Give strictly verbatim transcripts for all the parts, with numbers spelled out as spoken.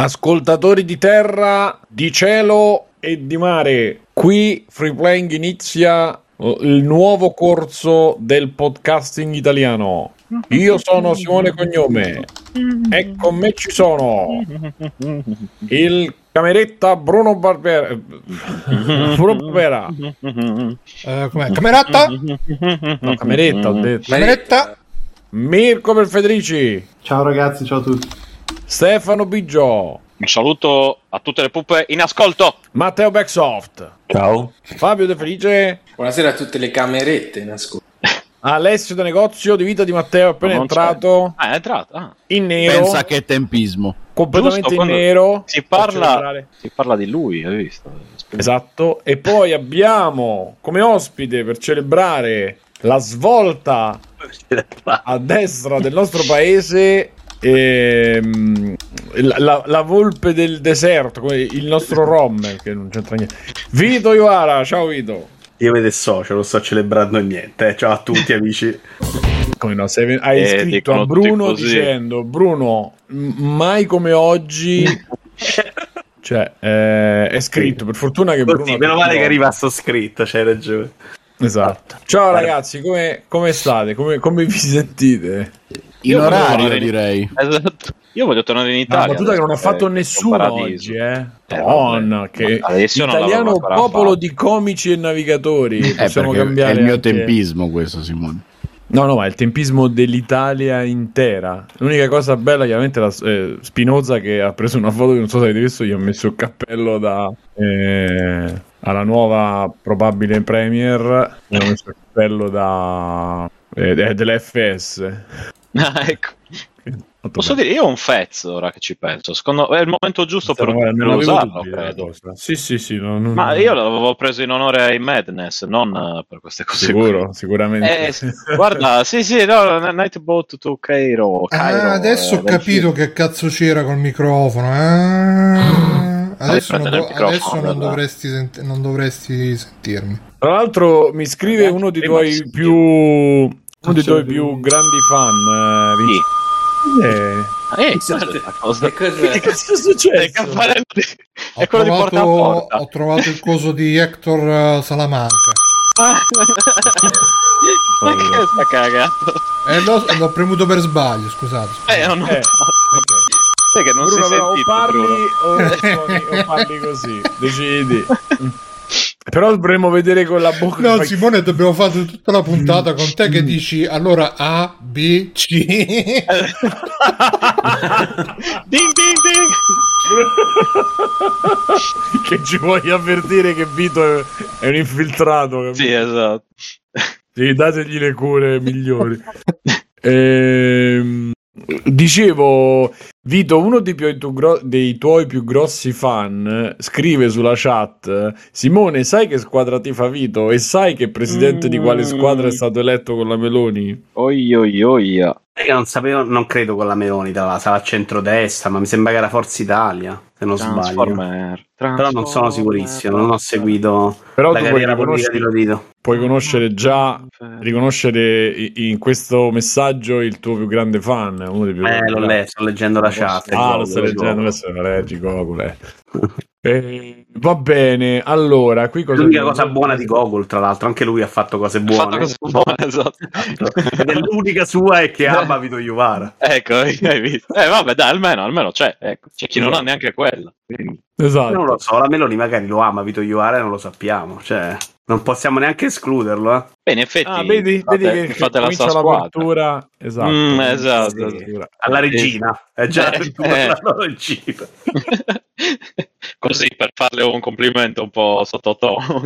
Ascoltatori di terra, di cielo e di mare, qui Free Playing inizia il nuovo corso del podcasting italiano. Io sono Simone Cognome e con me ci sono il cameretta Bruno Barbera. Bruno Barbera. Uh, com'è? Cameretta? No, cameretta, ho detto. Cameretta. Mirko Perfedrici. Ciao ragazzi, ciao a tutti. Stefano Biggio. Un saluto a tutte le pupe in ascolto. Matteo Backsoft. Ciao. Fabio De Felice. Buonasera a tutte le camerette in ascolto. Alessio da negozio di vita di Matteo appena Non entrato. Ah, è entrato. Ah. In nero. Pensa che tempismo. Completamente Giusto, in nero. Si parla, si parla di lui, hai visto? Esatto. E poi abbiamo come ospite per celebrare la svolta a destra del nostro paese ehm, la, la, la volpe del deserto, come il nostro Rommel, che non c'entra niente. Vito Iovara, ciao Vito. Io vedo il socio, non sto celebrando niente. Eh. Ciao a tutti amici. Come no? Sei, hai Eh, scritto a Bruno dicendo: Bruno, m- mai come oggi. Cioè, eh, è scritto. Per fortuna che Così, Bruno. meno male che arriva sto scritto, c'hai ragione. Esatto. Ciao ragazzi, come, come state? Come, come vi sentite? In Io orario, voglio- direi. Esatto. Io voglio tornare in Una Italia. battuta che non ha adesso, fatto eh, nessuno paradiso. oggi, eh. Eh, Donna, vabbè. che Ma adesso non italiano l'avevo ancora popolo fatto. di comici e navigatori. Eh, Possiamo perché cambiare è il mio anche- tempismo questo, Simone. No, no, ma è il tempismo dell'Italia intera. L'unica cosa bella, chiaramente, è la eh, Spinoza che ha preso una foto che non so se avete visto, gli ha messo il cappello da eh, alla nuova probabile premier. Gli ha messo il cappello da eh, dell'F S. Ah, ecco. Posso dire, io ho un Fez ora che ci penso. Secondo è il momento giusto per, Guarda, per non avevo usarlo, dubbi della credo. cosa. Sì, sì, sì. non- non- Ma io l'avevo preso in onore ai Madness, non eh, per queste cose. Sicuro, qui. sicuramente. Eh, sì, guarda, sì, sì, no, Nightboat to Cairo. Cairo Ah, adesso eh, ho del capito film. che cazzo c'era col microfono. Ah, adesso non, prendere do- il microfono, adesso non guarda. dovresti, sent- non dovresti sentirmi. Tra l'altro mi scrive Ragazzi, uno dei prima tuoi si- più uno dei tuoi più grandi fan, eh, Sì. Vinci. Eh, Eh, quella è la cosa. Che cos'è? che cazzo è successo? È, Caffarello di- Ho è quello di porta a trovato, porta. ho trovato il coso di Hector uh, Salamanca. Ma che sta cagato? E l'ho, l'ho premuto per sbaglio, scusate. scusate. Eh, non Eh, Sai che non Bruno, si però, o sentito, parli Bruno. o, suoni, o parli così, decidi. Però dovremmo vedere con la bocca. No, fai- Simone, dobbiamo fare tutta la puntata con te che dici allora A, B, C. Ding ding ding. che ci vuoi avvertire che Vito è, è un infiltrato, capito? Sì, esatto. Sì, dategli le cure migliori. Ehm, dicevo, Vito, uno dei, più, tu- gro- dei tuoi più grossi fan scrive sulla chat: Simone, sai che squadra tifa Vito? E sai che presidente di quale squadra è stato eletto con la Meloni? Oi oi oi. Io non sapevo, non credo con la Meloni, da là, sarà a centrodestra, ma mi sembra che era Forza Italia, se non sbaglio. Transformer. Però non sono sicurissimo, non ho seguito Però la tu puoi carriera politica di riconoscere, Lodito. puoi conoscere già, riconoscere i- in questo messaggio il tuo più grande fan. Uno dei più Eh, grandi l'ho fan. letto, sto leggendo la chat. Ah, Gogol, lo stai leggendo, Gogol. adesso lo leggi, Gogol. Eh, va bene, allora, qui cosa L'unica abbiamo- cosa buona di Gogol, tra l'altro, anche lui ha fatto cose Ha buone. fatto cose buone, esatto. Ed è l'unica sua è che ama Vito Iuvara. Ecco, hai visto? Eh, vabbè, dai, almeno, almeno c'è. Ecco. C'è chi non ha neanche quella. Quindi. Esatto. Non lo so, la Meloni magari lo ama Vito Iuvara e non lo sappiamo, cioè non possiamo neanche escluderlo, eh. Beh, in effetti, Ah, vedi, fate, vedi che fate la comincia sua squadra. l'apertura. Esatto. Mm, esatto. L'apertura. Alla regina, è già Eh, l'apertura eh. della regina. Così per farle un complimento un po' sottotono.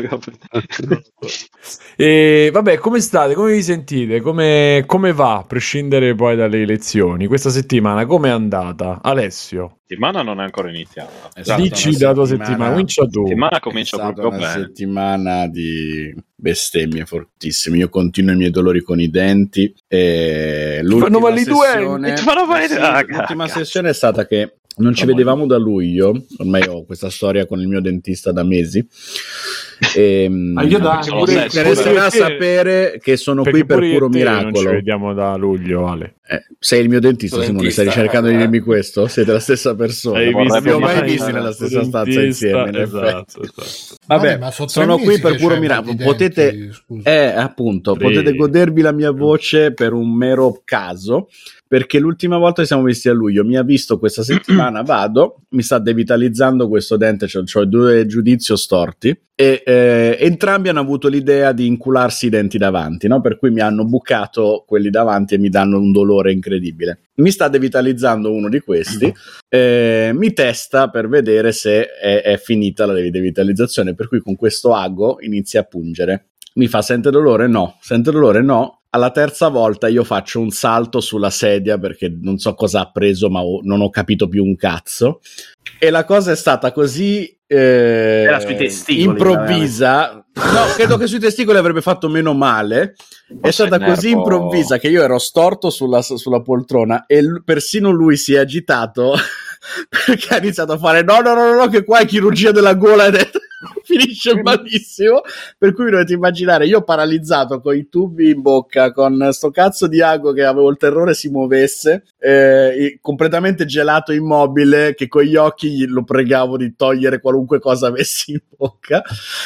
E vabbè, come state? Come vi sentite? Come, come va? A prescindere poi dalle elezioni, questa settimana come è andata? Alessio, La settimana non è ancora iniziata. È stata dici una la tua settimana, comincia La tu. settimana È comincia stata proprio una bene. settimana di bestemmie fortissime. Io continuo i miei dolori con i denti. E l'ultima fanno male i due? sessione, Ti fanno male i sì, due? Ah, l'ultima cazzo. sessione è stata che non ci vedevamo da luglio. Ormai ho questa storia con il mio dentista da mesi. E, Ma io da Sono pure- sesso, interesserà perché- sapere che sono Perché qui per pure io puro e te non ci miracolo. vediamo da luglio, Ale. Eh, sei il mio dentista, Tuo Simone, dentista, stai cercando eh, di dirmi questo? Siete la stessa persona, Hai non visto vi ho mai mai visti una nella stessa stanza dentista? insieme, in Esatto, effetti. esatto. Vabbè, Vabbè, ma sono tre sono qui mesi per che puro c'hai miracolo. i Potete, denti, scusa. eh, appunto, Tre. potete godervi la mia voce per un mero caso, perché l'ultima volta che siamo visti a luglio mi ha visto questa settimana, vado, mi sta devitalizzando questo dente, cioè ho due giudizio storti, e eh, entrambi hanno avuto l'idea di incularsi i denti davanti, no? Per cui mi hanno bucato quelli davanti e mi danno un dolore incredibile. Mi sta devitalizzando uno di questi, eh, mi testa per vedere se è, è finita la devitalizzazione, per cui con questo ago inizia a pungere. Mi fa: sente dolore? No. Sente dolore? No. Alla terza volta io faccio un salto sulla sedia perché non so cosa ha preso, ma ho, non ho capito più un cazzo. E la cosa è stata così eh, Era sui testicoli, improvvisa. No, credo che sui testicoli avrebbe fatto meno male. È Forse stata il così nervo- improvvisa che io ero storto sulla, sulla poltrona e l- persino lui si è agitato perché ha iniziato a fare no no no no, no che qua è chirurgia della gola ed è... finisce malissimo, per cui vi dovete immaginare io paralizzato con i tubi in bocca, con sto cazzo di ago che avevo il terrore si muovesse, eh, completamente gelato, immobile, che con gli occhi lo pregavo di togliere qualunque cosa avessi in bocca.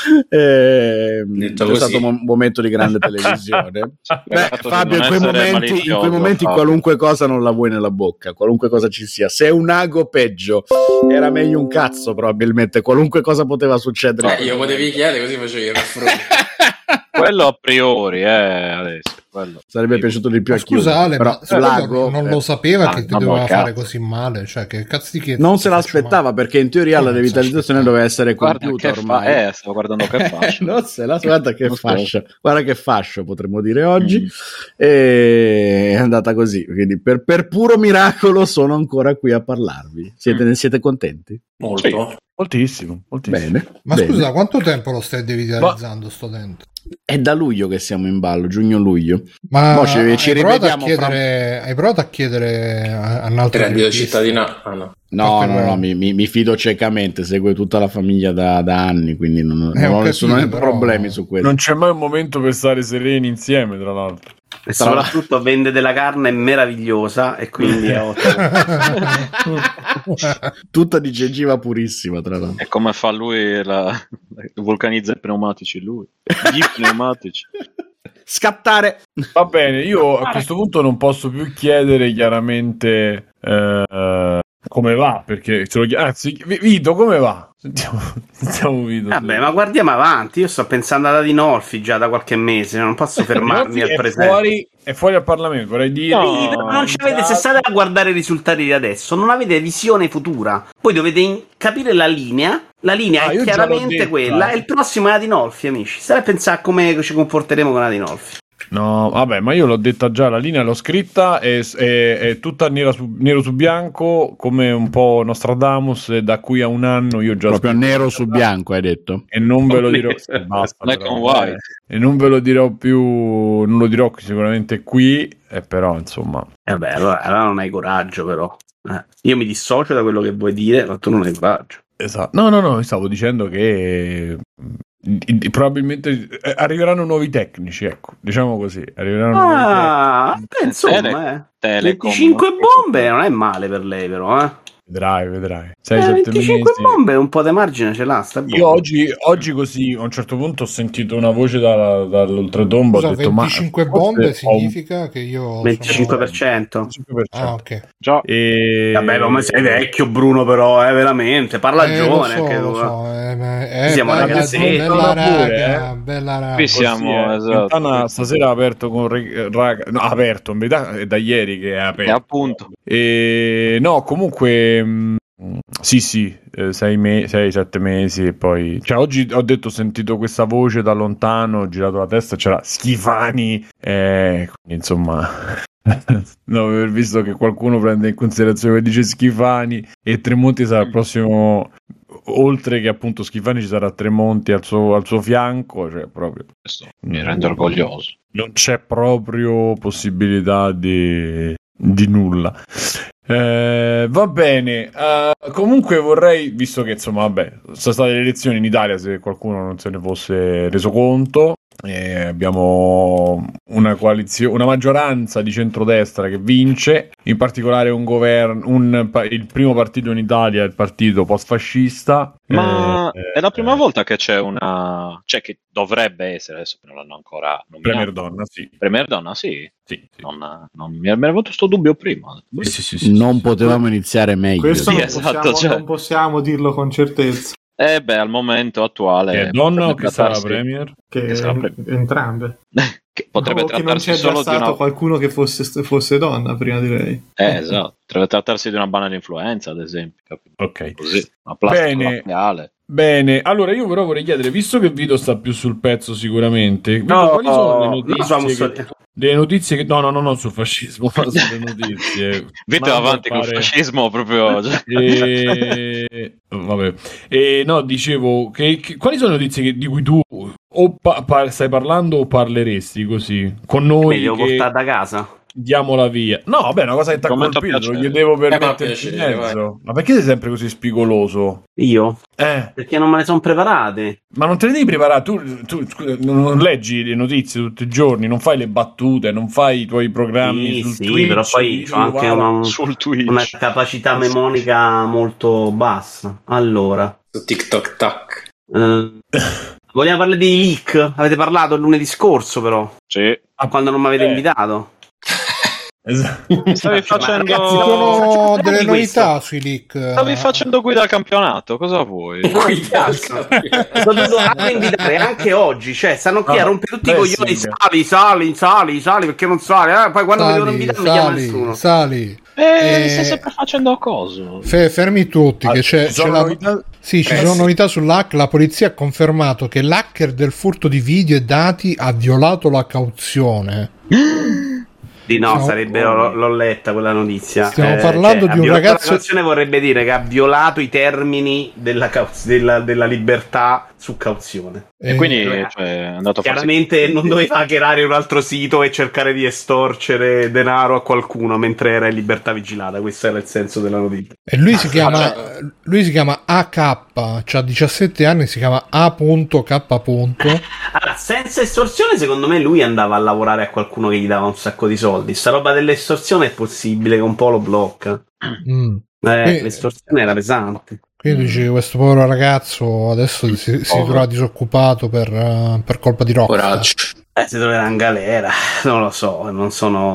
Eh, Detto è così. stato un momento di grande televisione. Beh, Sperato di Fabio, in non quei, essere momenti, in malizioso, quei momenti Fabio. qualunque cosa non la vuoi nella bocca, qualunque cosa ci sia. Se è un ago, peggio. Era meglio un cazzo, probabilmente. Qualunque cosa poteva succedere. Eh, io potevi chiedere così facevo il raffronto. Quello a priori, eh, adesso. Quello. Sarebbe piaciuto di più Ma a chiunque. scusa Ale, però ma Fabio l'ago, non eh, lo sapeva ah, che ti vabbè, doveva cazzo. fare così male, cioè che cazzo di che non se ti faccio l'aspettava male? perché in teoria Come la non se devitalizzazione l'aspettava? doveva essere Guarda compiuta che ormai. fa- eh, stavo guardando che faccio. non se la guarda che Non so. fascia, guarda che fascio potremmo dire oggi. Mm. E è andata così, quindi per, per puro miracolo sono ancora qui a parlarvi. Siete, ne siete contenti? Molto. Moltissimo, moltissimo. Bene. Ma bene. scusa, quanto tempo lo stai devitalizzando sto dente? È da luglio che siamo in ballo, giugno-luglio. Ma Mo ci- hai, ci provato a rivediamo chiedere, hai provato a chiedere a, a un altro Reddito di dentista? cittadinanza. Ah, no. No, Perché no, no, no? mi, mi- mi fido ciecamente, segue tutta la famiglia da, da anni, quindi non, Eh, non ho ho nessun capito, però- problemi su questo. Non c'è mai un momento per stare sereni insieme, tra l'altro. E soprattutto vende della carne meravigliosa e quindi è ottimo. Tutta di gengiva purissima, tra l'altro. E come fa lui, la... vulcanizza i pneumatici lui. Gli pneumatici. Scattare. Va bene, io a questo punto non posso più chiedere chiaramente eh, come va, perché se lo chied- anzi, Vi- Vito, come va? Sentiamo, sentiamo Vito. Vabbè, ma guardiamo avanti. Io sto pensando ad Adinolfi già da qualche mese, non posso fermarmi al è presente. fuori, è fuori al Parlamento, vorrei dire. No. Sì, però non ci avete, se state a guardare i risultati di adesso, non avete visione futura. Poi dovete in- capire la linea. La linea Ah, è io già l'ho chiaramente detta. quella. E il prossimo è Adinolfi, amici. State a pensare a come ci comporteremo con Adinolfi. No, vabbè, ma io l'ho detta già, la linea l'ho scritta, è, è- è tutta nera su- nero su bianco, come un po' Nostradamus, e da qui a un anno io già ho Proprio scritto- nero su bianco, hai detto. E non ve lo dirò, sì, basta, Black però, and white. eh, e non ve lo dirò più, non lo dirò sicuramente qui, eh, però insomma, E vabbè, allora, allora non hai coraggio, però. Eh, io mi dissocio da quello che vuoi dire, ma tu non hai coraggio. esatto. No, no, no, stavo dicendo che i- i- probabilmente eh, arriveranno nuovi tecnici, ecco, diciamo così, arriveranno nuovi Ah, beh, insomma, Tele- eh. Telecom, venticinque non bombe so. non è male per lei, però, eh. Vedrai, vedrai. sei Eh, sette venticinque mesi. bombe un po' di margine ce l'ha, sta Io buono. oggi, oggi così a un certo punto ho sentito una voce da- dall'oltretomba, Scusa, ho detto ma venticinque forse bombe ho un significa che io venticinque per sono... cento. venticinque per cento. Ah, ok. Già. E... Vabbè, come sei vecchio, Bruno, però, eh, veramente. Parla Eh, lo giovane. so, anche lo tu, eh. so, eh, ma- eh, Siamo bella, ragazzetti. bella Pure, raga, eh. bella raga. Qui Così, siamo, eh. esatto. Quintana stasera ha aperto con re- raga, no, aperto, in verità è da ieri che è aperto. E appunto. E no, comunque mh, sì, sì, eh, sei, me- sei, sette mesi e poi... Cioè, oggi ho detto, ho sentito questa voce da lontano, ho girato la testa, c'era Schifani, eh, quindi, insomma... no, aver visto che qualcuno prende in considerazione che dice Schifani e Tremonti sarà il prossimo... Oltre che appunto Schifani ci sarà Tremonti al suo, al suo fianco, cioè proprio... Questo mi rende orgoglioso. Non c'è proprio possibilità di, di nulla. Eh, va bene. Eh, comunque vorrei, visto che insomma, vabbè, sono state le elezioni in Italia, se qualcuno non se ne fosse reso conto, eh, abbiamo una coalizione, una maggioranza di centrodestra che vince, in particolare un governo, un, il primo partito in Italia è il partito post-fascista. Ma eh, è la prima eh, volta che c'è una, cioè che dovrebbe essere, adesso non l'hanno ancora nominato. Premier donna, sì. Premier donna, sì. Sì, sì. Non, non mi era avuto sto dubbio prima. Sì, sì, sì, sì, Non sì. potevamo iniziare meglio. Questo Sì, non, esatto, possiamo, cioè. non possiamo dirlo con certezza. Eh beh, al momento attuale Che è donna o potrebbe che sarà trattarsi- Premier? Che, Che sarà pre- entrambe. che potrebbe O che non trattarsi c'è già solo di stato una qualcuno che fosse, fosse donna prima di lei. eh, esatto, potrebbe trattarsi di una banale influenza, ad esempio, capito? Ok. Così, una plastica Bene. labiale. Bene, allora io però vorrei chiedere, visto che Vito sta più sul pezzo sicuramente, Vito, No, quali sono le no, notizie, sulla che, Mussolini. le notizie che... No, no, no, no, sul fascismo, ma sulle notizie. Vito è Mando avanti a col fare- fascismo proprio. cioè. E... Vabbè. E no, dicevo, che, che- quali sono le notizie che- di cui tu o pa- pa- stai parlando o parleresti così con Mi noi devo che portare da casa. diamo la via? No, vabbè, è una cosa che ti ha Commento colpito, te lo piacere. chiedevo per Eh, ma metterci in piacere, mezzo. Ma perché sei sempre così spigoloso? Io? Eh, Perché non me ne sono preparate. ma non te le devi preparare, tu, tu scusa, non non leggi le notizie tutti i giorni, non fai le battute, non fai i tuoi programmi Sì, sul sì, Twitch, però poi dici, ho anche guarda, una, Sul Twitch. una capacità mnemonica molto bassa. Allora, Su TikTok tac. eh, vogliamo parlare dei leak? Avete parlato il lunedì scorso, però, Sì. quando non mi avete Eh. invitato. Esatto. Stavi Ma facendo ragazzi, Ci no, sono faccio delle di questo. novità sui leak. Stavi facendo guida al campionato, cosa vuoi? Cazzo. Sono dovuto anche invitare anche oggi, cioè stanno qui Ah, a rompere tutti i beh, coglioni. sì. Sali, sali, sali, sali, perché non sali? Eh, poi quando mi devono Sali, invitare non mi chiama sali, nessuno. sali. Eh, Eh, stai sempre facendo coso. Fe- fermi tutti, Ah, che c'è, ci sono c'è la- novità? Sì, ci Eh, sono sì. novità sull'hack. La polizia ha confermato che l'hacker del furto di video e dati ha violato la cauzione. Di no, Stiamo- sarebbe, l'ho, l'ho letta quella notizia. Stiamo Eh, parlando cioè, di un ha violato ragazzo- La cauzione vorrebbe dire che ha violato i termini della, cauz- della, della libertà su cauzione. E Eh, quindi eh, cioè, è andato a farsi- Chiaramente non doveva hackerare un altro sito e cercare di estorcere denaro a qualcuno mentre era in libertà vigilata. Questo era il senso della notizia. E lui si Ah, chiama, cioè- lui si chiama A K, ha diciassette anni, si chiama A K. Allora, senza estorsione, secondo me lui andava a lavorare a qualcuno che gli dava un sacco di soldi. Sta roba dell'estorsione è possibile che un po' lo blocca. Mm. Eh, Eh. l'estorsione era pesante. Quindi dice che questo povero ragazzo adesso si, si Povero. trova disoccupato per, eh, per colpa di Rockstar. Coraggio. Eh, si troverà in galera. Non lo so, non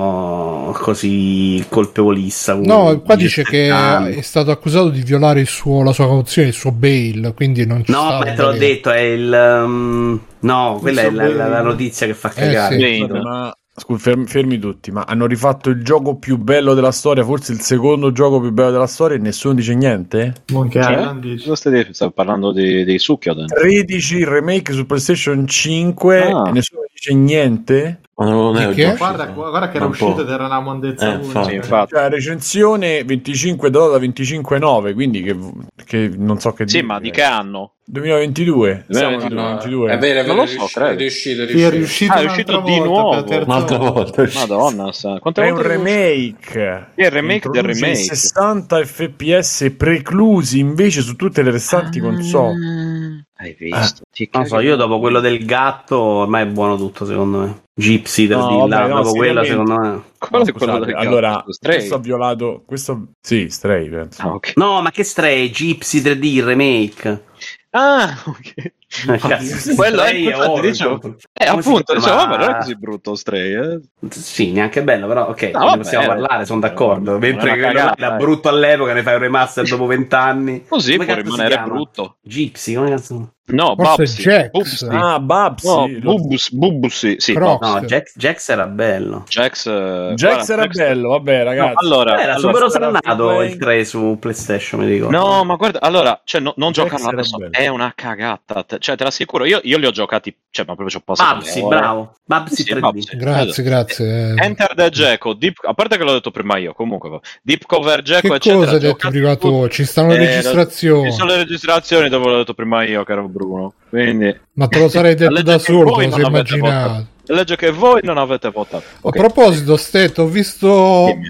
sono così colpevolista. No, qua dice che anni. è stato accusato di violare il suo, la sua cauzione, il suo bail, quindi non ci No, sta ma in te l'ho galera. detto, è il... um, no, quella è la, la- la notizia che fa cagare. sì. Sì. Vabbè, ma scusa, fermi, fermi tutti, ma hanno rifatto il gioco più bello della storia, forse il secondo gioco più bello della storia e nessuno dice niente? Monkey Cioè? Island dice. Cosa stai dicendo? Stai parlando di, di Sukkyoden? tredici remake su PlayStation cinque Ah. e nessuno dice niente? Ma non è Di il che? gioco. Guarda, guarda che era Un po'. uscito ed era una mondezza Eh, unica. infatti. Sì, infatti. Cioè, recensione venticinque da venticinque virgola nove, quindi che, che non so che Sì, dire. ma di che anno? duemilaventidue. Siamo nel No, duemilaventidue. È vero, è Non vero, lo è so, riuscito, credo. è riuscito, è Sì, è riuscito. riuscito, Ah, è un'altra uscito di volta, nuovo. per la terza Un'altra volta è uscito. Madonna, sa. Quante È un volte remake. È il remake del Introduce i remake. sessanta F P S preclusi invece su tutte le restanti console. Hai visto? Ti Non so, caghi. io dopo quello del gatto ormai è buono tutto, secondo me. Gypsy del No, di là, vabbè, no, dopo quello seriamente. secondo me. Quello No, è quello scusate, del gatto, allora, Stray. questo ha violato questo sì, Stray penso. Ah, ok. No, ma che Stray, Gypsy tre D il remake. Ah, ok. Cazzo, Quello è Stray infatti, oro, dicevo- come Eh, si appunto, chiama? dicevo, vabbè, non è così brutto Stray, eh. Sì, neanche bello, però ok, No, ne vabbè, possiamo eh, parlare, sono eh, d'accordo. non è Mentre una quello là cagata, era eh. brutto all'epoca, ne fai un remaster dopo vent'anni. Così Come può cazzo si rimanere chiama? brutto. Gypsy, come cazzo? No, Forse Babsy. Jax. Bubsy. Ah, Babsy. No, lo- Bubus, Bubusy, sì. Però- no, No, Jax, Jax era bello. Jax, eh, Jax guarda, era bello, vabbè, ragazzi. No, allora, Era allora, super era osannato free il tre su PlayStation, mi ricordo. no, ma guarda, allora, cioè, no- non Jax giocarlo era adesso bello. è una cagata. te- Cioè, te l'assicuro, io, io li ho giocati, cioè, ma proprio ci ho passato. Babsy, le ore. bravo. Babsy Sì, tre D. Babsy. Grazie, grazie. Enter the Gecko, Deep, a parte che l'ho detto prima io, comunque, va. Deep Cover Gecko, Che eccetera. cosa hai detto giocati prima tu? tutti. Ci stanno le Eh, registrazioni. Ci sono le registrazioni dopo l'ho detto prima io, caro Bruno. Quindi, Ma te lo sarei detto legge da che solo, voi te lo sei non avete immaginato. votato. Legge che voi non avete votato. A Ok. proposito, Stet, ho visto Dimmi.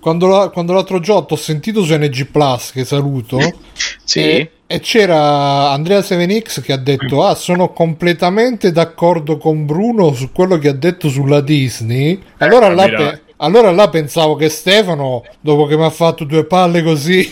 quando, la, quando l'altro giorno ho sentito su N G Plus, che saluto, sì. e, e c'era Andrea sette X che ha detto ah, sono completamente d'accordo con Bruno su quello che ha detto sulla Disney. Allora eh, là pe- Allora là pensavo che Stefano, dopo che mi ha fatto due palle così,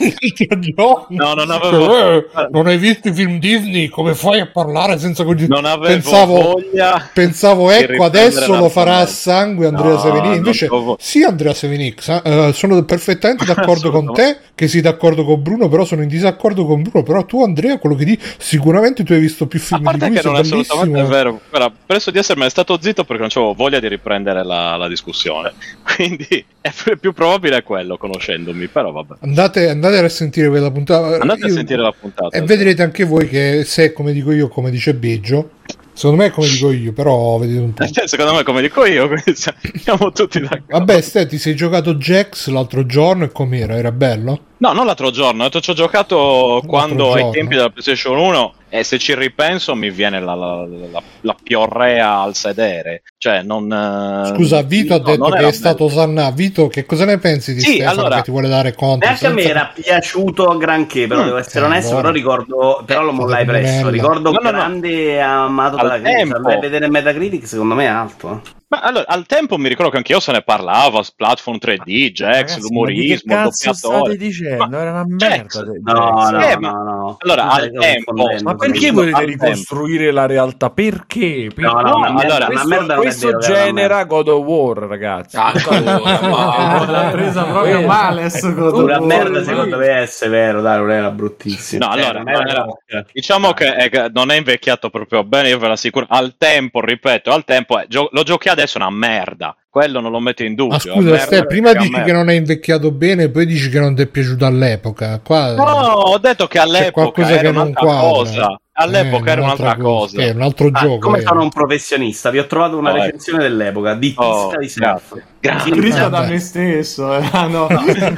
no, non avevo eh, non hai visto i film Disney? Come fai a parlare senza cognizione? Non avevo pensavo, voglia. Pensavo, ecco, adesso lo farà a sangue Andrea no, sette X. Invece, vo- sì, Andrea sette X, eh, sono perfettamente d'accordo con te, che sei d'accordo con Bruno, però sono in disaccordo con Bruno. Però tu, Andrea, quello che dici, sicuramente tu hai visto più film a parte di lui, che non è bellissimo. assolutamente vero. Guarda, penso di essermene stato zitto perché non avevo voglia di riprendere la, la discussione. Quindi è più probabile quello, conoscendomi, però vabbè. Andate, andate a sentire quella puntata. Andate io, a sentire la puntata. E vedrete anche voi che se, come dico io, come dice Beggio, secondo me è come dico io, però vedete un po'. Secondo me come dico io, quindi siamo tutti d'accordo. Vabbè, Ste, ti sei giocato Jax l'altro giorno e com'era? Era bello? No, non l'altro giorno, ci ho giocato L'altro quando giorno. ai tempi della PlayStation uno e se ci ripenso mi viene la, la, la, la piorrea al sedere. Cioè, non... Scusa, Vito no, ha detto che è bello. stato Sanna. Vito, che cosa ne pensi di Sì, Stefano allora, che ti vuole dare conto? Neanche a me senza... era piaciuto granché, però Mm, devo essere eh, onesto, allora. però ricordo, però lo mollai presto. Ricordo No, no, no. grande amato Al dalla critica. tempo. Andai a vedere Metacritic, secondo me è alto. Ma allora, al tempo mi ricordo che anche io se ne parlava, platform tre D, Jax, Ragazzi, l'umorismo, ma il di che cazzo state doppiatore. dicendo? Ma Era una Jax- merda. de- No, Jax. no, Eh, no, ma- no. allora, Tu al stai tempo- confondendo, Ma perché secondo me. volete al ricostruire la realtà? Perché? Perché? No, no, No, una merda- allora, una questo, merda non è questo vero che era una genera God of War, ragazzi. Ah, allora, ma... L'ha presa proprio Quello. male sto God of Una War. merda secondo me è severo, dai, non era bruttissimo. No, Cioè, allora, non era non era- rock. diciamo che è- non è invecchiato proprio bene, io ve l'assicuro. Al tempo, ripeto, al tempo, eh, gio- lo giochi adesso è una merda. Quello non lo metto in dubbio. Ma è scusa, merda Ste, prima perché è dici merda. che non è invecchiato bene, poi dici che non ti è piaciuto all'epoca. Qua No, ho detto che all'epoca qualcosa era che non un'altra quadra. cosa. All'epoca Eh, era un'altra cosa. È un altro Ah, gioco. come eh. sono un professionista, vi ho trovato una Oh, ecco. recensione dell'epoca di Oh, Tisca di Surf. grazie. Grazie. Scritta da Vabbè. me stesso, eh. Ah, no.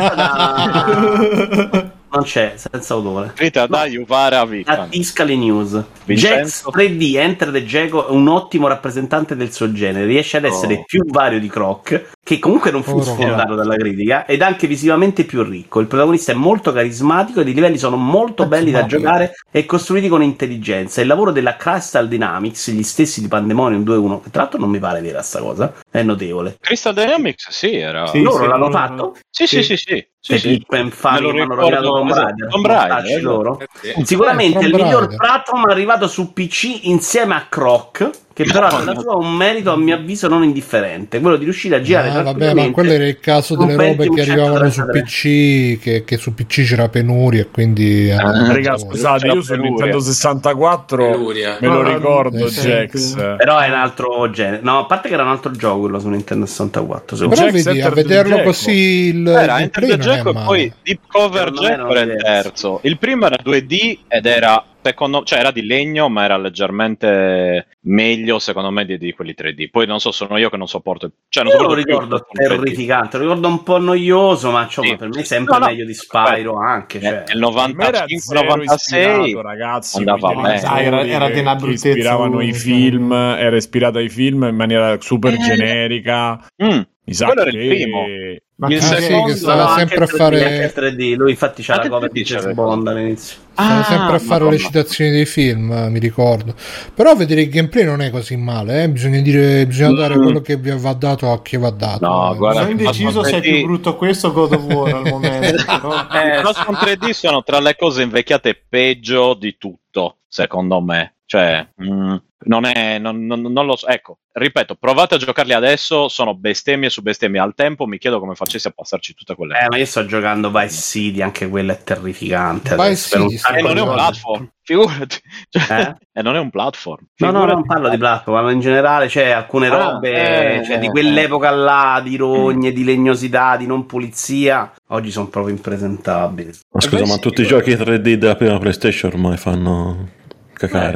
Non c'è, senza autore. Rita da Juvara A Vikan. Tiscali News. Vincenzo. Jax tre D Enter the Jago è un ottimo rappresentante del suo genere, riesce ad essere Oh. più vario di Croc, che comunque non fu Oh, sfondato dalla critica, ed anche visivamente più ricco. Il protagonista è molto carismatico ed i livelli sono molto belli da giocare e costruiti con intelligenza. Il lavoro della Crystal Dynamics, gli stessi di Pandemonium due uno, che tra l'altro non mi pare vera sta cosa, è notevole. Crystal Dynamics, sì, era. Sì, Loro l'hanno loro- fatto? Sì, sì, sì, sì. Sì, Sì, sì. sì. Me Infami, lo mi hanno ricordo, rovinato Tomb esatto, Raider. Tomb Raider, Mortacci esatto. loro. Eh, sì. Sicuramente Eh, il Tomb miglior Raider. platform è arrivato su P C insieme a Croc, che però No, nella no. sua ha un merito a mio avviso non indifferente, quello di riuscire a girare Ah, vabbè, ma tranquillamente quello era il caso un delle robe Pentium che arrivavano su centotrentatré. P C, che, che su P C c'era penuria e quindi... eh, Raga, oh, scusate, c'era io su Peluria. Nintendo sessantaquattro Peluria. me lo No, ricordo, eh, sì. Jax. Però è un altro genere. No, a parte che era un altro gioco quello su Nintendo sessantaquattro. secondo Però me. Jax vedi, a Enter the vederlo Jago. così il Era il Enter gameplay the non è Jack e male. poi Deep Cover Secondo me Jack erano era il diversi. terzo. Il primo era due D ed era secondo, cioè era di legno, ma era leggermente meglio secondo me di, di quelli tre D. Poi non so, sono io che non sopporto. Cioè, non Io lo sopporto più ricordo il tre D. terrificante, lo ricordo un po' noioso, ma insomma, Sì. per me è sempre No, no, meglio di Spyro anche. Cioè. Nel Per me era novantacinque zero novantasei ispirato, ragazzi, andava quindi bene. gli Ah, era- attori era di che- una che bruttezza ispiravano i ovunque. film, era ispirato ai film in maniera super Eh. generica. Mm, Mi sa quello era il che- primo. Ma Il Ah, sì, secondo che stava No, no, sempre anche a il tre D, fare- anche il tre D. Lui infatti c'ha Anche la il cover tre D di James c'aveva. Bond all'inizio. Stava Ah, sempre a fare Madonna. le citazioni dei film, eh, mi ricordo. Però vedere il gameplay non è così male, eh. Bisogna dire, bisogna dare Mm. quello che vi va dato a chi va dato. No, eh. guarda, sono indeciso se è più brutto questo o God of War al momento. però- Eh, i Crossfire tre D sono tra le cose invecchiate peggio di tutto, secondo me. Cioè, mm, non è, non, non- non lo so. Ecco, ripeto, provate a giocarli adesso, sono bestemmie su bestemmie. Al tempo mi chiedo come facessi a passarci tutte quelle. Eh, ma io sto giocando Vice City, anche quello è terrificante. Vice adesso, per un City, sacco E non di è un cose. platform, figurati. Cioè, Eh? E non è un platform. No, no, Figurati. non parlo di platform, ma in generale c'è alcune Ah, robe, eh, cioè di eh, quell'epoca là, di rogne, di legnosità, di non pulizia, oggi sono proprio impresentabili. Ma scusa, beh, ma sì, tutti i guarda. giochi tre D della prima PlayStation ormai fanno cacare, no?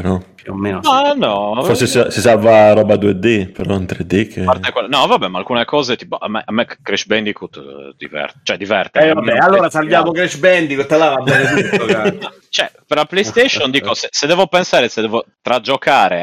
più o meno. Ah, no, Forse si, si salva roba due D, però in tre D che... A parte quello- no, vabbè, ma alcune cose tipo a me, a me Crash Bandicoot eh, diverte, cioè diverte. Eh, vabbè, allora salviamo Crash Bandicoot, là va bene tutto, cara. Cioè, per la PlayStation dico, se, se devo pensare, se devo tra giocare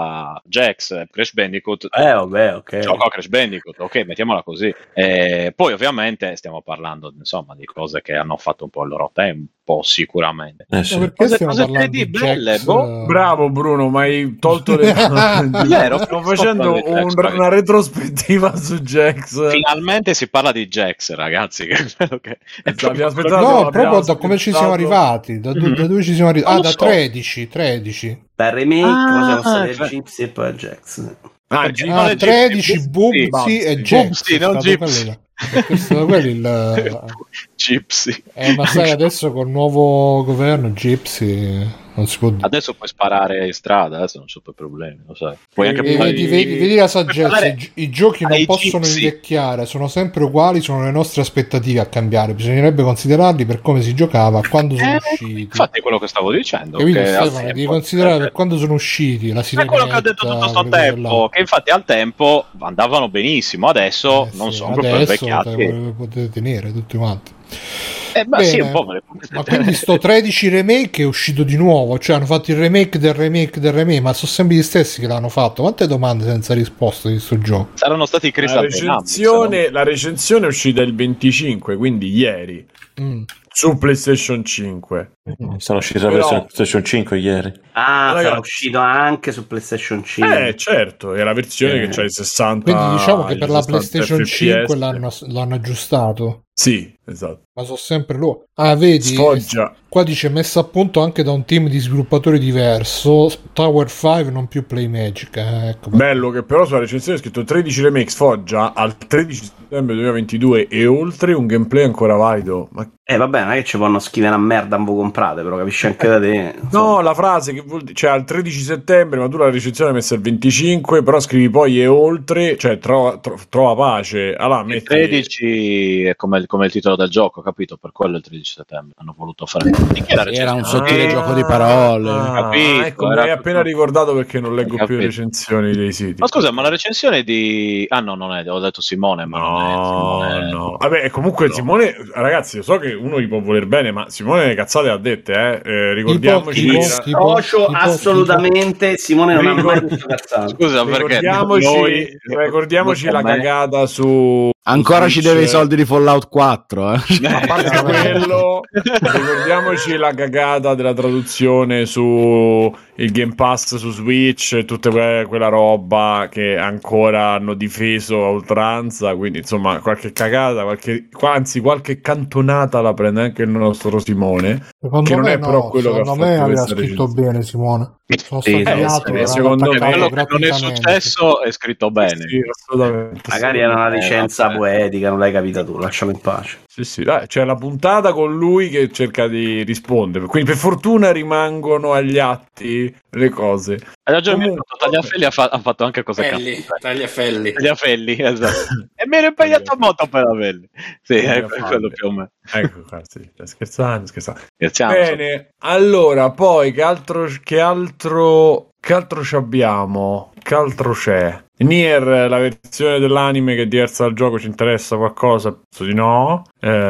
a Jax e Crash Bandicoot, Eh, vabbè, ok. gioco a Crash Bandicoot, ok, mettiamola così. E poi ovviamente stiamo parlando, insomma, di cose che hanno fatto un po' il loro tempo, sicuramente. Eh, sì. Ma perché Cose- stiamo cose parlando di tre D belle, Jax, boh. eh, Bravo Bruno, ma hai tolto le Vero, Stiamo facendo sto parlando di un- Jax, una retrospettiva su Jax. Finalmente si parla di Jax, ragazzi. Che è quello che è Esatto, abbiamo proprio- aspettato- No, abbiamo proprio da come ci siamo aspettato- arrivati, da, do- da dove ci siamo arrivati? Non Ah, lo da so. tredici, tredici. Dal remake, Ah, poi siamo stati cioè- a Gypsy e poi a Jax. Ah, Perché- G- non Ah, è tredici, Gypsy, Bubsy Bubsy. e Jax. Bubsy, è non stato Gypsy. quello- è stato quello il... Gypsy. Eh, ma sai, adesso col nuovo governo Gypsy non si può dire. Adesso puoi sparare in strada, adesso non so per problemi, lo sai. Puoi anche E parlare vedi, di- vedi, vedi la saggezza, parlare i, gi- i giochi non ai possono Gypsy. invecchiare, sono sempre uguali, sono le nostre aspettative a cambiare, bisognerebbe considerarli per come si giocava quando sono Eh, usciti. infatti è quello che stavo dicendo. Capito, che al Stefano, devi tempo- considerare eh, per quando sono usciti la è sirenetta, quello che ho detto tutto sto quelle cose tempo, là. che infatti al tempo andavano benissimo, adesso Eh, non sì, sono proprio adesso invecchiati. te- potete tenere tutti quanti. Eh, ma sì, Bene. un po' me le- Ma quindi sto tredici remake è uscito di nuovo, cioè hanno fatto il remake del remake del remake, ma sono sempre gli stessi che l'hanno fatto. Quante domande senza risposta di questo gioco? Saranno stati i la Crystal Dynamics, recensione, la recensione è uscita il venticinque, quindi ieri, Mm. su PlayStation cinque. Sono usciti la Però- versione PlayStation cinque ieri. Ah, Ragazzi. sarà uscito anche su PlayStation cinque. Eh, certo, è la versione Eh. che c'ha i sessanta. Quindi diciamo che per la sessanta PlayStation F P S. cinque l'hanno, l'hanno aggiustato. Sì, esatto. Ma sono sempre loro. Ah, vedi? Sfoggia. Qua dice messo a punto anche da un team di sviluppatori diverso. Tower cinque, non più Playmagic. Eh, ecco. Bello che però sulla recensione è scritto tredici remake sfoggia al tredici settembre duemilaventidue e oltre un gameplay ancora valido. Ma Eh, vabbè, non è che ci vanno scrivere una merda non voi comprate, però capisci anche da te. no, la frase che vuol dire, cioè al tredici settembre, ma tu la recensione l'hai messa il venticinque, però scrivi poi e oltre, cioè trova, tro- trova pace. Allora, Il metti tredici è come, come il titolo del gioco, capito? Per quello il tredici settembre hanno voluto fare. Di chi era la Era un recensione? sottile Ah, gioco di parole. Capito, ecco, mi era hai appena tutto- ricordato perché non leggo più Capito. recensioni dei siti. Ma scusa, ma la recensione di... Ah no, non è, ho detto Simone, ma non è No, Simone. no. Vabbè, comunque No. Simone, ragazzi, io so che uno gli può voler bene, ma Simone le cazzate ha dette, eh. Eh, ricordiamoci. Tipo- la- tipo- Socio tipo- assolutamente, Simone non ha mai Ricordi- detto cazzate. Scusa, perché ricordiamoci, noi... ricordiamoci non so la me. cagata su Ancora ci Switch. deve i soldi di Fallout quattro, eh. A parte quello, ricordiamoci la cagata della traduzione su il Game Pass su Switch e tutta que- quella roba che ancora hanno difeso a oltranza. Quindi, insomma, qualche cagata, qualche, anzi, qualche cantonata la prende anche il nostro Simone. Secondo che non me, è però no, quello che ha secondo me fatto aveva questa scritto recensione. bene Simone. Sono Sì, stato eh, avviato, sì, l'hanno secondo me attaccato Quello che non è gratuitamente. successo è scritto bene. Sì, assolutamente. Magari era una Eh, licenza vabbè. poetica, non l'hai capita tu, lasciamo in pace. Sì, sì, dai, c'è la puntata con lui che cerca di rispondere. Quindi, per fortuna, rimangono agli atti le cose. Hai ragione, mi Comunque- ricordo, Tagliafelli ha, fa- ha fatto anche cose Felli, cattive. tagliafelli. Tagliafelli, esatto. E mi ero impegnato molto per averli. Sì, è Tagliafelli. quello più o meno. Ecco qua, sì, stai scherzando, scherzando. Scherziamo. Bene, allora, poi che altro che altro che altro ci abbiamo? Che altro c'è? Nier, la versione dell'anime che è diversa dal gioco, ci interessa qualcosa? Penso di no.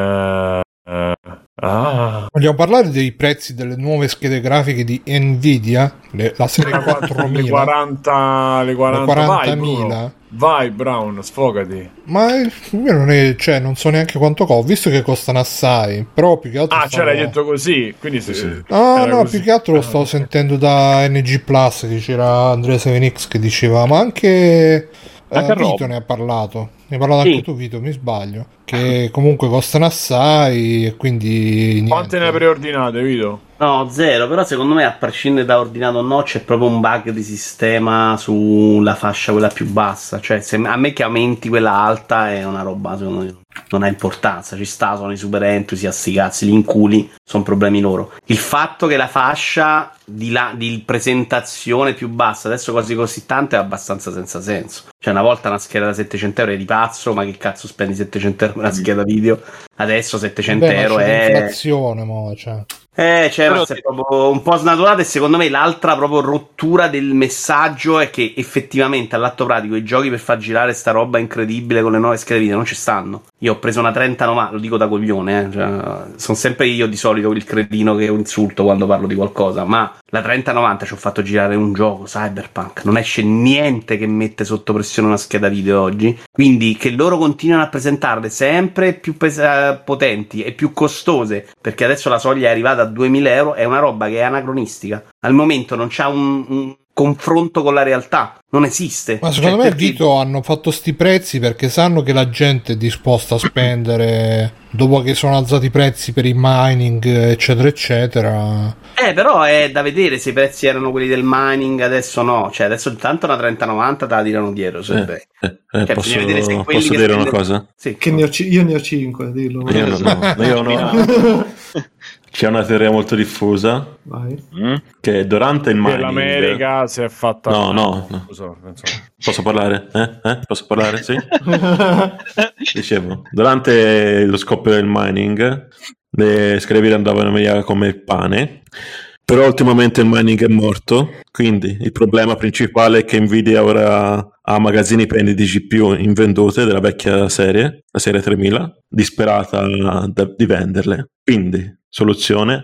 Eh, eh, ah, Vogliamo parlare dei prezzi delle nuove schede grafiche di Nvidia? Le- la serie le quattromila? quaranta, le quaranta, Le vai, quarantamila? Bruno. Vai, Brown, sfogati. Ma eh, io non, è, cioè, non so neanche quanto costa, ho visto che costano assai, però più che altro... Ah, ce stavo- l'hai detto così, quindi sì. Ah, era no, così. più che altro lo stavo sentendo da N G Plus, che c'era Andrea sette X che diceva, ma anche, Anche eh, Vito Rob. ne ha parlato. Ne hai parlato anche Sì. tu, Vito, mi sbaglio. Che comunque costano assai e quindi... Niente. Quante ne hai preordinate, Vito? No, zero, però secondo me a prescindere da ordinato o no c'è proprio un bug di sistema sulla fascia quella più bassa, cioè se a me che aumenti quella alta è una roba secondo me non ha importanza, ci sta, sono i super entusiasti, cazzi, gli inculi, sono problemi loro. Il fatto che la fascia di, la, di presentazione più bassa adesso così così tanto è abbastanza senza senso, cioè una volta una scheda da settecento euro è di pazzo, ma che cazzo spendi settecento euro per una scheda video, adesso settecento Vabbè, ma euro c'è è... l'inflazione, mo, cioè. Eh, cioè, Però ma ti- è proprio un po' snaturato, e secondo me l'altra proprio rottura del messaggio è che effettivamente all'atto pratico i giochi per far girare sta roba incredibile con le nuove schede video non ci stanno. Io ho preso una trenta novanta, lo dico da coglione, eh, cioè, sono sempre io di solito il cretino che insulto quando parlo di qualcosa, ma la trenta novanta ci ho fatto girare un gioco, Cyberpunk, non esce niente che mette sotto pressione una scheda video oggi, quindi che loro continuano a presentarle sempre più pesa- potenti e più costose, perché adesso la soglia è arrivata a duemila euro, è una roba che è anacronistica. Al momento non c'ha un, un confronto con la realtà, non esiste. Ma secondo Cioè, me perché- Vito hanno fatto sti prezzi perché sanno che la gente è disposta a spendere dopo che sono alzati i prezzi per il mining eccetera eccetera. Eh, però è da vedere se i prezzi erano quelli del mining, adesso no. Cioè, adesso intanto una trenta novanta te la tirano dietro, se Eh, vai. eh, eh, Cioè, posso, bisogna vedere se quelli posso che dire una spende- cosa? Sì. Che ne ho ci- io ne ho cinque, dillo. Io no, no, io no. C'è una teoria molto diffusa Vai. Mm? che durante il Che mining... l'America si è fatta... No, no, no. Scusa, pensavo. Posso parlare? Eh? Eh? Posso parlare? Sì? Dicevo, durante lo scoppio del mining le schede video andavano via come il pane, però ultimamente il mining è morto, quindi il problema principale è che Nvidia ora ha magazzini pieni di G P U invendute della vecchia serie, la serie tremila, disperata da- di venderle. Quindi, soluzione,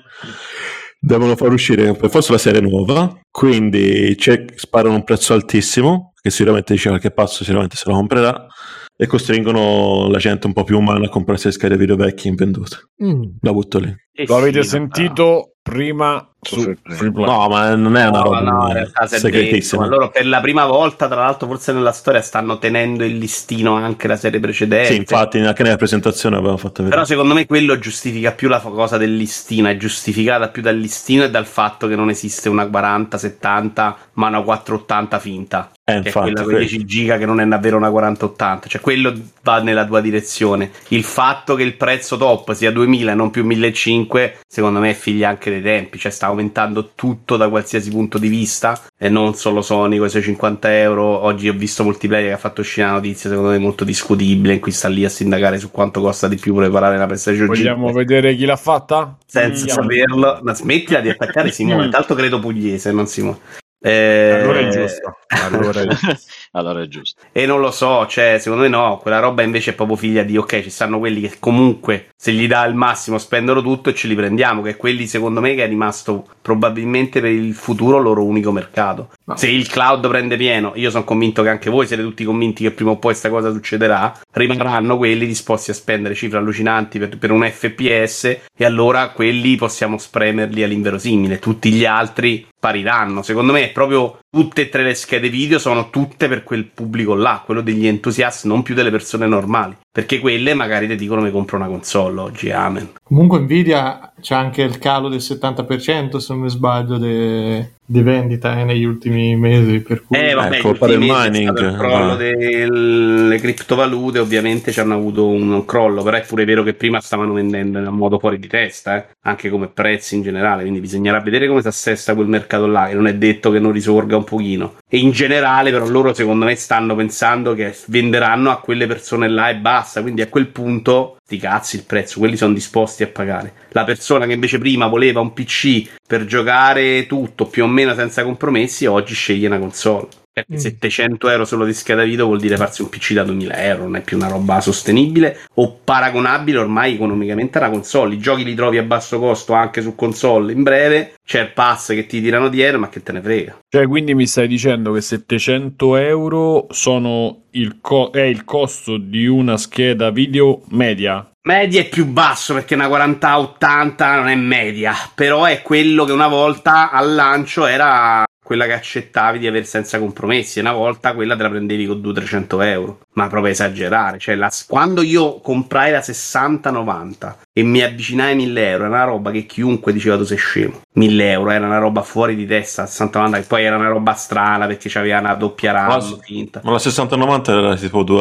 devono far uscire per forza la serie nuova, quindi c'è- sparano un prezzo altissimo, che sicuramente dice qualche pazzo sicuramente se lo comprerà, e costringono la gente un po' più umana a comprarsi le schede video vecchie invendute. Mm. La butto lì. Eh Lo avete sì, sentito prima su Freeplay. No, ma non è una No, roba no, in realtà si è detto, segretissima. ma loro per la prima volta, tra l'altro forse nella storia, stanno tenendo il listino anche la serie precedente. Sì, infatti anche nella presentazione avevamo fatto vedere. Però secondo me quello giustifica più la cosa del listino, è giustificata più dal listino e dal fatto che non esiste una quaranta settanta ma una quattrocentottanta finta, Eh, che infatti, è quella con quello. dieci giga che non è davvero una quaranta ottanta, cioè quello va nella tua direzione. Il fatto che il prezzo top sia duemila e non più millecinquecento secondo me è figlia anche dei tempi, cioè sta aumentando tutto da qualsiasi punto di vista e non solo Sony con i suoi cinquanta euro. Oggi ho visto Multiplayer che ha fatto uscire una notizia secondo me molto discutibile in cui sta lì a sindacare su quanto costa di più preparare una PlayStation Vogliamo cinque vedere chi l'ha fatta? senza Andiamo. saperlo. Ma smettila di attaccare Simone, tanto credo pugliese, non Simone. Eh, Allora è giusto. Allora è giusto. Allora è giusto. E non lo so, cioè, secondo me no, quella roba invece è proprio figlia di, ok, ci stanno quelli che comunque se gli dà il massimo spendono tutto e ce li prendiamo, che è quelli secondo me che è rimasto probabilmente per il futuro loro unico mercato. No. Se il cloud prende pieno, io sono convinto che anche voi siete tutti convinti che prima o poi questa cosa succederà, rimarranno quelli disposti a spendere cifre allucinanti per, per un F P S, e allora quelli possiamo spremerli all'inverosimile, tutti gli altri spariranno. Secondo me è proprio tutte e tre le schede video sono tutte per quel pubblico là, quello degli entusiasti, non più delle persone normali, perché quelle magari ti dicono mi compro una console oggi, amen. Comunque Nvidia c'è anche il calo del settanta per cento, se non mi sbaglio, de- di vendita eh, negli ultimi mesi, per cui Eh vabbè, Eh, gli colpa ultimi del mesi è mining, stato il crollo eh. delle criptovalute, ovviamente ci hanno avuto un crollo, però è pure vero che prima stavano vendendo in un modo fuori di testa, eh, anche come prezzi in generale, quindi bisognerà vedere come si assesta quel mercato là, che non è detto che non risorga un pochino. E in generale però loro secondo me stanno pensando che venderanno a quelle persone là e basta, quindi a quel punto sti cazzi il prezzo, quelli sono disposti a pagare. La persona che invece prima voleva un P C per giocare tutto più o meno senza compromessi oggi sceglie una console. Perché Mm. settecento euro solo di scheda video vuol dire farsi un P C da duemila euro, non è più una roba sostenibile o paragonabile ormai economicamente alla console. I giochi li trovi a basso costo anche su console in breve, c'è il pass che ti tirano dietro, ma che te ne frega. Cioè, quindi mi stai dicendo che settecento euro sono il co- è il costo di una scheda video media? Media è più basso perché una quaranta ottanta non è media, però è quello che una volta al lancio era quella che accettavi di avere senza compromessi, e una volta quella te la prendevi con duecento trecento euro, ma proprio esagerare. Cioè la, quando io comprai la sessanta novanta e mi avvicinai ai mille euro, era una roba che chiunque diceva tu sei scemo. mille euro era una roba fuori di testa, sessanta novanta, che poi era una roba strana perché c'aveva una doppia RAM Ma- finta. Ma la sessanta novanta era tipo dual,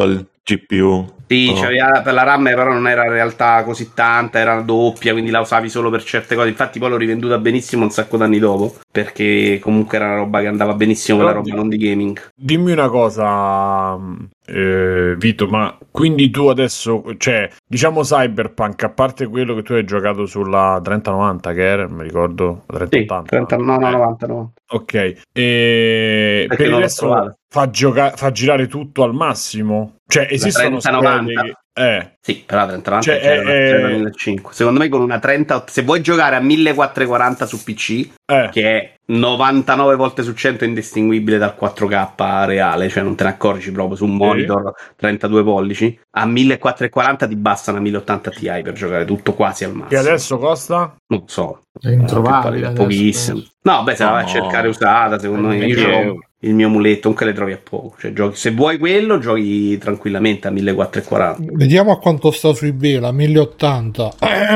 G P U. Sì, Oh. c'aveva- per la RAM però non era in realtà così tanta, era doppia, quindi la usavi solo per certe cose. Infatti poi l'ho rivenduta benissimo un sacco d'anni dopo, perché comunque era una roba che andava benissimo, quella roba non di gaming. Dimmi una cosa, eh, Vito, ma quindi tu adesso, cioè, diciamo Cyberpunk, a parte quello che tu hai giocato sulla trenta novanta, che era, mi ricordo, la Sì, trenta ottanta. trenta, no, no, Eh, novanta, novanta. Ok, e Perché per il non l'ho resto trovato. fa, gioca- fa girare tutto al massimo? Cioè, esistono trenta novanta. schede che- Eh, Sì, però la trenta novanta Cioè, c'era una eh, scheda millecinquecento. Secondo me con una trenta, se vuoi giocare a millequattrocentoquaranta su P C, eh. che è novantanove volte su cento indistinguibile dal quattro K reale, cioè non te ne accorgi proprio su un monitor trentadue pollici, a millequattrocentoquaranta ti basta una mille ottanta Ti per giocare tutto quasi al Che massimo. adesso costa? Non so, È introvabile eh, adesso, pochissimo. penso. No, beh, se la vai a No. cercare usata, secondo me venti io euro. il mio muletto comunque le trovi a poco. Cioè, giochi, se vuoi quello, giochi tranquillamente a millequattrocentoquaranta. Vediamo a quanto sta su eBay la mille ottanta.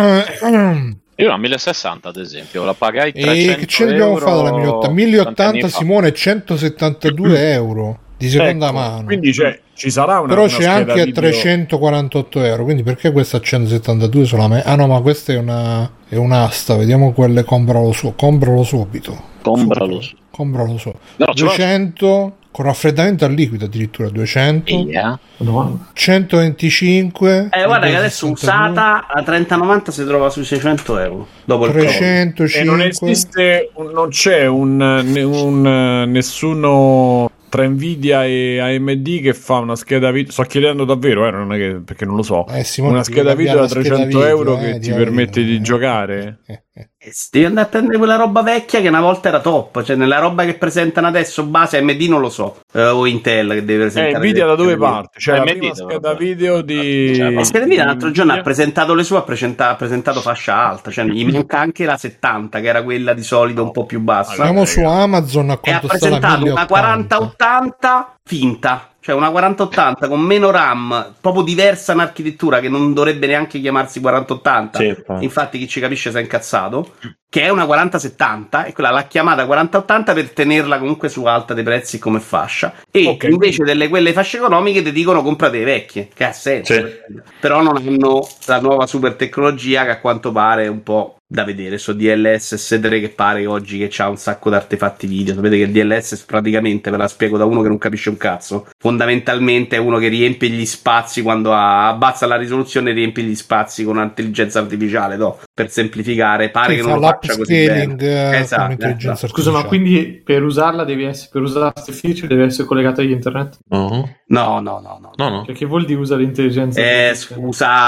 Io la mille sessanta ad esempio, la pagai E trecento che ce ne dobbiamo euro fare dalla mille ottanta? tanti anni mille ottanta fa. Simone centosettantadue euro di seconda Ecco, mano. quindi c'è, ci sarà una Però una c'è scheda anche a video- trecentoquarantotto euro. Quindi perché questa a centosettantadue solamente? Ah no, ma questa è una è un'asta. Vediamo quelle, compralo su, compralo subito. Compralo. Subito. Compralo su. No, ce l'ho. duecento con raffreddamento al liquido addirittura duecento, Via. Madonna. centoventicinque. Eh, guarda che adesso duecentosessantadue, usata a trenta novanta si trova sui seicento euro. Dopo il crollo. E non trecentocinque. esiste, un- non c'è un, ne- un, eh, nessuno tra Nvidia e A M D che fa una scheda video. Sto chiedendo davvero, eh, non è che, perché non lo so. Eh, Simone, Una devi scheda cambiare video da la scheda trecento video, euro eh, che di ti avere, permette di eh. giocare. Eh, eh. Eh, Devi andare a prendere quella roba vecchia che una volta era top. Cioè, nella roba che presentano adesso, base A M D non lo so. Eh, o Intel che deve Eh, presentare. Nvidia da dove le- parte? Cioè, la A M D prima dovrebbe- scheda video di. Cioè, E se Nvidia l'altro giorno ha Nvidia? presentato le sue, ha presenta- ha presentato fascia alta. Cioè, gli manca anche la settanta, che era quella di solito un po' più bassa. Andiamo su Amazon a E ha quanto sta la presentato mille una ottanta. quaranta ottanta finta, cioè una quaranta ottanta con meno RAM, proprio diversa in architettura, che non dovrebbe neanche chiamarsi quaranta ottanta. Sì, infatti. Infatti chi ci capisce si è incazzato, che è una quaranta settanta, e quella l'ha chiamata quaranta ottanta per tenerla comunque su alta dei prezzi come fascia. E Ok, invece delle quelle fasce economiche ti dicono comprate le vecchie, che ha senso. Sì. Però non hanno la nuova super tecnologia che a quanto pare è un po' da vedere. So D L S S tre che pare oggi che c'ha un sacco di artefatti video. Sapete che il D L S S praticamente, ve la spiego da uno che non capisce un cazzo, fondamentalmente è uno che riempie gli spazi quando ha, abbassa la risoluzione, riempie gli spazi con un'intelligenza artificiale, no? Per semplificare, pare Sì, che fa non lo faccia così bene. l'upscaling eh, Esatto, con l'intelligenza esatto. Scusa, ma artificiale. quindi per usarla devi essere, per usare questo feature devi essere collegato a internet? No, No, no, no, no. no, no. Cioè, che vuol dire usare l'intelligenza Eh, artificiale?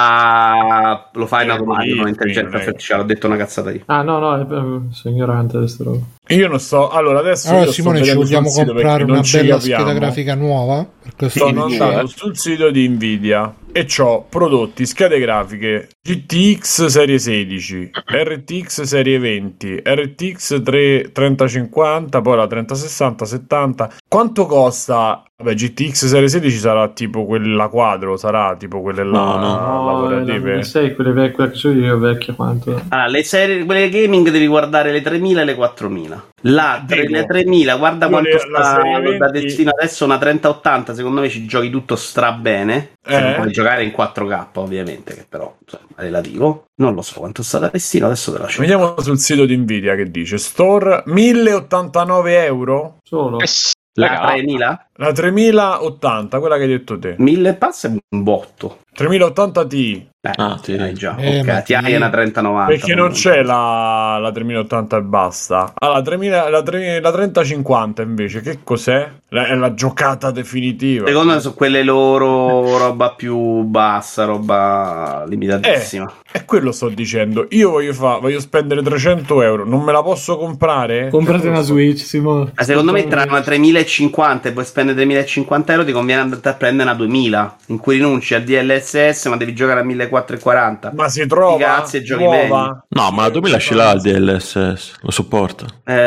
scusa, lo fai in Eh, automatico, sì, non intelligenza sì, artificiale, ho detto una cazzata io. Ah, no, no, eh, sono ignorante di queste robe. Io non sto. Allora, adesso. Allora io sto Simone, ci vedendo sul vogliamo sito comprare perché una non ci bella capiamo. scheda grafica nuova? Per questo Sono dico. andato sul sito di Nvidia e c'ho prodotti, schede grafiche G T X serie sedici, R T X serie venti, R T X tre- trenta cinquanta, poi la trenta sessanta settanta. Quanto costa? Vabbè, G T X serie sedici sarà tipo quella quadro, sarà tipo quelle là No, no. No, la lavorative. sei quelle vecchie, quelle che so io, vecchie quanto? Allora, le serie, quelle gaming devi guardare le tremila e le quattromila. La, tre- Dico, le tremila, guarda io quanto le- la sta serie da venti destino adesso una trenta ottanta, secondo me ci giochi tutto stra bene. Se Eh? non puoi giocare in quattro K ovviamente, che però insomma, è relativo. Non lo so quanto sta da destino, adesso te la cerco. Vediamo sul sito di Nvidia che dice Store mille ottantanove euro. Solo? Eh sì, La raga. tremila? La tremila ottanta, quella che hai detto te. mille e passa è un botto. tremila ottanta Ti. Eh, Ah, sì. hai già. Eh, ok, ma la T I sì. è una trenta novanta. Perché non c'è la, la tremila ottanta e basta. Ah, la, tremila, la, tre- la trenta cinquanta invece, che cos'è? La- è la giocata definitiva. Secondo me sono quelle loro roba più bassa, roba limitatissima. E quello sto dicendo. Io voglio, fa, voglio spendere trecento euro. Non me la posso comprare? Comprate una Switch, Simone. Ma secondo me tra una tremila e cinquanta e poi spendere tremilacinquanta euro ti conviene andare a prendere una duemila, in cui rinunci a D L S S ma devi giocare a millequattrocentoquaranta. Ma si trova? Sti cazzi e giochi nuova? No, ma la duemila ce l'ha il D L S S, lo supporta.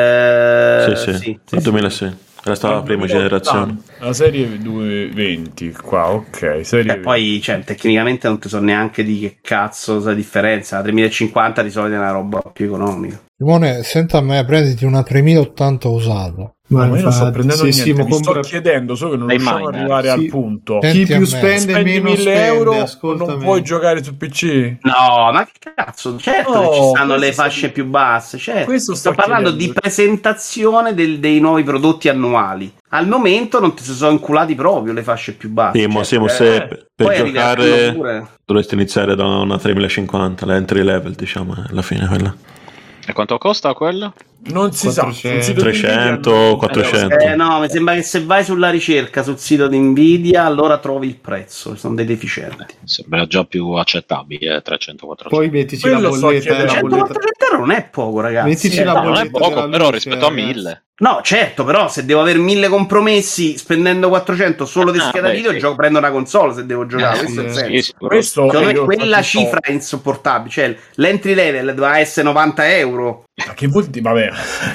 Eh, Sì, sì, sì, sì, il sì. duemila sì. Era stata la prima generazione. La serie duecentoventi qua, ok. Serie E poi, cioè, tecnicamente non ti so neanche di che cazzo la differenza. La tremilacinquanta di solito è una roba più economica. Simone, senta a me, prenditi una tremila ottanta usata. Ma io non sto prendendo sì, niente, sì, mi compra... sto chiedendo, so che non Dai riusciamo ad miner. arrivare Sì. al punto. Chi più spende, Spendi meno mille spende, euro, ascoltami. non puoi giocare su P C? No, ma che cazzo, certo No, che ci stanno le questo fasce sto- più basse, certo. questo sto sto parlando chiedendo. di presentazione del- dei nuovi prodotti annuali. Al momento non ti si sono inculati proprio le fasce più basse. Sì, ma certo. Simo, Eh, se eh. per Poi giocare arriveranno pure. dovresti iniziare da una tremilacinquanta, la entry level, diciamo, alla fine quella. E quanto costa quella? Non si quattrocento. sa. sul sito di trecento, Nvidia quattrocento. Eh, no, mi sembra che se vai sulla ricerca sul sito di Nvidia, allora trovi il prezzo, sono dei deficienti. Sembra già più accettabile, trecento quattrocento. Poi mettici Quello la sto bolletta, eh, chiedendo. la cento bolletta. quattrocento euro non è poco, ragazzi. Mettici Eh, la no, non è bolletta poco, della però luce, rispetto a ragazzi. mille. No, certo, però se devo avere mille compromessi spendendo quattrocento solo di Ah, scheda beh, video, sì. gioco, prendo una console se devo giocare. Eh, questo è il sì, senso. Sì, sicuro. Questo Secondo me io quella infatti cifra sto- è insopportabile. Cioè, l'entry level doveva essere novanta euro. Ma che vuol dire? Vabbè.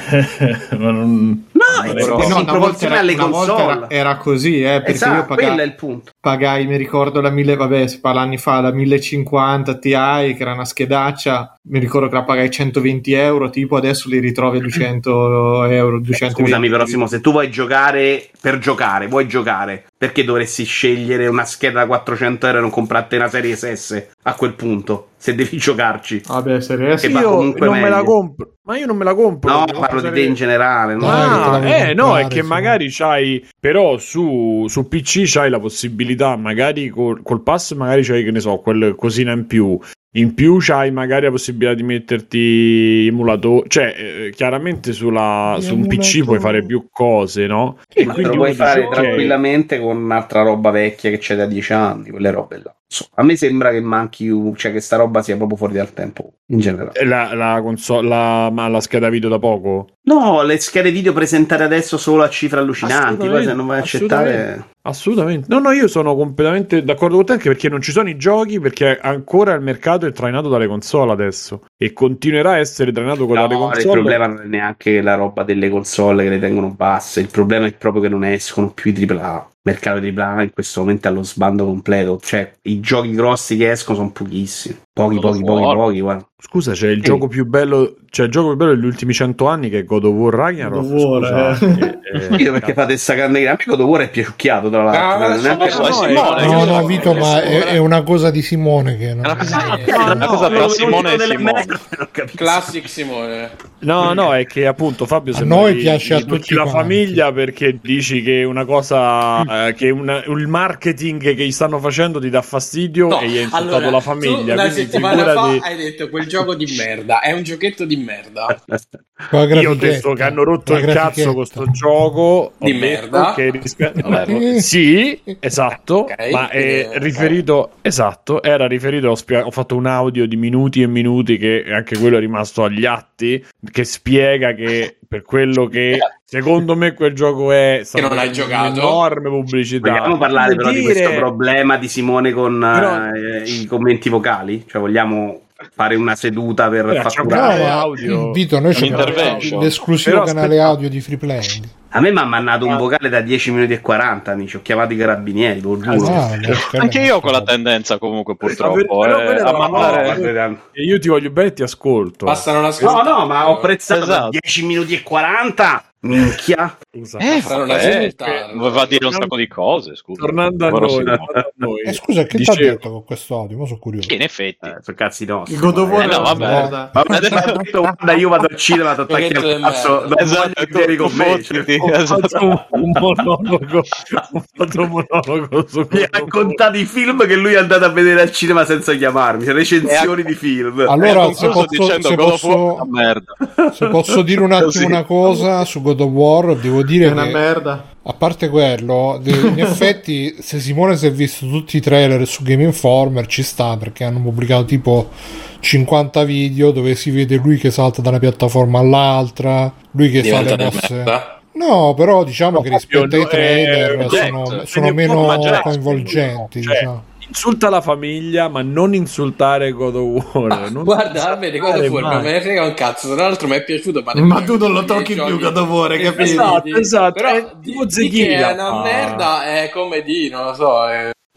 Ma non... No, non è è proprio cosa. No, in una volta proporzione era, alle una volta console. era, era così, eh, perché Esatto, io quello è pagai, il punto. pagai, mi ricordo la mille, vabbè, si parla anni fa, la mille cinquanta Ti, che era una schedaccia, mi ricordo che la pagai centoventi euro, tipo adesso li ritrovi a duecento euro, duecentoventi. Scusami, però, Simo, se tu vuoi giocare per giocare, vuoi giocare, perché dovresti scegliere una scheda da quattrocento euro e non comprarti una serie S S a quel punto? Se devi giocarci, Vabbè, serie S. Che va Io comunque non me la meglio. compro. Ma io non me la compro. no, devo parlo di usare- te in generale. No? No, che te la Ah, vuoi eh, no, comprare, è che sì. magari c'hai, però su, su P C c'hai la possibilità, magari col, col pass, magari c'hai, che ne so, quel cosina in più. In più c'hai magari la possibilità di metterti emulatore, cioè eh, chiaramente sulla, Gli su un P C puoi emulatori. fare più cose, no? Sì, ma te lo uno puoi dice, fare ok, tranquillamente con un'altra roba vecchia che c'è da dieci anni, quelle robe là. So, a me sembra che manchi, un- cioè che sta roba sia proprio fuori dal tempo, in generale. La, la console, la, ma la scheda video da poco? No, le schede video presentate adesso solo a cifre allucinanti, poi se non vai a accettare... assolutamente. Assolutamente. No, no, io sono completamente d'accordo con te anche perché non ci sono i giochi, perché ancora il mercato è trainato dalle console adesso e continuerà a essere trainato con No, dalle il console. problema non è neanche la roba delle console che le tengono basse, il problema è proprio che non escono più i tripla A. Il mercato di tripla A in questo momento è allo sbando completo, cioè i giochi grossi che escono sono pochissimi, pochi, God of pochi, pochi, War. pochi, guarda. Scusa, c'è il Sì. gioco più bello, c'è il gioco più bello degli ultimi cento anni che è God of War Ragnarok. God of War, scusa, eh. eh, eh, Io perché fate sta grande grande God of War è piaciucchiato tra l'altro, Ah, non è sono neanche- so, è no, Simone. è- No, io no, so- Vito, ma è, è una cosa di Simone che È non... una cosa, Eh, è una no, cosa tra L'unico Simone e delle Simone. merde, non capisco. Classic Simone. No, no, è che appunto Fabio A sembra noi che piace a gli tocchi tutti la quanti. famiglia perché dici che una cosa eh, che una- il marketing che gli stanno facendo ti dà fastidio No, e gli è insultato allora, la tu famiglia. una Quindi settimana figurati- fa hai detto quel gioco di merda, è un giochetto di merda. Con la Io ho detto grafichetta, che hanno rotto la il cazzo grafichetta. con sto gioco ho Di detto merda. che rispe- Eh. sì, esatto, Ok, ma è quindi, riferito esatto, era riferito ho, spie- ho fatto un audio di minuti e minuti che anche quello è rimasto agli atti che spiega che per quello che secondo me quel gioco è Che non hai una giocato? enorme pubblicità. Vogliamo parlare Voglio però di dire- questo problema di Simone con Però- eh, i commenti vocali? Cioè vogliamo fare una seduta per Eh, fatturare? c'è un No, canale ma audio. Vito, noi Un abbiamo intervention. l'esclusivo Però canale aspetta. audio di Free Playing. A me mi ha mandato un vocale da dieci minuti e quaranta, amici. Ho chiamato i carabinieri, ve lo giuro. Ah, no, Anche io ho quella tendenza comunque purtroppo Però eh, quella a era- mandare... No, E io ti voglio bene e ti ascolto. Passano la no, seduta. no, ma ho apprezzato da Esatto. dieci minuti e quaranta. Minchia. Scusa. Eh, Fanno una vabbè, seduta. Voleva dire un sacco di cose, scusa. Tornando a Povero noi, Simone. tornando a noi. Eh, scusa, che ti ha Dicevo- detto con questo audio? Ma sono curioso. Sì, in effetti. Eh, sono cazzi nostri. Il God of War Eh, no, è una vabbè. merda. Ma mi ha detto, guarda, io vado al cinema, ti attacchi Giochetto al del cazzo, merda. non Esatto, voglio che vieni con me. fottiti, Ho esatto. fatto un, un monologo, ho fatto un monologo su Mi ha raccontato i film che lui è andato a vedere al cinema senza chiamarmi, cioè recensioni di film. Allora, Eh, se concluso posso, dicendo se, God of War è posso, una merda. se posso dire un attimo Così. una cosa su God of War, devo È dire una che, merda. a parte quello, de- in effetti, se Simone si è visto tutti i trailer su Game Informer, ci sta, perché hanno pubblicato tipo cinquanta video dove si vede lui che salta da una piattaforma all'altra, lui che fa Diventa le di mosse. merda. No, però diciamo che rispetto Fabio, ai trailer eh, sono, Jax, sono quindi meno forma Jax, coinvolgenti. cioè, diciamo. insulta la famiglia, ma non insultare God of War. Non Guarda, a me God of War non mai. me ne frega un cazzo. Tra l'altro mi è piaciuto. Ma, Ma tu non lo tocchi più, God of War, hai capito? Esatto, esatto. Però È di, tipo di che Zechilla, è una fa. merda è come di, non lo so, è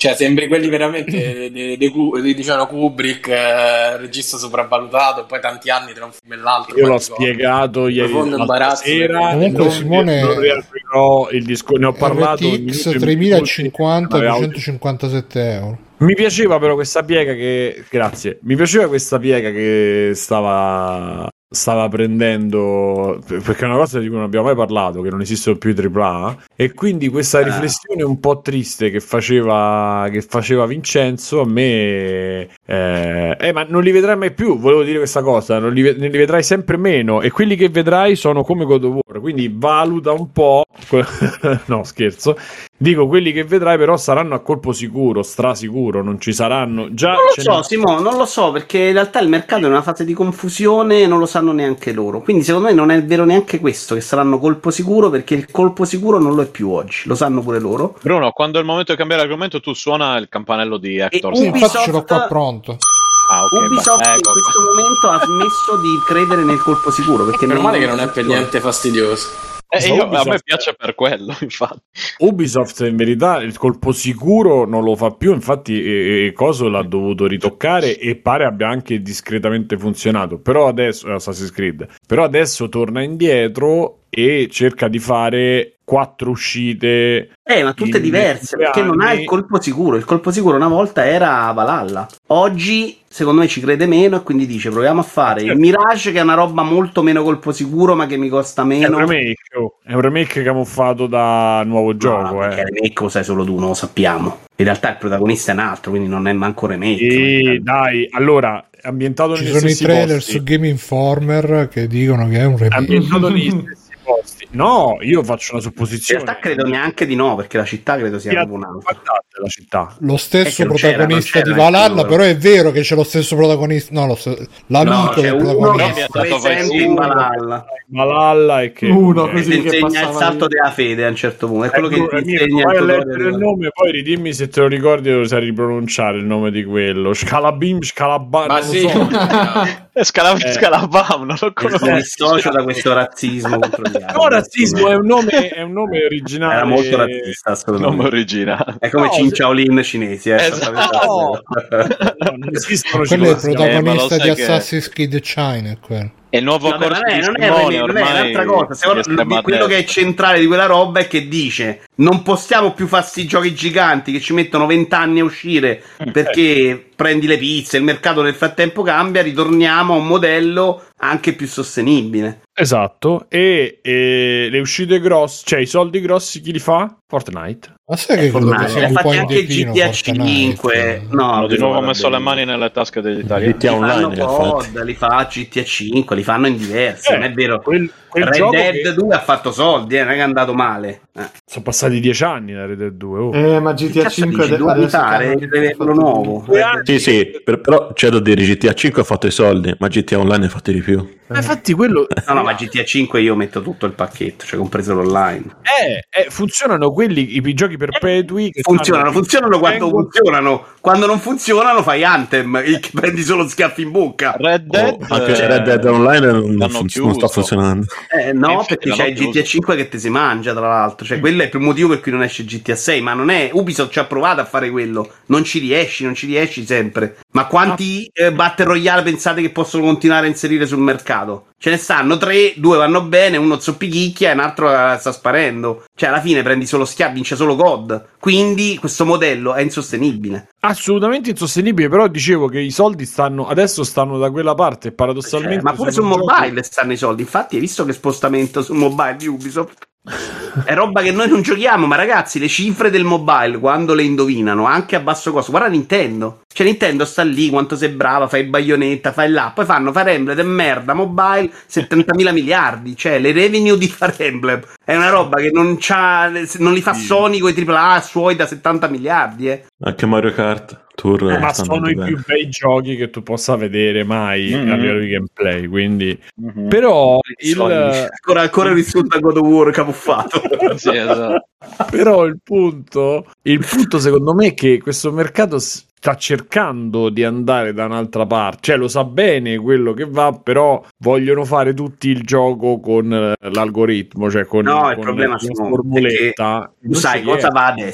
Cioè, sembri quelli veramente di, di, di, diciamo Kubrick, eh, regista sopravvalutato, poi tanti anni tra un film e l'altro. Io l'ho spiegato ieri sera. Comunque, Simone, non riaprirò il discorso, ne ho parlato. R T X tremilacinquanta duecentocinquantasette euro. Mi piaceva però questa piega che grazie. Mi piaceva questa piega che stava stava prendendo, perché è una cosa di cui non abbiamo mai parlato, che non esistono più i tripla A, e quindi questa riflessione un po' triste che faceva che faceva Vincenzo a me eh, eh ma non li vedrai mai più, volevo dire questa cosa, non li, ne li vedrai sempre meno, e quelli che vedrai sono come God of War, quindi valuta un po'. No, scherzo, dico, quelli che vedrai però saranno a colpo sicuro, strasicuro, non ci saranno già. Non lo so, ne... Simone, non lo so, perché in realtà il mercato è in una fase di confusione, non lo sanno neanche loro, quindi secondo me non è vero neanche questo, che saranno colpo sicuro, perché il colpo sicuro non lo è più oggi, lo sanno pure loro. Bruno, quando è il momento di cambiare argomento tu suona il campanello di Hector. Sì, infatti ce l'ho qua pronto. Ah, okay, Ubisoft beh, in ecco. questo momento ha smesso di credere nel colpo sicuro, perché meno non male che non è per niente fastidioso. Eh, io, a me piace per quello, infatti. Ubisoft in verità il colpo sicuro non lo fa più, infatti e, e Coso l'ha dovuto ritoccare e pare abbia anche discretamente funzionato, però adesso Assassin's Creed, però adesso torna indietro e cerca di fare quattro uscite eh ma tutte diverse, perché anni. Non ha il colpo sicuro. Il colpo sicuro una volta era Valhalla, oggi secondo me ci crede meno e quindi dice proviamo a fare certo. il Mirage, che è una roba molto meno colpo sicuro ma che mi costa meno. È un remake, oh. È un remake camuffato da nuovo gioco, no, eh. È remake, lo sai solo tu, non lo sappiamo. In realtà il protagonista è un altro, quindi non è manco remake. E dai, allora ambientato ci negli sono i trailer posti. Su Game Informer che dicono che è un remake. Ambientato negli stessi posti. No, io faccio una supposizione. In realtà credo neanche di no, perché la città credo sia proprio un'altra. La città. Lo stesso protagonista di Valhalla, però è vero che c'è lo stesso protagonista. No, lo stesso, l'amico no, del protagonista. Presente in Valhalla. Valhalla e che uno così che insegna il salto della fede a un certo punto. È quello ecco, che ti amico, insegna vai il a leggere il nome, poi ridimmi se te lo ricordi e lo sai ripronunciare il nome di quello. Scalabim, Scalabam. Ma sì. So. Scalab- eh. Scalabam, non lo conosco. Mi dissocio da questo razzismo contro gli altri. No, razzismo è un nome, è un nome originale. Era molto razzista, assolutamente. Nome originale. È come no, Chin Shaolin cinesi. Eh, esatto. No. No, non esistono. Quello è il protagonista eh, di Assassin's Creed China, è quello. E il nuovo Vabbè, corso non è, di non è, Simone, non è un'altra cosa. Secondo me, quello che è adesso. centrale di quella roba è che dice non possiamo più farsi i giochi giganti che ci mettono vent'anni a uscire perché prendi le pizze, il mercato nel frattempo cambia, ritorniamo a un modello anche più sostenibile. Esatto, e, e le uscite grosse, cioè i soldi grossi chi li fa? Fortnite. Ma sai che credo che sia un po' in declino G T A cinque, no, hanno di nuovo messo le mani nelle tasche degli italiani. G T A Online, li fanno C O D, li fa G T A cinque, li fanno in diversi, eh, non è vero. Quel, quel Red gioco Dead che... due ha fatto soldi, eh, non è che è andato male. Eh. Sono passati dieci anni da Red Dead due. Oh. Eh, ma G T A cinque dici, due mitare, deve quello nuovo. Sì, sì, per, però c'è da dire G T A cinque ha fatto i soldi, ma G T A Online ha fatto di più. Ma infatti quello... No, no, ma G T A cinque io metto tutto il pacchetto, cioè compreso l'online. Eh, eh funzionano quelli, i, i giochi perpetui che funzionano, fanno... funzionano quando vengono... funzionano. Quando non funzionano fai Anthem, che prendi solo schiaffi in bocca. Red Dead, oh, anche se Red Dead Online non, non, fun- non sta funzionando. Eh no, perché c'è il G T A cinque che ti si mangia, tra l'altro. Cioè, quello è il primo motivo per cui non esce G T A sei, ma non è... Ubisoft ci ha provato a fare quello. Non ci riesci, non ci riesci sempre. Ma quanti eh, Battle Royale pensate che possono continuare a inserire sul mercato? Ce ne stanno tre, due vanno bene, uno zoppichicchia e un altro uh, sta sparendo. Cioè, alla fine prendi solo schiavi, vince solo C O D. Quindi questo modello è insostenibile. Assolutamente insostenibile, però dicevo che i soldi stanno adesso stanno da quella parte, paradossalmente. Cioè, ma pure sul mobile gioco... stanno i soldi. Infatti, hai visto che spostamento sul mobile di Ubisoft? È roba che noi non giochiamo, ma ragazzi, le cifre del mobile quando le indovinano anche a basso costo, guarda Nintendo, cioè Nintendo sta lì, quanto sei brava, fai Bayonetta, fai là, poi fanno Fire Emblem e merda mobile settantamila miliardi, cioè le revenue di Fire Emblem è una roba che non c'ha, non li fa Sony con i tripla A suoi da settanta miliardi, eh. Anche Mario Kart Tour, eh, ma sono i bene. più bei giochi che tu possa vedere mai mm-hmm. a livello di gameplay, quindi mm-hmm. però il... ancora, ancora risulta God of War camuffato. Sì, esatto. Però il punto il punto secondo me è che questo mercato sta cercando di andare da un'altra parte, cioè lo sa bene quello che va, però vogliono fare tutti il gioco con l'algoritmo, cioè con, no, con il problema la formuletta. Tu sai cosa va adesso?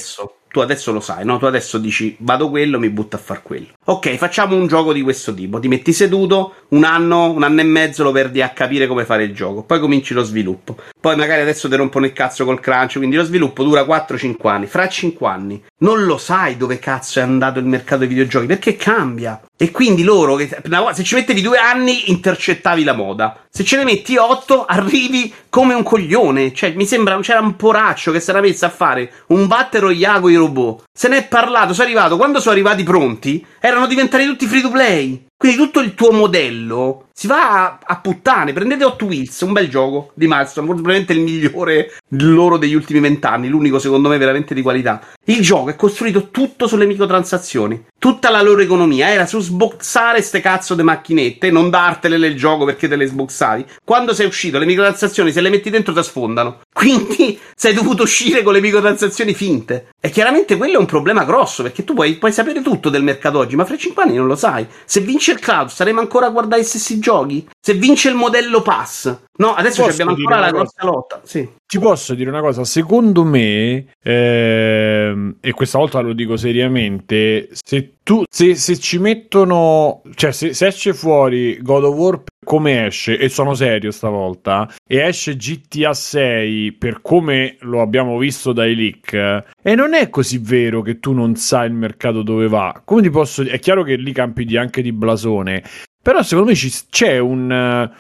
tu adesso lo sai, no? Tu adesso dici vado quello, mi butto a far quello. Ok, facciamo un gioco di questo tipo, ti metti seduto, un anno, un anno e mezzo lo perdi a capire come fare il gioco, poi cominci lo sviluppo, poi magari adesso ti rompono il cazzo col crunch, quindi lo sviluppo dura quattro cinque anni, fra cinque anni non lo sai dove cazzo è andato il mercato dei videogiochi, perché cambia. E quindi loro, che se ci mettevi due anni intercettavi la moda, se ce ne metti otto arrivi come un coglione. Cioè mi sembra c'era un poraccio che si era messo a fare un Battle Royale con i robot, se ne è parlato, sono arrivato, quando sono arrivati pronti erano diventati tutti free to play. Quindi tutto il tuo modello si va a, a puttane. Prendete Hot Wheels, un bel gioco di Milestone, probabilmente il migliore loro degli ultimi vent'anni, l'unico secondo me veramente di qualità. Il gioco è costruito tutto sulle microtransazioni, tutta la loro economia era su sboxare ste cazzo di macchinette, non dartele nel gioco perché te le sboxavi. Quando sei uscito le microtransazioni, se le metti dentro ti sfondano, quindi sei dovuto uscire con le microtransazioni finte. E chiaramente quello è un problema grosso, perché tu puoi, puoi sapere tutto del mercato oggi, ma fra cinque anni non lo sai. Se vince il cloud saremo ancora a guardare gli stessi giochi? Se vince il modello pass, no, adesso abbiamo ancora la grossa lotta. Sì. Ti posso dire una cosa, secondo me, ehm, e questa volta lo dico seriamente, se tu se, se ci mettono, cioè se, se esce fuori God of War come esce, e sono serio stavolta, e esce G T A sei per come lo abbiamo visto dai leak, e non è così vero che tu non sai il mercato dove va. Come ti posso dire? È chiaro che lì campi di anche di blasone, però secondo me ci, c'è un...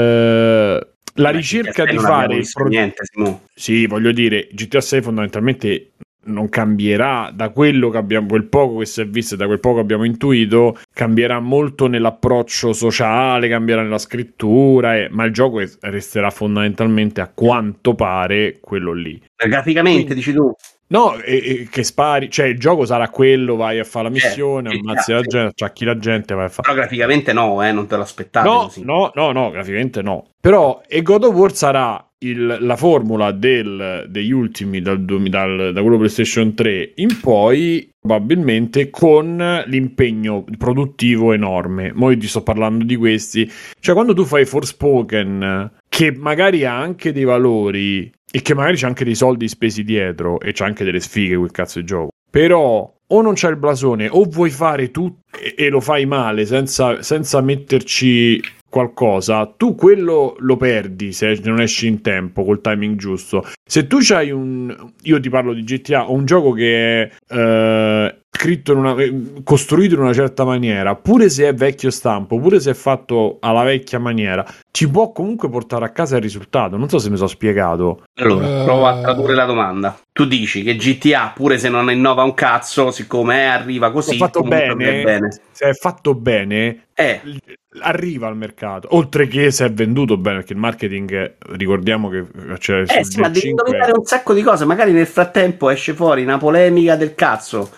Eh, la ricerca di fare il pro... niente, Simone. Sì, voglio dire, G T A sei fondamentalmente non cambierà da quello che abbiamo, quel poco che si è visto e da quel poco che abbiamo intuito, cambierà molto nell'approccio sociale, cambierà nella scrittura, eh, ma il gioco resterà fondamentalmente, a quanto pare, quello lì. Graficamente, quindi, dici tu? No, e, e che spari, cioè il gioco sarà quello, vai a fare la missione, eh, ammazzi la gente, acciacchi la gente, vai a fare. Però graficamente no, eh, non te l'aspettavi no, così. No, no, no, graficamente no. Però e God of War sarà il, la formula del, degli ultimi dal, dal, da quello PlayStation tre in poi, probabilmente con l'impegno produttivo enorme. Mo' io ti sto parlando di questi, cioè quando tu fai Forspoken, che magari ha anche dei valori e che magari c'è anche dei soldi spesi dietro e c'è anche delle sfighe quel cazzo di gioco, però o non c'è il blasone o vuoi fare tutto e, e lo fai male senza, senza metterci qualcosa, tu quello lo perdi se non esci in tempo col timing giusto. Se tu c'hai un, io ti parlo di G T A, un gioco che è eh, scritto in una, costruito in una certa maniera, pure se è vecchio stampo, pure se è fatto alla vecchia maniera, ci può comunque portare a casa il risultato. Non so se mi sono spiegato. Allora, uh... provo a tradurre la domanda. Tu dici che G T A, pure se non innova un cazzo, siccome è, arriva così, è fatto bene, bene, se è fatto bene, eh. arriva al mercato, oltre che se è venduto bene, perché il marketing, ricordiamo che c'è eh sì, ma devi indovinare un sacco di cose. Magari nel frattempo esce fuori una polemica del cazzo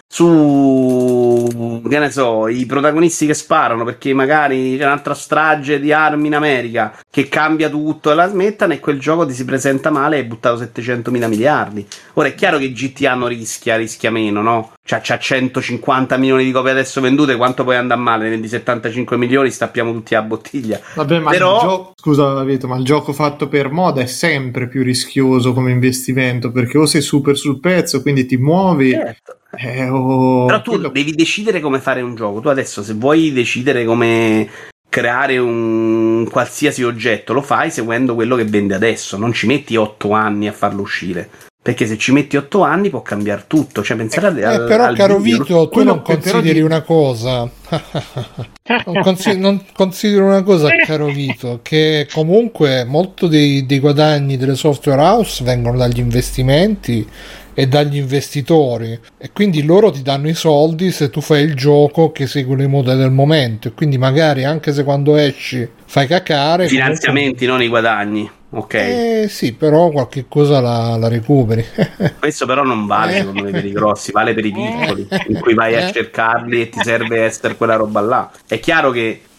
su, che ne so, i protagonisti che sparano perché magari c'è un'altra strage di armi in America che cambia tutto e la smettano, e quel gioco ti si presenta male e hai buttato settecentomila miliardi. Ora è chiaro che G T A non rischia, rischia meno, no? Cioè c'ha centocinquanta milioni di copie adesso vendute, quanto poi andare male? Ne vendi settantacinque milioni, stappiamo tutti a bottiglia. Vabbè, ma però... il gioco, scusa Vito, ma il gioco fatto per moda è sempre più rischioso come investimento, perché o sei super sul pezzo, quindi ti muovi, certo. eh, o... però tu quello... devi decidere come fare un gioco. Tu adesso, se vuoi decidere come creare un qualsiasi oggetto, lo fai seguendo quello che vende adesso, non ci metti otto anni a farlo uscire. Perché se ci metti otto anni può cambiare tutto. Cioè pensare eh, al, però al caro video. Vito, tu non consideri una cosa non, consider- non considero una cosa, caro Vito, che comunque molto dei, dei guadagni delle software house vengono dagli investimenti e dagli investitori, e quindi loro ti danno i soldi se tu fai il gioco che segue le mode del momento, e quindi magari anche se quando esci fai cacare, finanziamenti, comunque... non i guadagni. Ok. Eh sì, però qualche cosa la, la recuperi. Questo però non vale secondo me per i grossi, vale per i piccoli, in cui vai a cercarli e ti serve essere quella roba là. È chiaro che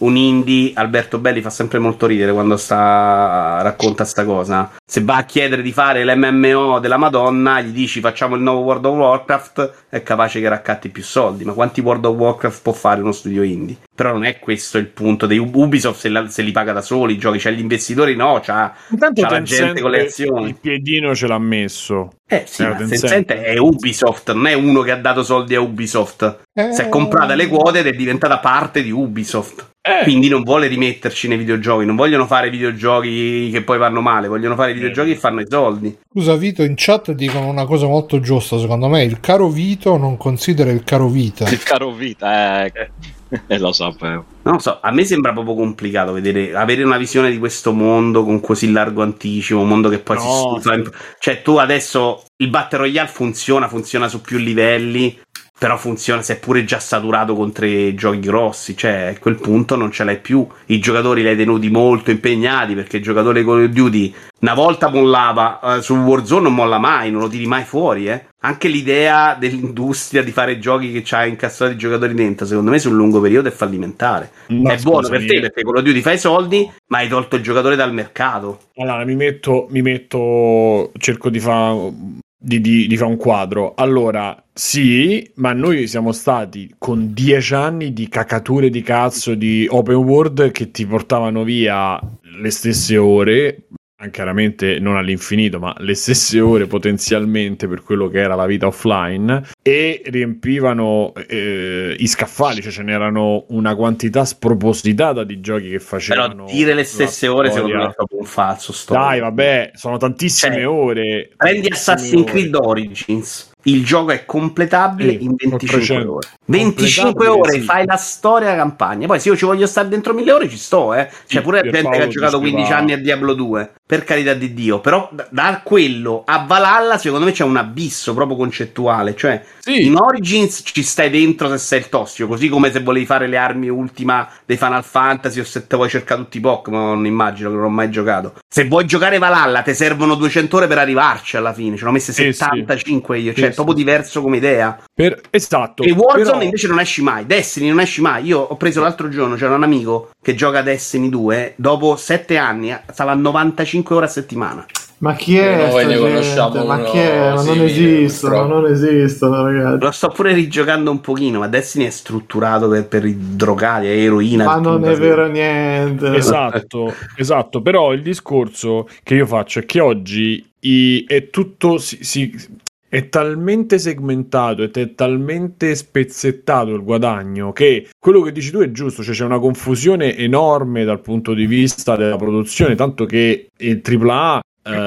un indie, Alberto Belli fa sempre molto ridere quando sta racconta sta cosa. Se va a chiedere di fare l'M M O della Madonna, gli dici facciamo il nuovo World of Warcraft, è capace che raccatti più soldi. Ma quanti World of Warcraft può fare uno studio indie? Però non è questo il punto dei Ubisoft, se, la, se li paga da soli i giochi, c'ha gli investitori, no, c'ha, c'ha la gente con le azioni. Il piedino ce l'ha messo. Eh sì, ma Tencent è Ubisoft, non è uno che ha dato soldi a Ubisoft. Eh... Si è comprata le quote ed è diventata parte di Ubisoft. Eh. Quindi non vuole rimetterci nei videogiochi, non vogliono fare videogiochi che poi vanno male, vogliono fare videogiochi che fanno i soldi. Scusa Vito, in chat dicono una cosa molto giusta, secondo me, il caro Vito non considera il caro Vita. Il caro Vita, eh, eh lo sapevo. Non so, a me sembra proprio complicato vedere, avere una visione di questo mondo con così largo anticipo, un mondo che poi no, si stufa. Sì. Cioè tu adesso, il Battle Royale funziona, funziona su più livelli, però funziona seppure già saturato con tre giochi grossi, cioè a quel punto non ce l'hai più. I giocatori li hai tenuti molto impegnati, perché il giocatore di Call of Duty una volta mollava, uh, su Warzone non molla mai, non lo tiri mai fuori, eh. Anche l'idea dell'industria di fare giochi che c'ha incastrato i giocatori dentro, secondo me sul lungo periodo è fallimentare. No, è buono per te, perché Call of Duty fai soldi, ma hai tolto il giocatore dal mercato. Allora mi metto, mi metto cerco di fare di, di, di fare un quadro. Allora sì, ma noi siamo stati con dieci anni di cacature di cazzo di open world che ti portavano via le stesse ore, chiaramente non all'infinito, ma le stesse ore potenzialmente per quello che era la vita offline, e riempivano eh, i scaffali, cioè ce n'erano una quantità spropositata di giochi che facevano. Però dire le stesse ore secondo me è proprio un falso storico. Dai, vabbè, sono tantissime cioè, ore. Prendi Assassin's Creed Origins. Il gioco è completabile sì, in venticinque ore. venticinque ore sì. Fai la storia e la campagna. Poi se io ci voglio stare dentro mille ore ci sto, eh. Cioè pure la gente che ha giocato quindici anni a Diablo due, per carità di Dio. Però da, da quello a Valhalla secondo me c'è un abisso proprio concettuale. Cioè sì. In Origins ci stai dentro se sei il tossico, così come se volevi fare le armi ultima dei Final Fantasy o se te vuoi cercare tutti i Pokémon. Non immagino, che non ho mai giocato. Se vuoi giocare Valhalla ti servono duecento ore per arrivarci alla fine. Ce ne ho messe sì, settantacinque sì. io. Cioè sì, proprio diverso come idea. Per, esatto. E Warzone però... invece non esci mai. Destiny non esci mai. Io ho preso l'altro giorno, c'era un amico che gioca a Destiny due, dopo sette anni stava a novantacinque ore a settimana. Ma chi è? Noi ne conosciamo. Ma chi è? Ma non esistono, non esistono, ragazzi. Lo sto pure rigiocando un pochino, ma Destiny è strutturato per, per i drogati, è eroina. Ma non è vero niente. Esatto, esatto. Però il discorso che io faccio è che oggi i, è tutto si, si è talmente segmentato ed è talmente spezzettato il guadagno che quello che dici tu è giusto, cioè c'è una confusione enorme dal punto di vista della produzione, tanto che il tripla A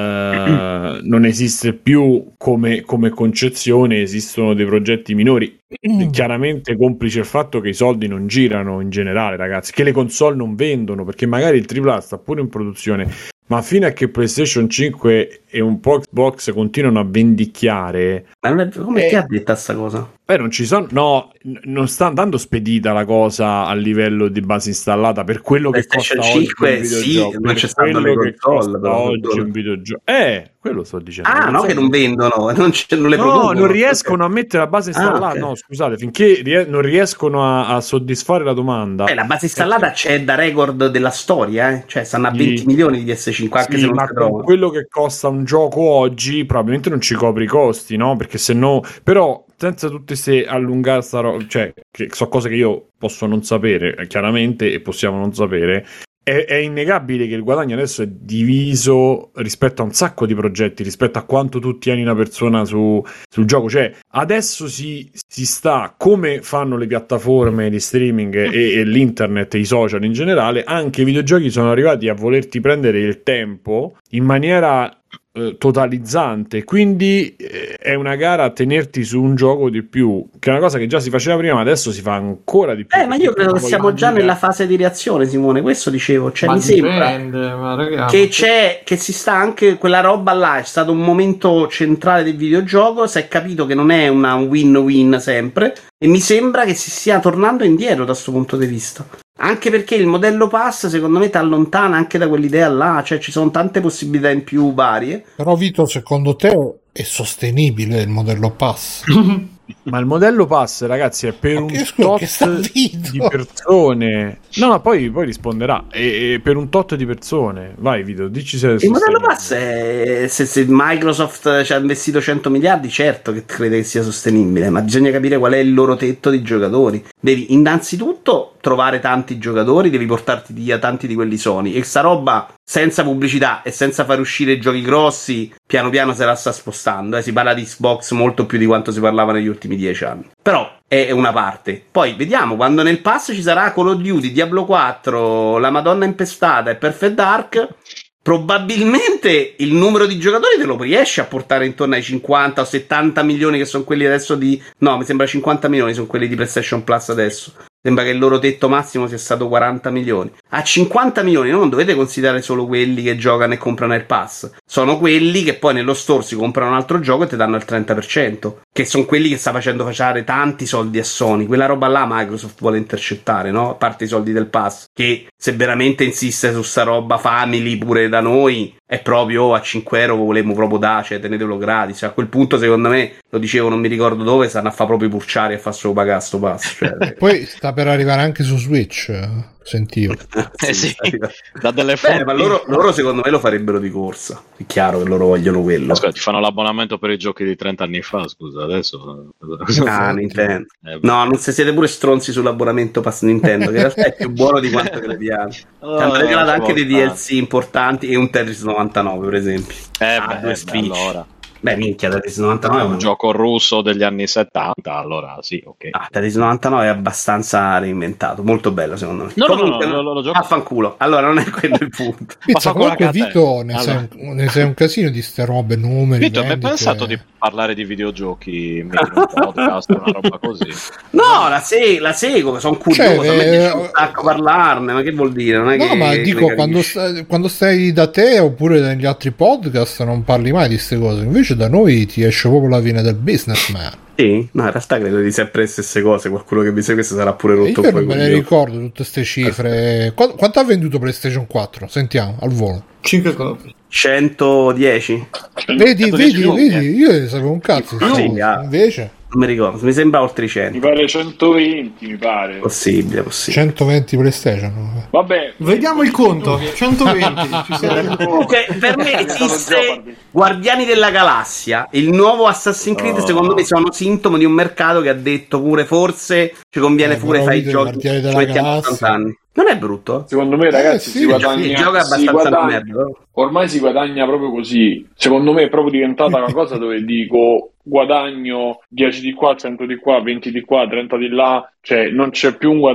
Uh, non esiste più come, come concezione, esistono dei progetti minori, mm. chiaramente complice il fatto che i soldi non girano in generale, ragazzi, che le console non vendono, perché magari il tripla A sta pure in produzione, ma fino a che PlayStation cinque e un po' Xbox continuano a vendicchiare, ma non è, come eh, ti ha detto sta cosa? Beh, non ci sono, no, n- non sta andando spedita la cosa a livello di base installata per quello che costa cinque, oggi un videogioco, sì, per c'è quello le che console, costa oggi un videogioco. Eh, quello sto dicendo. Ah, no, so. Che non vendono, non, non le no, producono. Non riescono a mettere la base installata. Ah, okay. No, scusate, finché rie- non riescono a, a soddisfare la domanda. Eh, la base installata eh, c'è da record della storia, eh? Cioè stanno a venti sì. milioni di P S cinque, anche sì, se non ma si trova. Quello che costa un gioco oggi probabilmente non ci copre i costi, no? Perché se no, però senza tutte queste allungare sta roba, cioè che so cose che io posso non sapere chiaramente e possiamo non sapere, è, è innegabile che il guadagno adesso è diviso rispetto a un sacco di progetti, rispetto a quanto tu tieni una persona su, sul gioco. Cioè adesso si, si sta, come fanno le piattaforme di streaming e, e l'internet e i social in generale, anche i videogiochi sono arrivati a volerti prendere il tempo in maniera totalizzante, quindi eh, è una gara a tenerti su un gioco di più, che è una cosa che già si faceva prima, ma adesso si fa ancora di più. Eh, ma io credo che siamo già nella fase di reazione, Simone, questo dicevo, cioè ma mi dipende, sembra ma ragazzi, che c'è, che si sta anche quella roba là, è stato un momento centrale del videogioco, si è capito che non è una win-win sempre, e mi sembra che si stia tornando indietro da questo punto di vista. Anche perché il modello pass secondo me ti allontana anche da quell'idea là, cioè ci sono tante possibilità in più varie. Però Vito, secondo te è sostenibile il modello pass? Ma il modello pass, ragazzi, è per un scusa, tot di persone. No, no, poi, poi risponderà. E, e per un tot di persone. Vai, Vito, dici se... Il modello pass è... Se, se Microsoft ci ha investito cento miliardi, certo che crede che sia sostenibile, ma bisogna capire qual è il loro tetto di giocatori. Devi innanzitutto trovare tanti giocatori, devi portarti via tanti di quelli Sony. E sta roba, senza pubblicità e senza far uscire giochi grossi, piano piano se la sta spostando. Eh. Si parla di Xbox molto più di quanto si parlava negli ultimi dieci anni. Però è una parte. Poi vediamo quando nel pass ci sarà Call of Duty, Diablo quattro, La Madonna Impestata e Perfect Dark. Probabilmente il numero di giocatori te lo riesci a portare intorno ai cinquanta o settanta milioni, che sono quelli adesso di... No, mi sembra cinquanta milioni sono quelli di PlayStation Plus adesso. Sembra che il loro tetto massimo sia stato quaranta milioni. A cinquanta milioni non dovete considerare solo quelli che giocano e comprano il pass. Sono quelli che poi nello store si comprano un altro gioco e ti danno il trenta per cento. Che sono quelli che sta facendo facciare tanti soldi a Sony. Quella roba là Microsoft vuole intercettare, no? A parte i soldi del pass. Che se veramente insiste su sta roba family pure da noi, è proprio a cinque euro volemmo proprio dare, cioè tenetelo gratis. A quel punto secondo me, lo dicevo non mi ricordo dove, stanno a fare proprio i purciari e fa solo pagare sto pass. Cioè, poi sta per arrivare anche su Switch, sentivo. Eh sì, da delle Beh, ma loro, loro secondo me lo farebbero di corsa. È chiaro che loro vogliono quello. Scusa, ti fanno l'abbonamento per i giochi di trenta anni fa, scusa, adesso... Ah, Nintendo. Eh, no, non se siete pure stronzi sull'abbonamento pass Nintendo, che in realtà è più buono di quanto che le diamo. Oh, ci hanno regalato anche dei D L C importanti e un Tetris novantanove, per esempio. Eh, ah, beh, due beh, allora... Beh, minchia, Tetris novantanove è un gioco russo degli anni settanta, allora sì, ok. Ah, Tetris novantanove è abbastanza reinventato, molto bello secondo me. No, Comunque, no, no, lo, lo gioco... affanculo. Allora, non è quello il punto. Pizza, comunque Vito ne, allora. sei un, ne sei un casino di ste robe, numeri, Vito, mi hai pensato di parlare di videogiochi in un podcast, una roba così? No, la, se- la seguo, sono curioso, cioè, a me eh, piace un sacco parlarne, ma che vuol dire? Non è no, che, ma che dico, quando stai, quando stai da te oppure negli altri podcast non parli mai di queste cose, invece da noi ti esce proprio la fine del businessman. Sì, no, in realtà credo di sempre le stesse cose. Qualcuno che mi segue si sarà pure rotto io poi. non me ne ricordo tutte queste cifre. Qu- quanto ha venduto PlayStation quattro? Sentiamo al volo. cinque copie. centodieci. Vedi, vedi, vedi, io ne sapevo un cazzo. Sì, ah. Invece non mi ricordo, mi sembra oltre i cento. Mi pare centoventi, mi pare. Possibile, possibile. centoventi PlayStation. Vabbè, vediamo il conto. centoventi. Ci siamo. Comunque, per me esiste Guardiani della Galassia, il nuovo Assassin's Creed. Oh. Secondo me sono sintomo di un mercato che ha detto pure forse ci conviene eh, pure fare i giochi. Ci mettiamo ottanta anni. Non è brutto? Secondo me, ragazzi, eh, sì, si guadagna. Il gioco è abbastanza si guadagna, merda. Ormai si guadagna proprio così. Secondo me è proprio diventata una cosa dove dico guadagno dieci di qua, cento di qua, venti di qua, trenta di là. Cioè, non c'è più un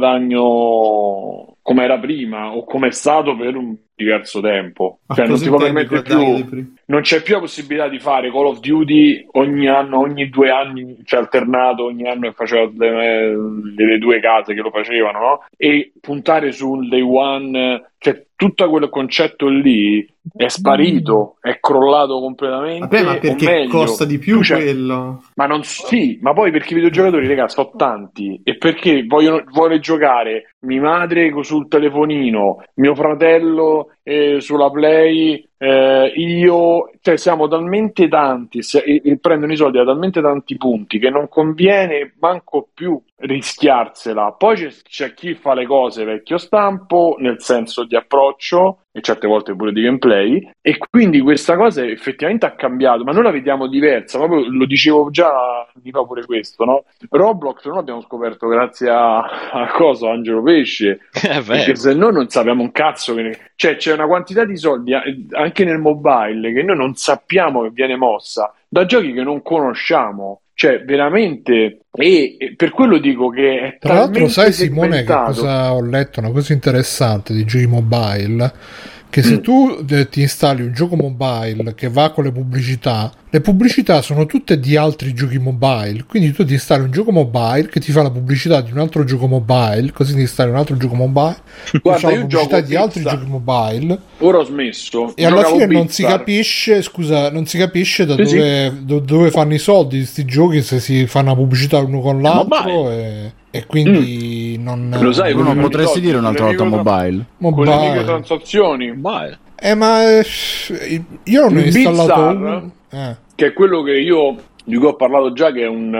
guadagno come era prima o come è stato per un diverso tempo. Cioè, non si può permettere più. Non c'è più la possibilità di fare Call of Duty ogni anno, ogni due anni, cioè alternato ogni anno che faceva le, le due case che lo facevano, no? E puntare sul day one, cioè tutto quel concetto lì è sparito, è crollato completamente. Vabbè, ma perché meglio, costa di più cioè, quello? Ma non sì, ma poi perché i videogiocatori, ragazzi, sono tanti e perché vogliono vuole giocare mia madre sul telefonino, mio fratello eh, sulla Play, eh, io, cioè siamo talmente tanti se, e, e prendono i soldi da talmente tanti punti che non conviene manco più rischiarsela. Poi c'è, c'è chi fa le cose vecchio stampo, nel senso di approccio e certe volte pure di gameplay, e quindi questa cosa effettivamente ha cambiato, ma noi la vediamo diversa. Proprio lo dicevo già anni fa pure questo, no? Roblox noi l'abbiamo scoperto grazie a, a cosa? Angelo Pesce, perché se noi non sappiamo un cazzo che ne... cioè c'è una quantità di soldi anche nel mobile che noi non sappiamo che viene mossa da giochi che non conosciamo. Cioè, veramente, e, e per quello dico che è tra l'altro, sai Simone che cosa ho letto? Una cosa interessante di giochi mobile, che se mm. tu eh, ti installi un gioco mobile che va con le pubblicità, le pubblicità sono tutte di altri giochi mobile, quindi tu ti installi un gioco mobile che ti fa la pubblicità di un altro gioco mobile, così ti installi un altro gioco mobile, guarda, che fa la io pubblicità gioco di altri giochi mobile. Ora ho smesso e alla fine non si capisce, scusa, non si capisce da sì, dove, sì. Do, dove fanno i soldi questi giochi, se si fanno pubblicità uno con l'altro e, e quindi mm. non lo sai, non potresti dire un'altra volta mobile mobile con le microtransazioni mobile. Eh, ma io non ho installato un... eh. che è quello che io di cui ho parlato già, che è un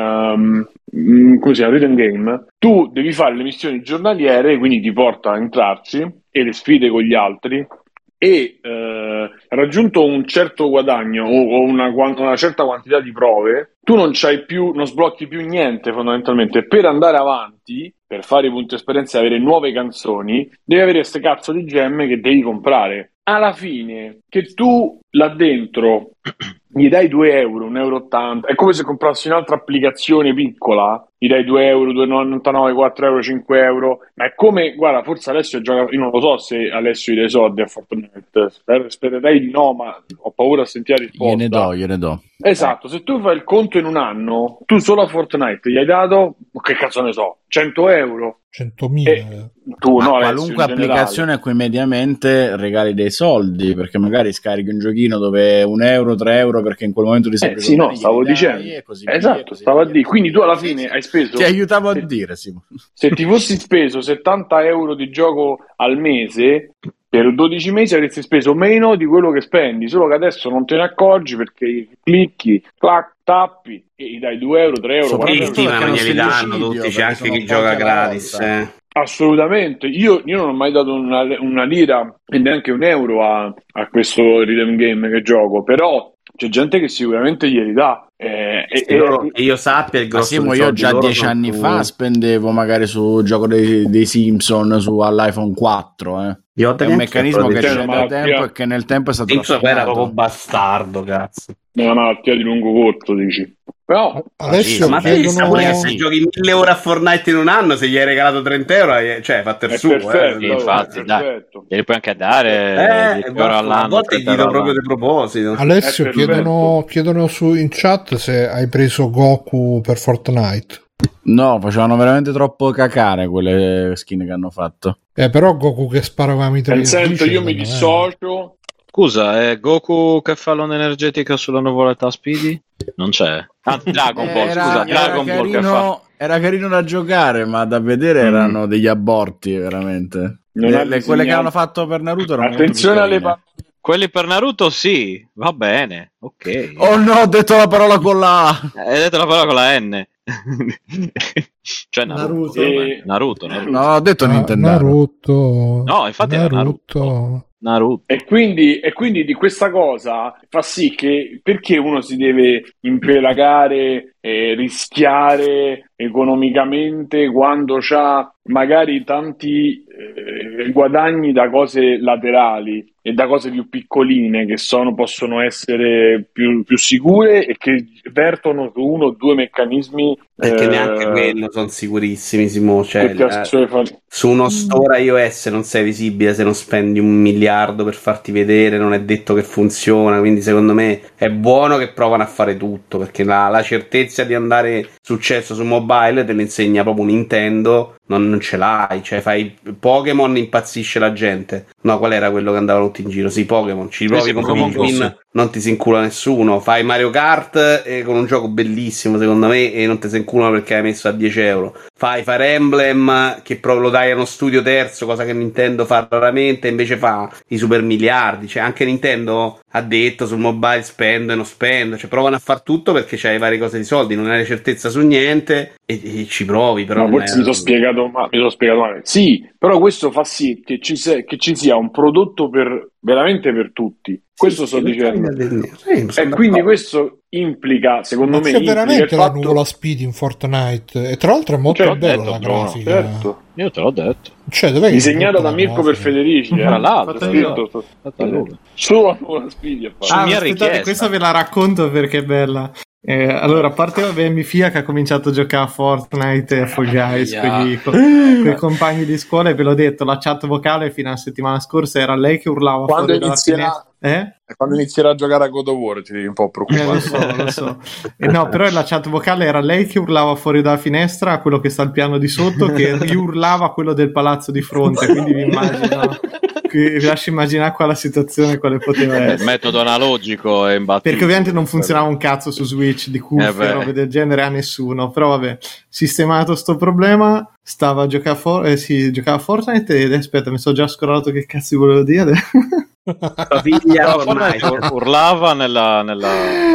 um, come si chiama, rhythm game. Tu devi fare le missioni giornaliere, quindi ti porta a entrarci, e le sfide con gli altri, e eh, raggiunto un certo guadagno o, o una, una certa quantità di prove, tu non c'hai più, non sblocchi più niente fondamentalmente. Per andare avanti, per fare i punti esperienza e avere nuove canzoni, devi avere queste cazzo di gemme che devi comprare. Alla fine, che tu là dentro gli dai due euro, un euro e ottanta, è come se comprassi un'altra applicazione piccola, gli dai due euro, due virgola novantanove, quattro euro, cinque euro, ma è come, guarda, forse Alessio gioca, io non lo so se Alessio gli dai soldi a Fortnite, Sper- spererei di no, ma ho paura a sentire la risposta. Gliene do, gliene do. Esatto, se tu fai il conto in un anno, tu solo a Fortnite gli hai dato, che cazzo ne so, cento euro? centomila. E tu, Ma no, qualunque Alessio, in applicazione a cui mediamente regali dei soldi, perché magari scarichi un giochino dove un euro, tre euro, perché in quel momento ti sei Eh sì, no, stavo dicendo. Esatto, stavo a dire. Quindi tu alla fine hai speso... Ti aiutavo a dire, Simo. Se ti fossi speso settanta euro di gioco al mese, per dodici mesi avresti speso meno di quello che spendi, solo che adesso non te ne accorgi perché clicchi, clac, tappi e gli dai due euro, tre euro, quattro euro. Sì, ma non glieli danno tutti, c'è anche chi gioca gratis. Eh. Assolutamente, io, io non ho mai dato una, una lira e neanche un euro a, a questo rhythm game che gioco, però c'è gente che sicuramente glieli dà. Eh, e, e, loro, e io sappia il grosso Massimo, io già dieci anni fa spendevo magari su gioco dei, dei Simpson su all'iPhone quattro, eh. Io è un meccanismo che c'è da tempo e che nel tempo è stato Simpson era proprio bastardo, cazzo. È una malattia di lungo corso, dici. Però adesso ma chiedono... te sapore che se giochi mille ore a Fortnite in un anno, se gli hai regalato trenta euro, cioè hai fatto il è suo, perfetto, eh. Infatti, dai, glieli puoi anche dare eh, dieci euro all'anno, a volte gli do proprio di proposito. Alessio, chiedono, chiedono su in chat se hai preso Goku per Fortnite. No, facevano veramente troppo cacare quelle skin che hanno fatto. Eh, però Goku che spara con la mitragliatrice. Sento, io mi dissocio. Scusa, è Goku che fa l'onda energetica sulla nuvoletta Speedy? Non c'è. Ah, Dragon Ball, era, scusa, era Dragon Ball carino, che fa. Era carino da giocare, ma da vedere Mm. erano degli aborti, veramente. Non Le, ha le- quelle disegnato. che hanno fatto per Naruto erano Attenzione molto più alle carine. pa- Quelli per Naruto sì, va bene, ok. Oh no, ho detto la parola con la A. Hai detto la parola con la N. Cioè Naruto. Naruto. E- Naruto, Naruto. No, ho detto Ah, Nintendo. Naruto. No, infatti era Naruto. Naruto. E quindi, e quindi di questa cosa fa sì che perché uno si deve impelagare e rischiare economicamente quando c'ha magari tanti eh, guadagni da cose laterali e da cose più piccoline che sono, possono essere più, più sicure e che vertono su uno o due meccanismi. Perché eh, neanche quello sono sicurissimi, Simo. Cioè, perché eh, adesso fa- su uno store iOS non sei visibile se non spendi un miliardo per farti vedere, non è detto che funziona, quindi secondo me è buono che provano a fare tutto, perché la, la certezza di andare successo su mobile te lo insegna proprio Nintendo, non, non ce l'hai, cioè fai Pokémon, impazzisce la gente. No, qual era quello che andavano tutti in giro? Sì, Pokémon, ci provi sì, con Pokémon Go, Pikmin, sì. non ti si incula nessuno. Fai Mario Kart eh, con un gioco bellissimo secondo me e non ti si inculano perché hai messo a dieci euro. Fai Fire Emblem che proprio lo dai a uno studio terzo, cosa che Nintendo fa raramente, invece fa i super miliardi. Cioè anche Nintendo ha detto sul mobile spendo e non spendo, cioè provano a far tutto perché c'hai varie cose di soldi, non hai certezza su niente e, e ci provi, però No, non forse è- mi sono spiegato, ma mi sono spiegato male. Sì, però questo fa sì che ci, se- che ci sia un prodotto per veramente per tutti. Questo sto dicendo. Sì, E quindi questo implica, secondo Ma me, c'è implica veramente il la fatto... nuvola Speedy in Fortnite e tra l'altro è molto Certo, bella detto, la Bruno, grafica. Certo. Io te l'ho detto. Cioè, dov'è che Disegnata butta da la Mirko grafica? per Federici, eh. Tra l'altro, C'è scritto, sto- Aspetta, allora. solo la nuova Speedy ha fatto. Ah, mia aspettate, richiesta. questa ve la racconto perché è bella. Eh, allora, a parte vabbè, mia figlia che ha cominciato a giocare a Fortnite e a Fall Guys Aia. con i con i compagni di scuola, e ve l'ho detto, la chat vocale fino alla settimana scorsa era lei che urlava Quando fuori dalla inizierà, finestra. Eh? quando inizierà a giocare a God of War ti devi un po' Eh, preoccupare. lo so, lo so. E no, però la chat vocale era lei che urlava fuori dalla finestra a quello che sta al piano di sotto, che riurlava a quello del palazzo di fronte, quindi vi immagino, vi lascio immaginare quale situazione quale poteva Il essere. metodo analogico è imbattibile. Perché ovviamente non funzionava un cazzo su Switch di Eh cuffie, beh. robe del genere a nessuno. Però vabbè, sistemato sto problema, stava a giocare a, For- eh, sì, giocava a Fortnite ed aspetta, mi sono già scordato che cazzo volevo dire. Tua figlia Fortnite ormai urlava nella... nella...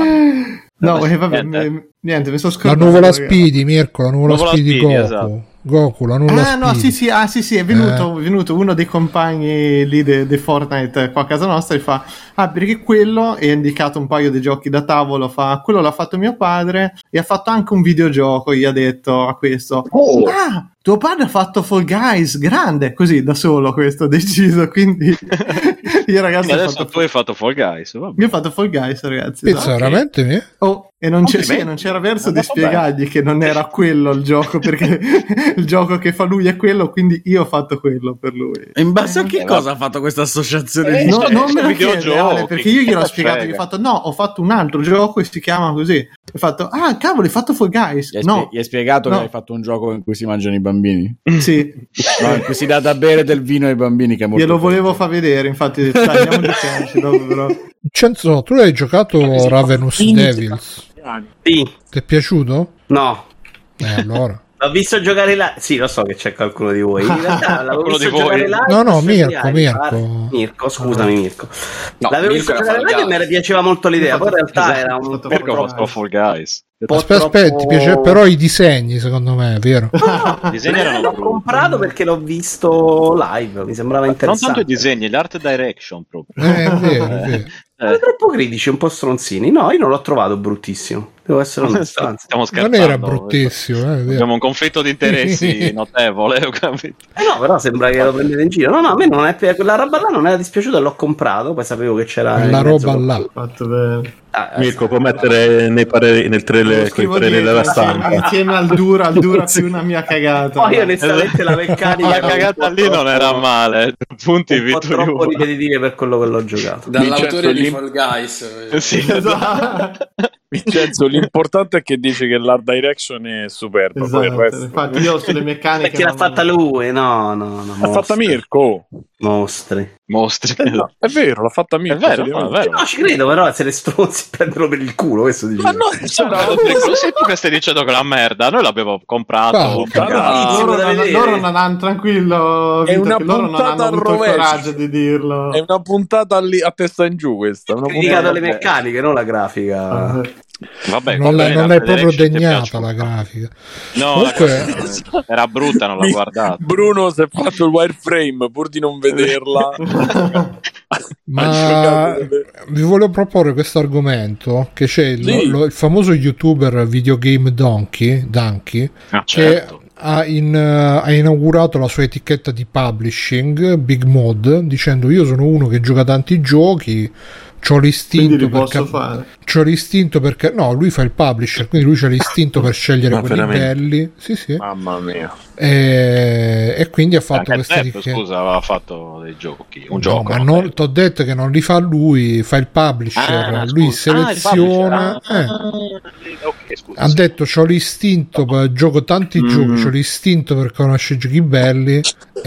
No, eh, vabbè, niente. mi- niente, mi sono La scordato. nuvola ragazzi. Speedy, Mirko, la nuvola Nuvola Speedy Speedy, Goku. esatto. Goku, la nuvola Ah no, Speedy. sì sì, ah sì sì, è venuto, è venuto uno dei compagni lì di Fortnite qua a casa nostra e fa ah perché quello, e ha indicato un paio di giochi da tavolo, fa quello l'ha fatto mio padre e ha fatto anche un videogioco, gli ha detto a questo Oh. ah tuo padre ha fatto Fall Guys, grande, così da solo questo ha deciso, quindi io ragazzi ho Adesso fatto, tu hai fatto Fall Guys, vabbè. io ho fatto Fall Guys ragazzi. Pizza, esatto. veramente mi? Oh, e non, c'è, sì, Complimenti. non c'era verso di Andato bene. spiegargli che non era quello il gioco, perché il gioco che fa lui è quello, quindi io ho fatto quello per lui. E in base a che Eh, cosa ha fatto questa associazione Eh, di No, cioè, non me lo videogiochi, chiede, Ale, perché io gliel'ho che spiegato, gli frega. ho fatto no, ho fatto un altro gioco e si chiama così. Ho fatto ah cavolo, hai fatto Fall Guys? Gli hai, No, spie- gli hai spiegato No. che hai fatto un gioco in cui si mangiano i bambini? sì, No, in cui si dà da bere del vino ai bambini, che è molto glielo volevo peggio. far vedere, infatti dai, andiamo di fianci dopo però. Cenzo, tu hai giocato Ravenous Devils? sì, Ti è piaciuto? no. Eh, allora. L'ho visto giocare là. Sì, lo so che c'è qualcuno di voi. In realtà l'avevo Qualcuno visto di voi. giocare live. No, no, su Mirko, F B I, Mirko. pare. Mirko, scusami, Mirko. No, L'avevo Mirko visto era giocare Fall live e Guys. mi piaceva molto l'idea. Poi in realtà Esatto, era ho un fatto po' Fall Mirko ha Guys. fatto Fall Guys. po' Aspetta, aspetta, ti piace però i disegni, secondo me, vero? I disegni erano l'ho brutti. comprato perché l'ho visto live. Mi sembrava Non interessante. tanto i disegni, l'art direction proprio. Eh, è vero, è vero. Sono Eh, troppo critici, un po' stronzini. No, io non l'ho trovato bruttissimo. Devo essere onesto. Anzi. stiamo Non scherzando. era bruttissimo, eh, è vero. Abbiamo un conflitto di interessi notevole, ho capito. Eh no, però sembra che lo prendete in giro. No, no, a me non è per quella roba là non era dispiaciuta e l'ho comprato. Poi sapevo che c'era Quella in mezzo roba là. qualcosa. Fatto bene. Ah, eh, Mirko può mettere nei pareri, nel trailer, con i Scrivo pareri dietro, della insieme, stampa. insieme al dura, al dura più una mia cagata. Poi onestamente la meccanica La era un cagata po' lì non troppo- era male. Punti un po' troppo Vittorio. ripetitive per quello che l'ho giocato. Dall'autore Vincenzo, di lì- Fall Guys. Sì, Esatto. Vincenzo, l'importante è che dice che l'art direction è superba. Poi il Esatto, resto... infatti io sulle meccaniche Perché l'ha non- fatta lui? No, no, no. L'ha fatta mostri. Mirko. Mostri. mostri. Eh no, è vero, l'ha fatta È Mirko. vero, no, è seriamente. vero. No, ci credo, però se le stronzi prendono per il culo, questo dice. Ma no, Cioè, no, sei tu che stai dicendo che è una merda, noi l'abbiamo comprato. Guarda, puntata- loro, da non, vedere. loro non hanno tranquillo È Vito, una che loro non puntata hanno al avuto il rovescio. coraggio di dirlo. È una puntata lì a testa in giù questa. Una Ho criticato puntata... le meccaniche, non la grafica. Ah, Vabbè, Non, l'è, comunque non la è proprio Direction ti è degnata piaciuta. la grafica. No, Comunque- la grafica era brutta, non l'ho Mi- guardata. Bruno si è fatto il wireframe pur di non vederla. Ha Ma giocato- vi volevo proporre questo argomento, che c'è il, Sì. lo- il famoso youtuber Videogame Donkey, Donkey Ah, che certo. ha, in- ha inaugurato la sua etichetta di publishing Big Mod, dicendo io sono uno che gioca tanti giochi, c'ho quindi l'istinto li per posso cap- fare. c'ho l'istinto perché no, lui fa il publisher, quindi lui c'ha l'istinto per scegliere Ma quelli veramente? belli, sì sì, Mamma mia. e, e quindi ha fatto Anche questa Zepp, etichetta. scusa, aveva fatto dei giochi. Un No, gioco. ma no? non t'ho detto che non li fa lui, fa il publisher, Ah, lui scusa. Ah, il seleziona. publisher. eh. Ah, ok, scusa, Ha sì. detto c'ho l'istinto, per- gioco tanti Mm. giochi, c'ho l'istinto per conoscere giochi belli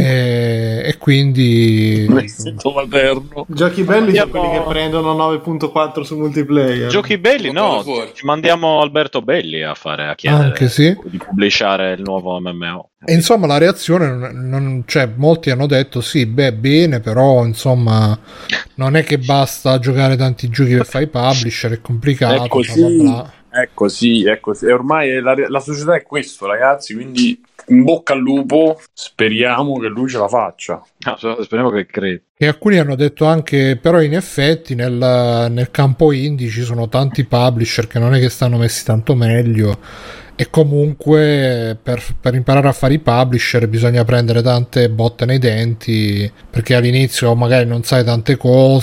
e, e quindi Sento materno. Giochi belli sono Andiamo- quelli che prendono nove punto quattro su multiplayer. Giochi belli, no, Lo fuori. ci mandiamo Alberto Belli a fare a chiedere Anche sì. di pubblicare il nuovo M M O. e insomma la reazione non, non- cioè molti hanno detto sì, beh, bene, però insomma non è che basta giocare tanti giochi per fare i publisher, è complicato, È bla così. bla bla. È così, è così. E ormai è la, la società è questo, ragazzi. Quindi in bocca al lupo. Speriamo che lui ce la faccia. Ah, speriamo che credi. E alcuni hanno detto anche, però in effetti nel, nel campo indie ci sono tanti publisher che non è che stanno messi tanto meglio, e comunque per, per imparare a fare i publisher bisogna prendere tante botte nei denti, perché all'inizio magari non sai tante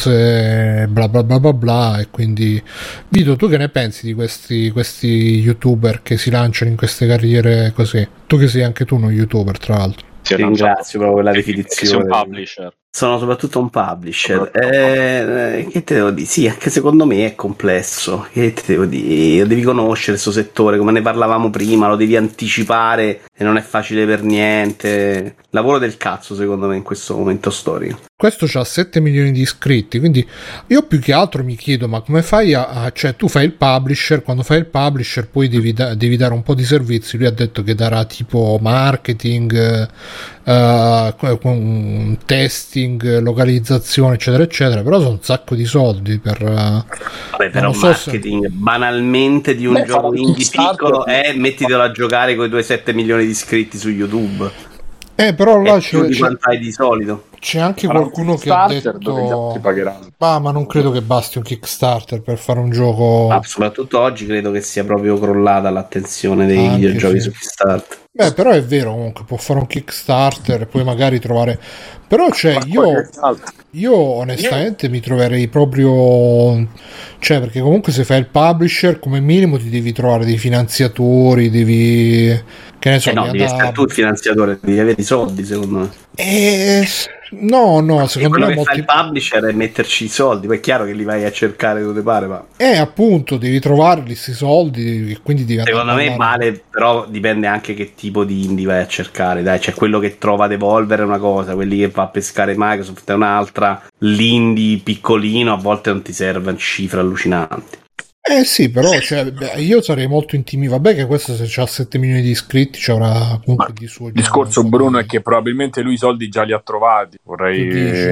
cose, bla bla bla bla bla, e quindi Vito, tu che ne pensi di questi, questi youtuber che si lanciano in queste carriere così? Tu che sei anche tu uno youtuber, tra l'altro. Ti Ti ringrazio proprio per la Che sei un definizione. publisher. Sono soprattutto un publisher. Eh, eh, che te devo dire? Sì, anche secondo me è complesso. Che te devo dire? Devi conoscere questo settore, come ne parlavamo prima, lo devi anticipare e non è facile per niente. Lavoro del cazzo, secondo me, in questo momento storico. Questo c'ha sette milioni di iscritti, quindi io più che altro mi chiedo, ma come fai a, a cioè tu fai il publisher, quando fai il publisher poi devi, da, devi dare un po' di servizi. Lui ha detto che darà tipo marketing, eh, con testi marketing, localizzazione, eccetera, eccetera, però sono un sacco di soldi per... Vabbè, però so marketing se... banalmente di un Beh, gioco indie piccolo è eh, mettitelo a giocare con i tuoi sette milioni di iscritti su YouTube. Eh, però là c'è, di c'è, hai di solito. C'è anche Farà qualcuno che ha detto ah, ma non credo che basti un Kickstarter per fare un gioco. Ma soprattutto oggi credo che sia proprio crollata l'attenzione dei anche videogiochi sì. su Kickstarter. Beh, però è vero, comunque può fare un Kickstarter e poi magari trovare. Però cioè io io onestamente mi troverei proprio, cioè, perché comunque se fai il publisher come minimo ti devi trovare dei finanziatori, devi, che ne so, eh no, devi essere tu il finanziatore, devi avere i soldi, secondo me. Eh, no, no, secondo me che molti... fa il publisher è metterci i soldi, poi è chiaro che li vai a cercare dove pare, ma eh, appunto, devi trovarli questi soldi e quindi devi secondo me vale, però dipende anche che tipo di indie vai a cercare, dai, c'è quello che trova Devolver è una cosa, quelli che va a pescare Microsoft è un'altra, l'indie piccolino a volte non ti serve cifre allucinanti. Eh sì, però cioè, beh, io sarei molto intimidato. Vabbè che questo se c'ha sette milioni di iscritti ci avrà comunque di suo. Il discorso Bruno è che probabilmente lui i soldi già li ha trovati. Vorrei...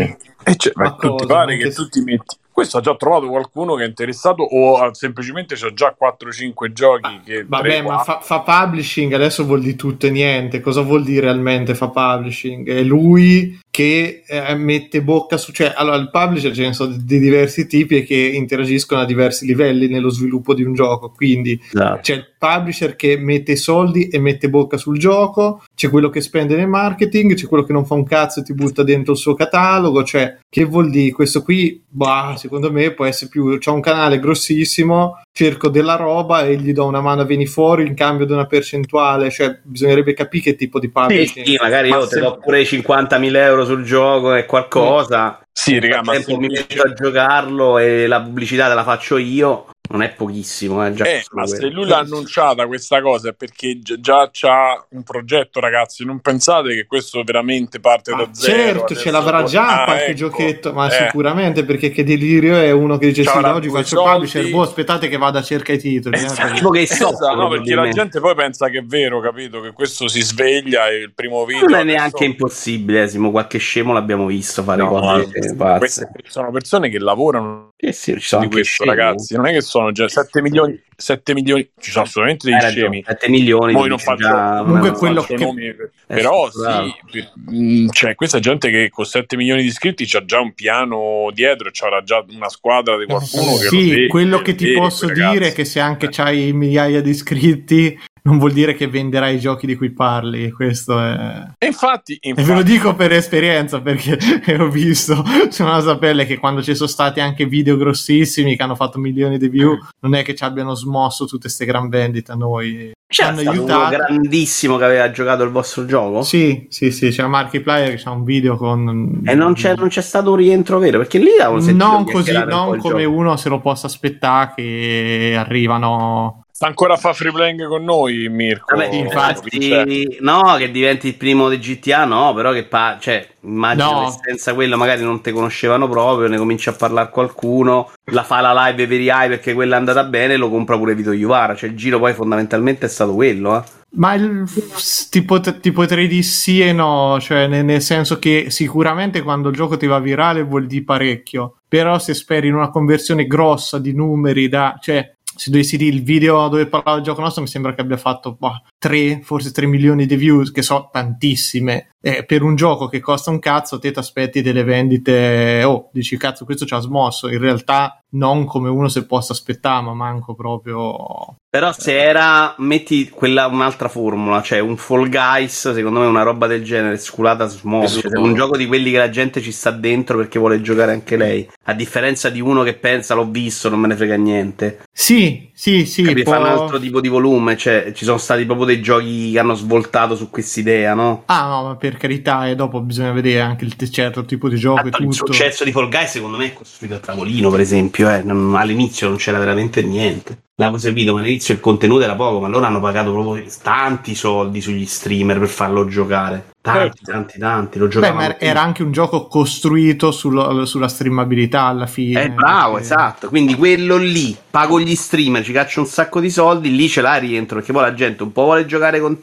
E cioè, ma tu ti pare che tu ti metti... Questo ha già trovato qualcuno che è interessato o semplicemente c'ho già quattro cinque giochi che vabbè tre, ma fa, fa publishing adesso vuol dire tutto e niente. Cosa vuol dire realmente fa publishing? È lui che eh, mette bocca su, cioè allora il publisher ce ne sono di, di diversi tipi e che interagiscono a diversi livelli nello sviluppo di un gioco, quindi esatto. C'è il publisher che mette i soldi e mette bocca sul gioco, c'è quello che spende nel marketing, c'è quello che non fa un cazzo e ti butta dentro il suo catalogo, cioè che vuol dire questo qui? Bah, secondo me può essere più, c'ho un canale grossissimo, cerco della roba e gli do una mano, vieni fuori in cambio di una percentuale, cioè bisognerebbe capire che tipo di publishing. Sì, sì, magari io te do pure cinquantamila euro sul gioco e qualcosa, sì, raga, ma tempo mi metto a giocarlo e la pubblicità te la faccio io. Non è pochissimo, eh, già eh, ma se lui l'ha annunciata questa cosa è perché gi- già c'ha un progetto, ragazzi. Non pensate che questo veramente parte ah, da zero? Certo, ce l'avrà già ah, qualche ecco, giochetto, ma eh. sicuramente, perché che delirio è uno che dice sì, oggi faccio soldi. publisher, boh, aspettate che vada a cercare i titoli. Esatto. Eh, che so, esatto, no, perché la gente poi pensa che è vero, capito? Che questo si sveglia e il primo video... Non è neanche adesso... impossibile, eh, Simo, qualche scemo l'abbiamo visto fare no, cose ma queste sono persone che lavorano eh sì, ci sono di questo, scemi. Ragazzi, non è che sono già sette milioni, sette milioni, ci sono assolutamente dei scemi, sette milioni, poi non faccio, già, comunque non quello faccio che... nomi, però sì, per, cioè questa gente che con sette milioni di iscritti c'ha già un piano dietro e c'avrà già una squadra di qualcuno che sì, lo vede, quello che ti vede, posso ragazzi. dire è che se anche c'hai migliaia di iscritti non vuol dire che venderai i giochi di cui parli, questo è... E infatti, infatti... E ve lo dico per esperienza, perché ho visto su una sapelle che quando ci sono stati anche video grossissimi che hanno fatto milioni di view, non è che ci abbiano smosso tutte ste gran vendite a noi. C'è stato aiutato. Uno grandissimo che aveva giocato il vostro gioco? Sì, sì, sì, c'è Markiplier che c'ha un video con... E non c'è, non c'è stato un rientro vero? Perché lì avevo sentito non così, non come gioco. Uno se lo possa aspettare che arrivano... Sta ancora a fare free playing con noi, Mirko? Vabbè, infatti, no, che diventi il primo di G T A, no, però che pa- cioè, immagino no. che senza quello magari non te conoscevano proprio, ne comincia a parlare qualcuno, la fa la live per i hai perché quella è andata bene, lo compra pure Vito Iuvara, cioè il giro poi fondamentalmente è stato quello, eh. Ma il, ti, pot- ti potrei dire sì e no, cioè nel, nel senso che sicuramente quando il gioco ti va virale vuol dire parecchio, però se speri in una conversione grossa di numeri da... cioè se dovessi dire il video dove parlava del gioco nostro mi sembra che abbia fatto boh, tre, forse tre milioni di views, che so tantissime, eh, per un gioco che costa un cazzo te ti aspetti delle vendite, oh dici cazzo questo ci ha smosso, in realtà non come uno se possa aspettare, ma manco proprio. Però se era, metti quella un'altra formula, cioè un Fall Guys, secondo me una roba del genere sculata smosso, cioè, un gioco di quelli che la gente ci sta dentro perché vuole giocare anche lei, a differenza di uno che pensa l'ho visto, non me ne frega niente. Sì, sì, sì. Capi, può... fa un altro tipo di volume, cioè ci sono stati proprio dei giochi che hanno svoltato su quest'idea, no? Ah no, ma per carità, e dopo bisogna vedere anche il t- certo tipo di gioco. Tanto e tutto. Il successo di Fall Guys secondo me è costruito a tavolino, per esempio, eh. non, all'inizio non c'era veramente niente. L'avevo servito, ma all'inizio il contenuto era poco, ma loro hanno pagato proprio tanti soldi sugli streamer per farlo giocare. Tanti, tanti, tanti. Lo giocavano. Beh, ma era anche un gioco costruito sullo, sulla streamabilità alla fine. Eh, bravo, perché... esatto. Quindi quello lì, pago gli streamer, ci caccio un sacco di soldi, lì ce l'hai rientro, perché poi la gente un po' vuole giocare con te,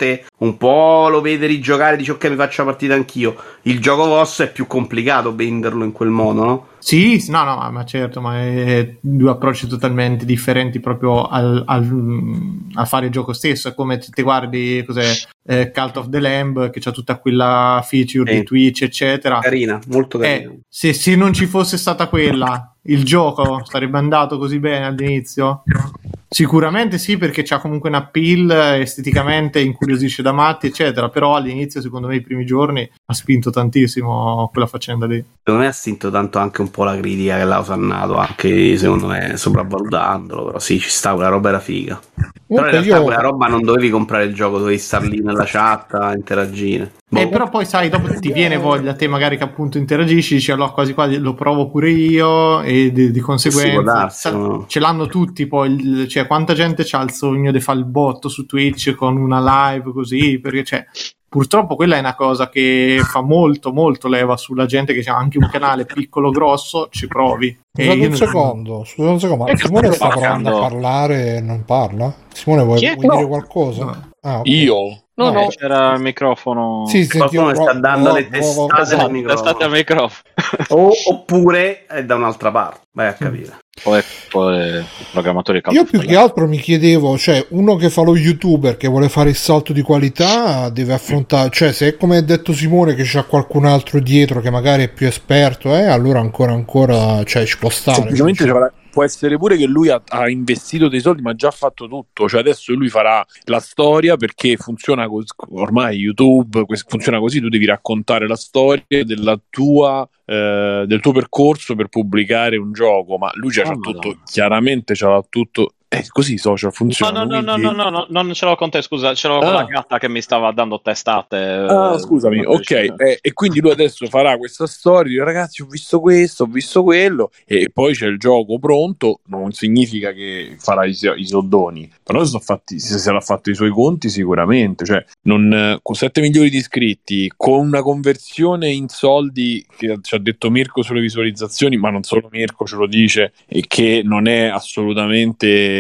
un po' lo vede rigiocare, dice ok mi faccio la partita anch'io. Il gioco vostro è più complicato venderlo in quel modo, no? Sì, no, no, ma certo, ma è due approcci totalmente differenti proprio al, al, a fare il gioco stesso. È come ti guardi cos'è, eh, Cult of the Lamb, che c'ha tutta quella feature eh. di Twitch, eccetera. Carina, molto carina. Eh, se, se non ci fosse stata quella, il gioco sarebbe andato così bene all'inizio? Sicuramente sì, perché c'ha comunque un appeal, esteticamente incuriosisce da matti, eccetera. Però all'inizio, secondo me, i primi giorni ha spinto tantissimo quella faccenda lì. Secondo me ha spinto tanto anche un po' la critica che l'ha osannato, anche secondo me sopravvalutandolo. Però sì, ci sta, quella roba era figa. Però in realtà io... quella roba non dovevi comprare il gioco, dovevi star lì nella chat a interagire. Eh, però poi sai, dopo ti viene voglia, te magari che appunto interagisci, dici allora quasi quasi lo provo pure io, e di, di conseguenza darsi, sa, no? Ce l'hanno tutti poi, il, cioè quanta gente c'ha il sogno di fare il botto su Twitch con una live così, perché cioè purtroppo quella è una cosa che fa molto molto leva sulla gente che c'ha anche un canale piccolo grosso, ci provi. Scusate un non... secondo, scusate un secondo, ma Simone sta provando a parlare e non parla? Simone vuoi, vuoi no. dire qualcosa? No. Ah, okay. Io? No, no, no, c'era il microfono. Sì, qualcuno sta dando vo- le testate vo- al microfono. al microfono. O, oppure è da un'altra parte, vai a capire. Poi, poi il programmatore io più che altro mi chiedevo, cioè uno che fa lo youtuber che vuole fare il salto di qualità deve affrontare, cioè se è come ha detto Simone che c'ha qualcun altro dietro che magari è più esperto, eh, allora ancora ancora cioè ci può stare. Semplicemente cioè, può essere pure che lui ha, ha investito dei soldi ma ha già fatto tutto, cioè adesso lui farà la storia perché funziona così, ormai YouTube funziona così, tu devi raccontare la storia della tua eh, del tuo percorso per pubblicare un gioco, ma lui c'ha, oh, c'ha tutto, no. chiaramente c'ha tutto. È così i social funzionano. No, no, no, quindi... no, no, no, non ce l'ho con te, scusa, ce l'ho ah. con la gatta che mi stava dando testate. Ah, scusami, eh, ok. Eh, e quindi lui adesso farà questa storia, dirà, ragazzi, ho visto questo, ho visto quello, e poi c'è il gioco pronto, non significa che farà i, i soldoni, però se, fatti, se sarà fatto i suoi conti sicuramente, cioè non, con sette milioni di iscritti, con una conversione in soldi che ci ha detto Mirko sulle visualizzazioni, ma non solo Mirko ce lo dice, e che non è assolutamente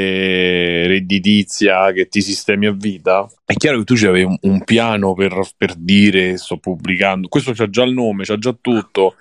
redditizia che ti sistemi a vita, è chiaro che tu c'avevi un, un piano per, per dire sto pubblicando, questo c'ha già il nome, c'ha già tutto,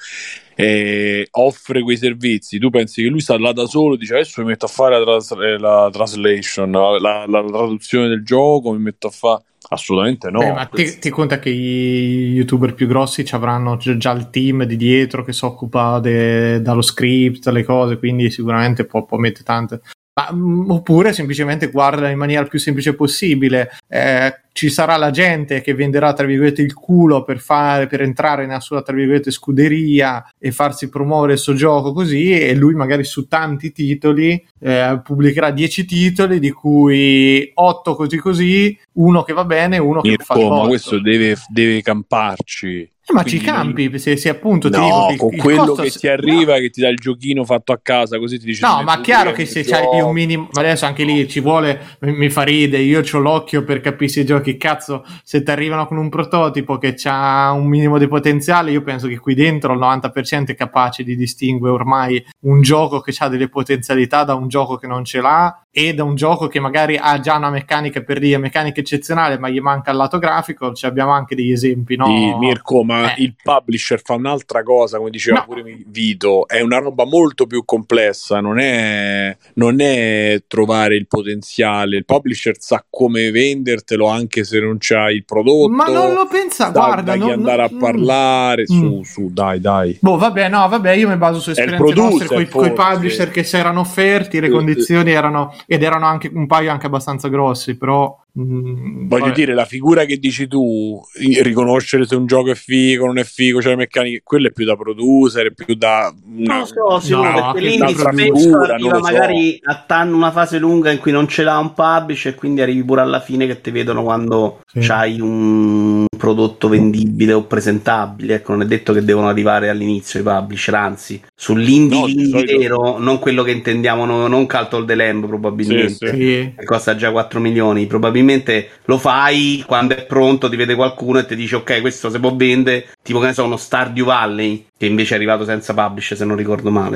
eh, offre quei servizi, tu pensi che lui sta là da solo, dice adesso mi metto a fare la, tras- la translation, la, la, la traduzione del gioco, mi metto a fare... Assolutamente no. Beh, ma ti, ti conta che i youtuber più grossi ci avranno già il team di dietro che si occupa de, dallo script, le cose, quindi sicuramente può, può mettere tante. Ma, oppure semplicemente guarda in maniera più semplice possibile, eh, ci sarà la gente che venderà tra virgolette il culo per fare per entrare nella sua tra virgolette scuderia e farsi promuovere il suo gioco così, e lui magari su tanti titoli eh, pubblicherà dieci titoli di cui otto così così, uno che va bene e uno che Mirko, fa il botto. Ma questo deve, deve camparci. Eh, ma ci campi se, se appunto ti no, dico con il quello costo... che ti arriva, no. che ti dà il giochino fatto a casa, così ti dice no, ma chiaro che se c'hai un minimo, ma adesso anche lì ci vuole, mi, mi fa ridere, io c'ho l'occhio per capire se giochi, cazzo, se ti arrivano con un prototipo che c'ha un minimo di potenziale, io penso che qui dentro il novanta per cento è capace di distinguere ormai un gioco che ha delle potenzialità da un gioco che non ce l'ha, e da un gioco che magari ha già una meccanica, per dire meccanica eccezionale, ma gli manca il lato grafico. Cioè abbiamo anche degli esempi, no? Sì, Mirko, ma eh. il publisher fa un'altra cosa, come diceva no. pure Vito, è una roba molto più complessa, non è, non è trovare il potenziale, il publisher sa come vendertelo anche se non c'hai il prodotto, ma non lo pensa, guarda, non, andare non, a parlare, mm. su, su, dai, dai. Boh, vabbè, no, vabbè, io mi baso su esperienze nostre con i publisher che si erano offerti, le sì, condizioni erano, ed erano anche un paio anche abbastanza grossi, però mm, voglio vabbè. dire, la figura che dici tu, riconoscere se un gioco è figo, non è figo, cioè le meccaniche, quello è più da producer, è più da una, non so, sicuro, no, perché l'indie spesso arriva magari so. a tanto una fase lunga in cui non ce l'ha un publisher, e quindi arrivi pure alla fine che ti vedono quando sì. c'hai un prodotto vendibile o presentabile. Ecco, non è detto che devono arrivare all'inizio i publisher, anzi sull'indie no, indie vero, non quello che intendiamo no, non Cult of the Lamb probabilmente, sì, sì. che costa già quattro milioni, probabilmente lo fai quando è pronto, ti vede qualcuno e ti dice ok, questo se può vendere, tipo che ne so uno Stardew Valley che invece è arrivato senza publisher se non ricordo male,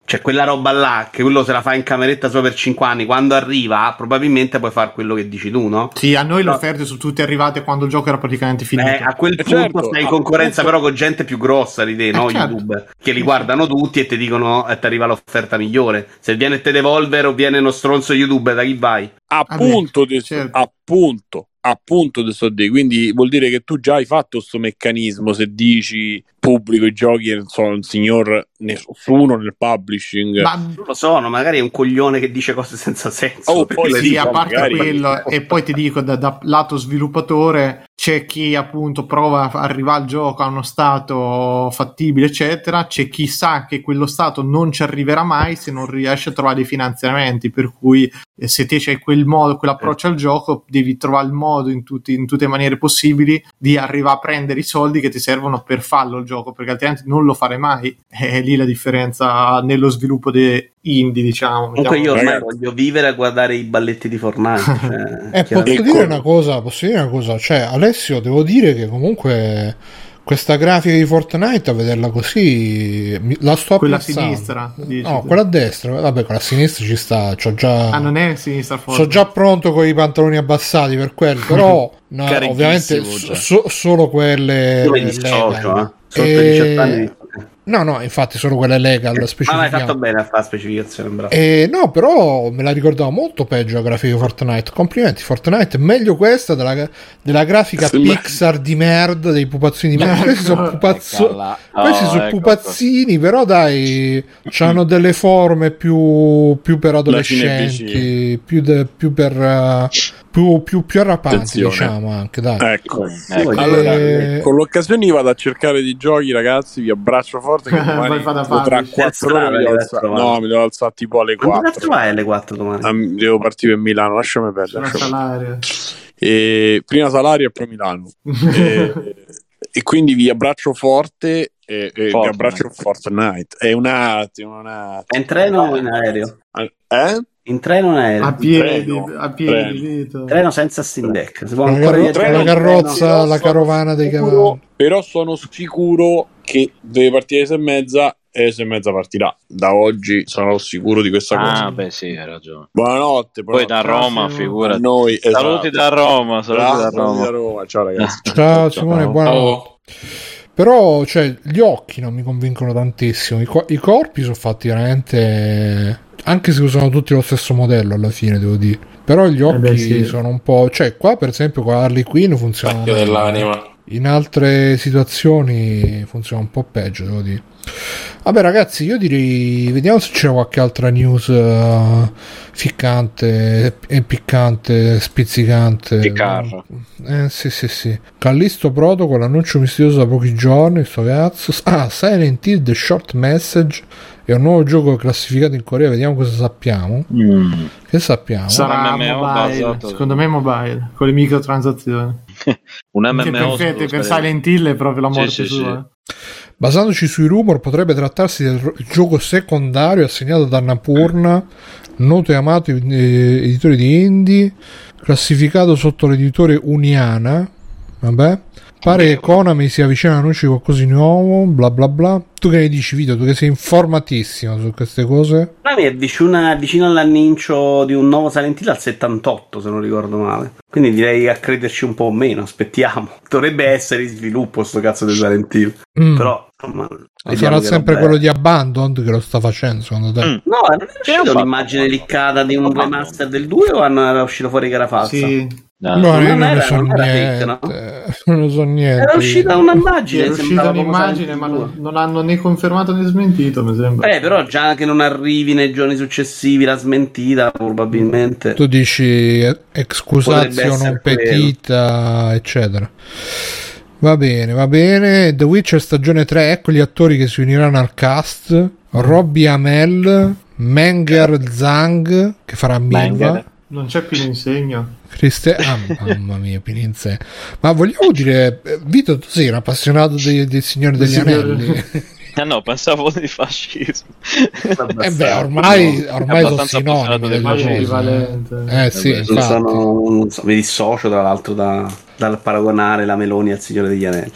Cioè quella roba là, che quello se la fa in cameretta solo per cinque anni, quando arriva probabilmente puoi fare quello che dici tu, no? Sì, a noi no. le offerte sono tutte arrivate quando il gioco era praticamente finito. Eh, a quel eh punto certo, stai in concorrenza appunto. però con gente più grossa di te, eh no? certo. YouTube, che li guardano tutti e ti dicono e ti arriva l'offerta migliore. Se viene te Devolver o viene uno stronzo YouTube, da chi vai? Appunto, Vabbè, te- certo. appunto, appunto te sto dire. Quindi vuol dire che tu già hai fatto sto meccanismo. Se dici pubblico i giochi, non so, un signor nessuno nel publishing. Ma Non lo so, no? Magari è un coglione che dice cose senza senso. Oh, perché poi le sì, sì, dico, a parte magari- quello, e poi ti dico da, da lato sviluppatore c'è chi appunto prova a arrivare al gioco a uno stato fattibile eccetera, c'è chi sa che quello stato non ci arriverà mai se non riesce a trovare dei finanziamenti, per cui eh, se te c'hai quel modo, quell'approccio al gioco, devi trovare il modo in, tutti, in tutte le maniere possibili di arrivare a prendere i soldi che ti servono per farlo il gioco, perché altrimenti non lo farei mai. È lì la differenza nello sviluppo dei indie, diciamo. Comunque io ormai Ragazzi. voglio vivere a guardare i balletti di Fortnite. Cioè, Eh, posso chiaramente- dire una cosa, posso dire una cosa, cioè Alessio, devo dire che comunque questa grafica di Fortnite, a vederla così, mi- la sto Quella a apprezzando. sinistra, dici No, tu. quella a destra, vabbè, quella a sinistra ci sta, c'ho già... Ah, non è in sinistra forse. Sono già pronto con i pantaloni abbassati per quello, però no, Carichissimo ovviamente già. so- solo quelle Io mi legal. dissocio, eh. Sotto E- i diciotto anni. No, no, infatti solo quelle legal Ma l'hai specifichiamo. fatto bene a fare specificazione, bravo. Eh, no, però me la ricordavo molto peggio la grafica di Fortnite. Complimenti, Fortnite è meglio questa della, della grafica Sembra- Pixar di merda, dei pupazzini di merda. Questi sono, pupazzo- Ecco là. questi Oh, sono ecco pupazzini, però dai, hanno delle forme più, più per La adolescenti, più, de- più per uh, più, più, più arrapanti, Attenzione. diciamo anche, dai. Ecco. Ecco. Allora, Eh, con l'occasione vado a cercare di giochi, ragazzi. Vi abbraccio forte. Che domani Vai, fate a tipo, tra farli. quattro ore mi devo Terza alzare. strada, No, mi devo alzare tipo alle Quando cazzo quattro. vai alle quattro domani? Ah, devo partire per Milano. Lasciami perdere. Una lasciami salaria. e prima Salario e poi Milano e, e quindi vi abbraccio forte e, e vi Fortnite. abbraccio in Fortnite è un attimo un attimo È in treno o in aereo? eh? In treno o in aereo? A piedi, Treno. a piedi, Treno. Vito. Treno senza Steam Deck. Si può la, ancora carro- viaggiare la in carrozza, treno? la carovana dei cavalli. Sicuro- però sono sicuro che deve partire alle sei e mezza e alle sei e mezza partirà. Da oggi sono sicuro di questa cosa. Ah, beh, sì, hai ragione. Buonanotte, Poi buonanotte. da Roma, Ciao, Simone. a figurati. noi Saluti esatto. da Roma, saluti Ciao, da saluti Roma. da Roma. Ciao ragazzi. Ciao Simone, ciao. buonanotte. Però cioè, gli occhi non mi convincono tantissimo. I, co- i corpi sono fatti veramente. Anche se usano tutti lo stesso modello alla fine, devo dire. Però gli occhi Eh beh, sì. sono un po'. Cioè, qua per esempio con Harley Quinn funziona. Specchio dell'anima. In altre situazioni funziona un po' peggio, devo dire. Vabbè, ragazzi, io direi. Vediamo se c'è qualche altra news uh, ficcante e piccante, spizzicante. Piccarra. Eh sì sì sì. Callisto Protocol, annuncio misterioso da pochi giorni, sto cazzo. Ah, Silent Hill The Short Message è un nuovo gioco classificato in Corea, vediamo cosa sappiamo. Mm. Che sappiamo? Sarà Un M M O mobile, basato- secondo me mobile, con le microtransazioni. Un Che M M O perfetto, su- per Silent Hill è proprio la Sì, morte sì, sua. Basandoci sui rumor, potrebbe trattarsi del ro- gioco secondario assegnato da Annapurna, noto e amato eh, editore di indie, classificato sotto l'editore Uniana. Vabbè. Pare che Konami sia vicino all'annuncio di qualcosa di nuovo, bla bla bla. Tu che ne dici, Vito? Tu che sei informatissimo su queste cose? Konami è vicino, vicino all'annuncio di un nuovo Silent Hill al settantotto, se non ricordo male. Quindi direi a crederci un po' meno, aspettiamo. Dovrebbe essere in sviluppo sto cazzo di Silent Hill. Mm. Però, insomma, vediamo Sarà che sempre roba è. quello di Abandoned che lo sta facendo, secondo te? Mm. No, non è uscita fatto? un'immagine liccata di un remaster del due o hanno- era uscito fuori che era falsa? Sì, No. No, non io non ne era- so non era niente. fake, no? Non ne so niente. Era uscita un'immagine. è uscita sembrava proprio un'immagine, Silent ma Hill non, non hanno né confermato né smentito, mi sembra. Eh, però già che non arrivi nei giorni successivi la smentita, probabilmente. Tu dici eh, excusatio Potrebbe essere non petita, eccetera. Va bene, va bene. The Witcher stagione tre, ecco gli attori che si uniranno al cast. Robbie Amell, Menger Zhang che farà Milva. Menger. Non c'è più l'insegno. Criste- ah, mamma mia, Pininze. Ma vogliamo dire, eh, Vito, tu sei un appassionato dei, del Signore degli Signore- Anelli? Ah no, pensavo di fascismo. Eh beh, ormai, ormai sono abbastanza sinonimi appassionato delle Ma è del cose. equivalente. Eh sì, Non infatti. sono, non so, mi dissocio tra l'altro da, dal paragonare la Meloni al Signore degli Anelli.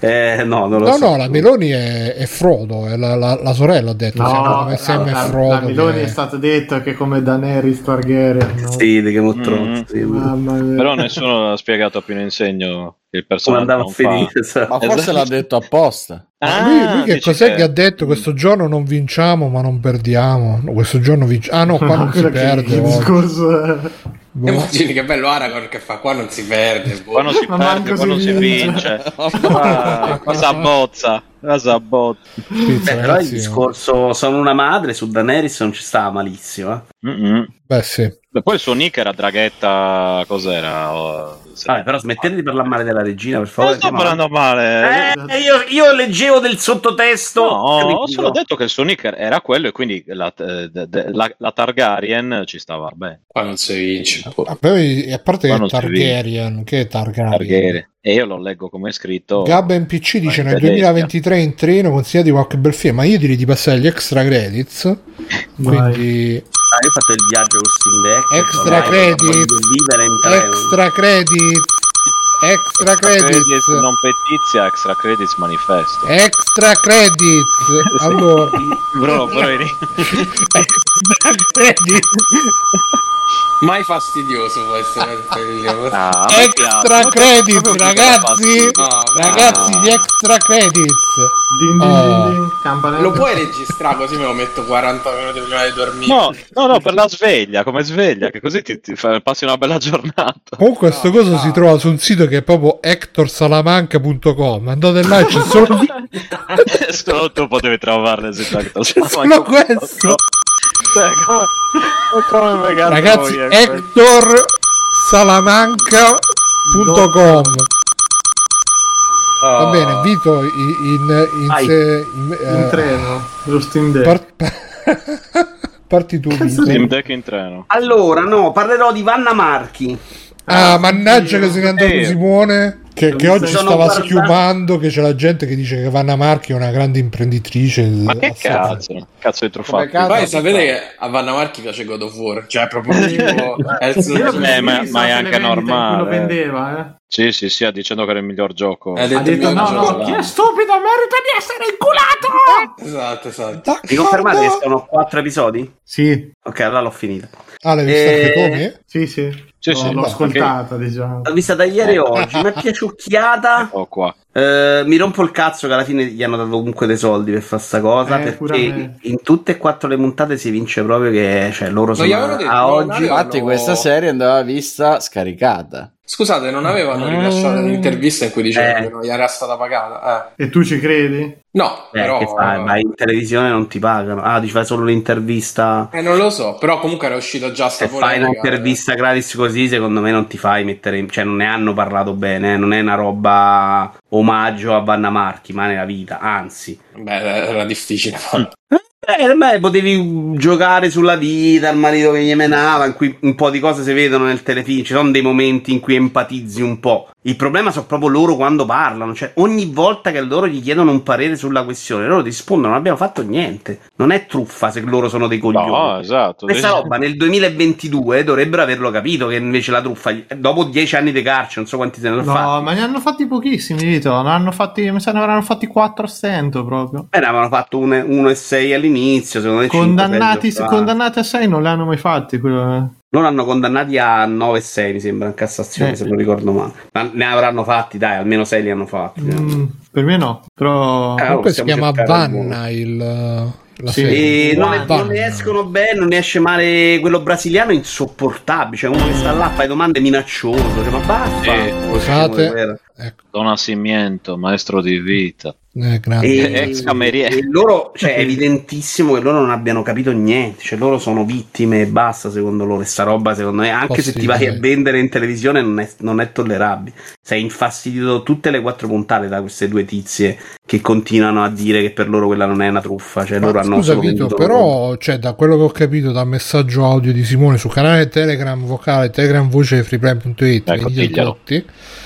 Eh, no, non lo No, so. no, la Meloni è, è Frodo, è la, la, la sorella, ha detto. No, siamo come Sam e la, Frodo. la Meloni che- è stato detto che come Daenerys Targaryen, no? Sì, di Game of Mm. Thrones, sì. Mamma mia. Però nessuno ha spiegato più in segno che il Come personaggio andava a non finire, fa. esatto. Ma forse Esatto. l'ha detto apposta. Ma Ah, lui, lui che dici cos'è che... ha detto? Questo giorno non vinciamo, ma non perdiamo. No, questo giorno vinciamo. Ah no, qua non si Quello che- perde. il oggi. discorso è... Boh. Immagini che bello Aragorn che fa qua non si perde. boh. Qua non si Ma perde, manco qua non si si vince. vince. Ah, cosa bozza, cosa bozza. Pizza, Beh, però il ragazzi, discorso sono una madre su Daenerys non ci stava malissimo. Eh. Mm-mm. Beh, sì. Beh, poi il suo nick era Draghetta, cos'era? Oh, se- Vabbè, però smettete di parlare male della regina, per non favore. sto Andiamo parlando male. avanti. Eh, io, io leggevo del sottotesto. No, ho critico. solo detto che il suo nick era quello e quindi la, eh, de- de- la- la Targaryen ci stava bene. Qua non si vince. boh. Ah, poi, a parte Qua che non è si Targaryen, che è Targaryen? Targaryen. E io lo leggo come è scritto. Gabba M P C dice Ma nel in tedesca. duemilaventitré in treno consigliati qualche bel film, ma io direi di passare agli extra credits. Quindi Ah, io ho fatto il viaggio con Steam Deck. extra ormai credits, voglio vivere in treno. extra credits, extra Credits credits, non pettizia, extra credits manifesto. extra credits. Allora, Bro, però eri- extra credits, Mai fastidioso può essere il periodo. Ah, a me extra piace. credits, Proprio che ragazzi, No, ragazzi, no. gli extra credits. Din, din, Oh. din, din, campanello. Lo puoi registrare così me lo metto quaranta minuti prima di dormire. No, no, no, per la sveglia, come sveglia, che così ti, ti fa- passi una bella giornata. Comunque sto No, coso no. si trova su un sito che è proprio hector salamanca punto com. Andate là e c'è solo, Solo tu potevi trovarle se tanto. solo questo. Cioè, come, come mega Ragazzi, noia, questo. hector salamanca punto com. Va bene, Vito in, in, in, Vai. se- in- In eh, treno, lo Steam Deck. par- parti tu, Vito. Steam Deck in treno. Allora, no, parlerò di Vanna Marchi. Ah, mannaggia che se n'è andato Eh. Simone. Che, che Mi oggi sono stava guardato- schiumando che c'è la gente che dice che Vanna Marchi è una grande imprenditrice. Ma che Assai- cazzo? Cazzo di truffato. Come cazzo? Poi sapete che a Vanna Marchi piace God of War, cioè proprio tipo è il suo- Io Eh, penso ma- che ma è sia anche le vendite in cui normale, lo eh. vendeva, eh. Sì, sì, sì, dicendo che era il miglior gioco. Ha Ha detto mio no, no, gioco. chi è stupido merita di essere inculato. Esatto, esatto. Mi confermate che sono quattro episodi? Sì, Ok, allora l'ho finita. Ah, l'hai vista anche Eh, come? sì, sì. Sì, L'ho- sì, l'ho no, ascoltata, diciamo. L'ho vista da ieri e oggi, mi è piaciucchiata. Oh, qua. Eh, mi rompo il cazzo che alla fine gli hanno dato comunque dei soldi per fare sta cosa, Eh, pure a perché me. in tutte e quattro le puntate si vince proprio che cioè, loro sono gli avevano detto, a non oggi. avevano- Infatti questa serie andava vista scaricata. Scusate, non avevano rilasciato un'intervista in cui dicevano Eh. che non gli era stata pagata? Eh. E tu ci credi? No, Eh, però che fai? Vai in televisione non ti pagano. Ah, dici fai solo l'intervista. eh, non lo so, però comunque era uscito già sta Se fai polemica. un'intervista gratis così, secondo me non ti fai mettere in... Cioè, non ne hanno parlato bene, eh, non è una roba omaggio a Vanna Marchi, ma nella vita, anzi. Beh, era difficile. Eh, beh, potevi giocare sulla vita, il marito che gli menava, in cui un po' di cose si vedono nel telefilm, ci sono dei momenti in cui empatizzi un po'. Il problema sono proprio loro quando parlano, cioè ogni volta che loro gli chiedono un parere sulla questione, loro rispondono non abbiamo fatto niente. Non è truffa se loro sono dei coglioni. No, esatto. Questa roba nel duemilaventidue dovrebbero averlo capito che invece la truffa, dopo dieci anni di carcere, non so quanti se ne sono No, fatti. ma ne hanno fatti pochissimi, Vito. Ne hanno fatti, mi sa ne avranno fatti quattro a stento proprio. Beh, ne avevano fatto uno e sei all'inizio, secondo me Condannati, cinque, sei, condannati a sei non li hanno mai fatti. Quello... loro hanno condannati a nove e sei, mi sembra, in Cassazione, Eh. se non ricordo male. Ma ne avranno fatti, dai, almeno sei li hanno fatti. Mm, per me no, però... Eh, Comunque si possiamo chiama cercare Vanna il, la Sì. serie. E non, è- Vanna. non ne escono bene, non ne esce male. Quello brasiliano è insopportabile. Cioè, uno che sta là, fa le domande minaccioso. Cioè, ma basta. Sì, scusate. Ecco, Don Nascimento, maestro di vita. eh, grande. E, Ex cameriere. e loro, cioè, è evidentissimo che loro non abbiano capito niente. Cioè, loro sono vittime e basta, secondo loro. E sta roba, secondo me, anche se ti vai a Possibile. vendere in televisione, non è, non è tollerabile. Sei infastidito tutte le quattro puntate da queste due tizie che continuano a dire che per loro quella non è una truffa. Cioè, loro Ma hanno scusa solo Vito, venduto però cioè, da quello che ho capito dal messaggio audio di Simone su canale Telegram vocale Telegram voce freeplay punto it Ecco, diglielo.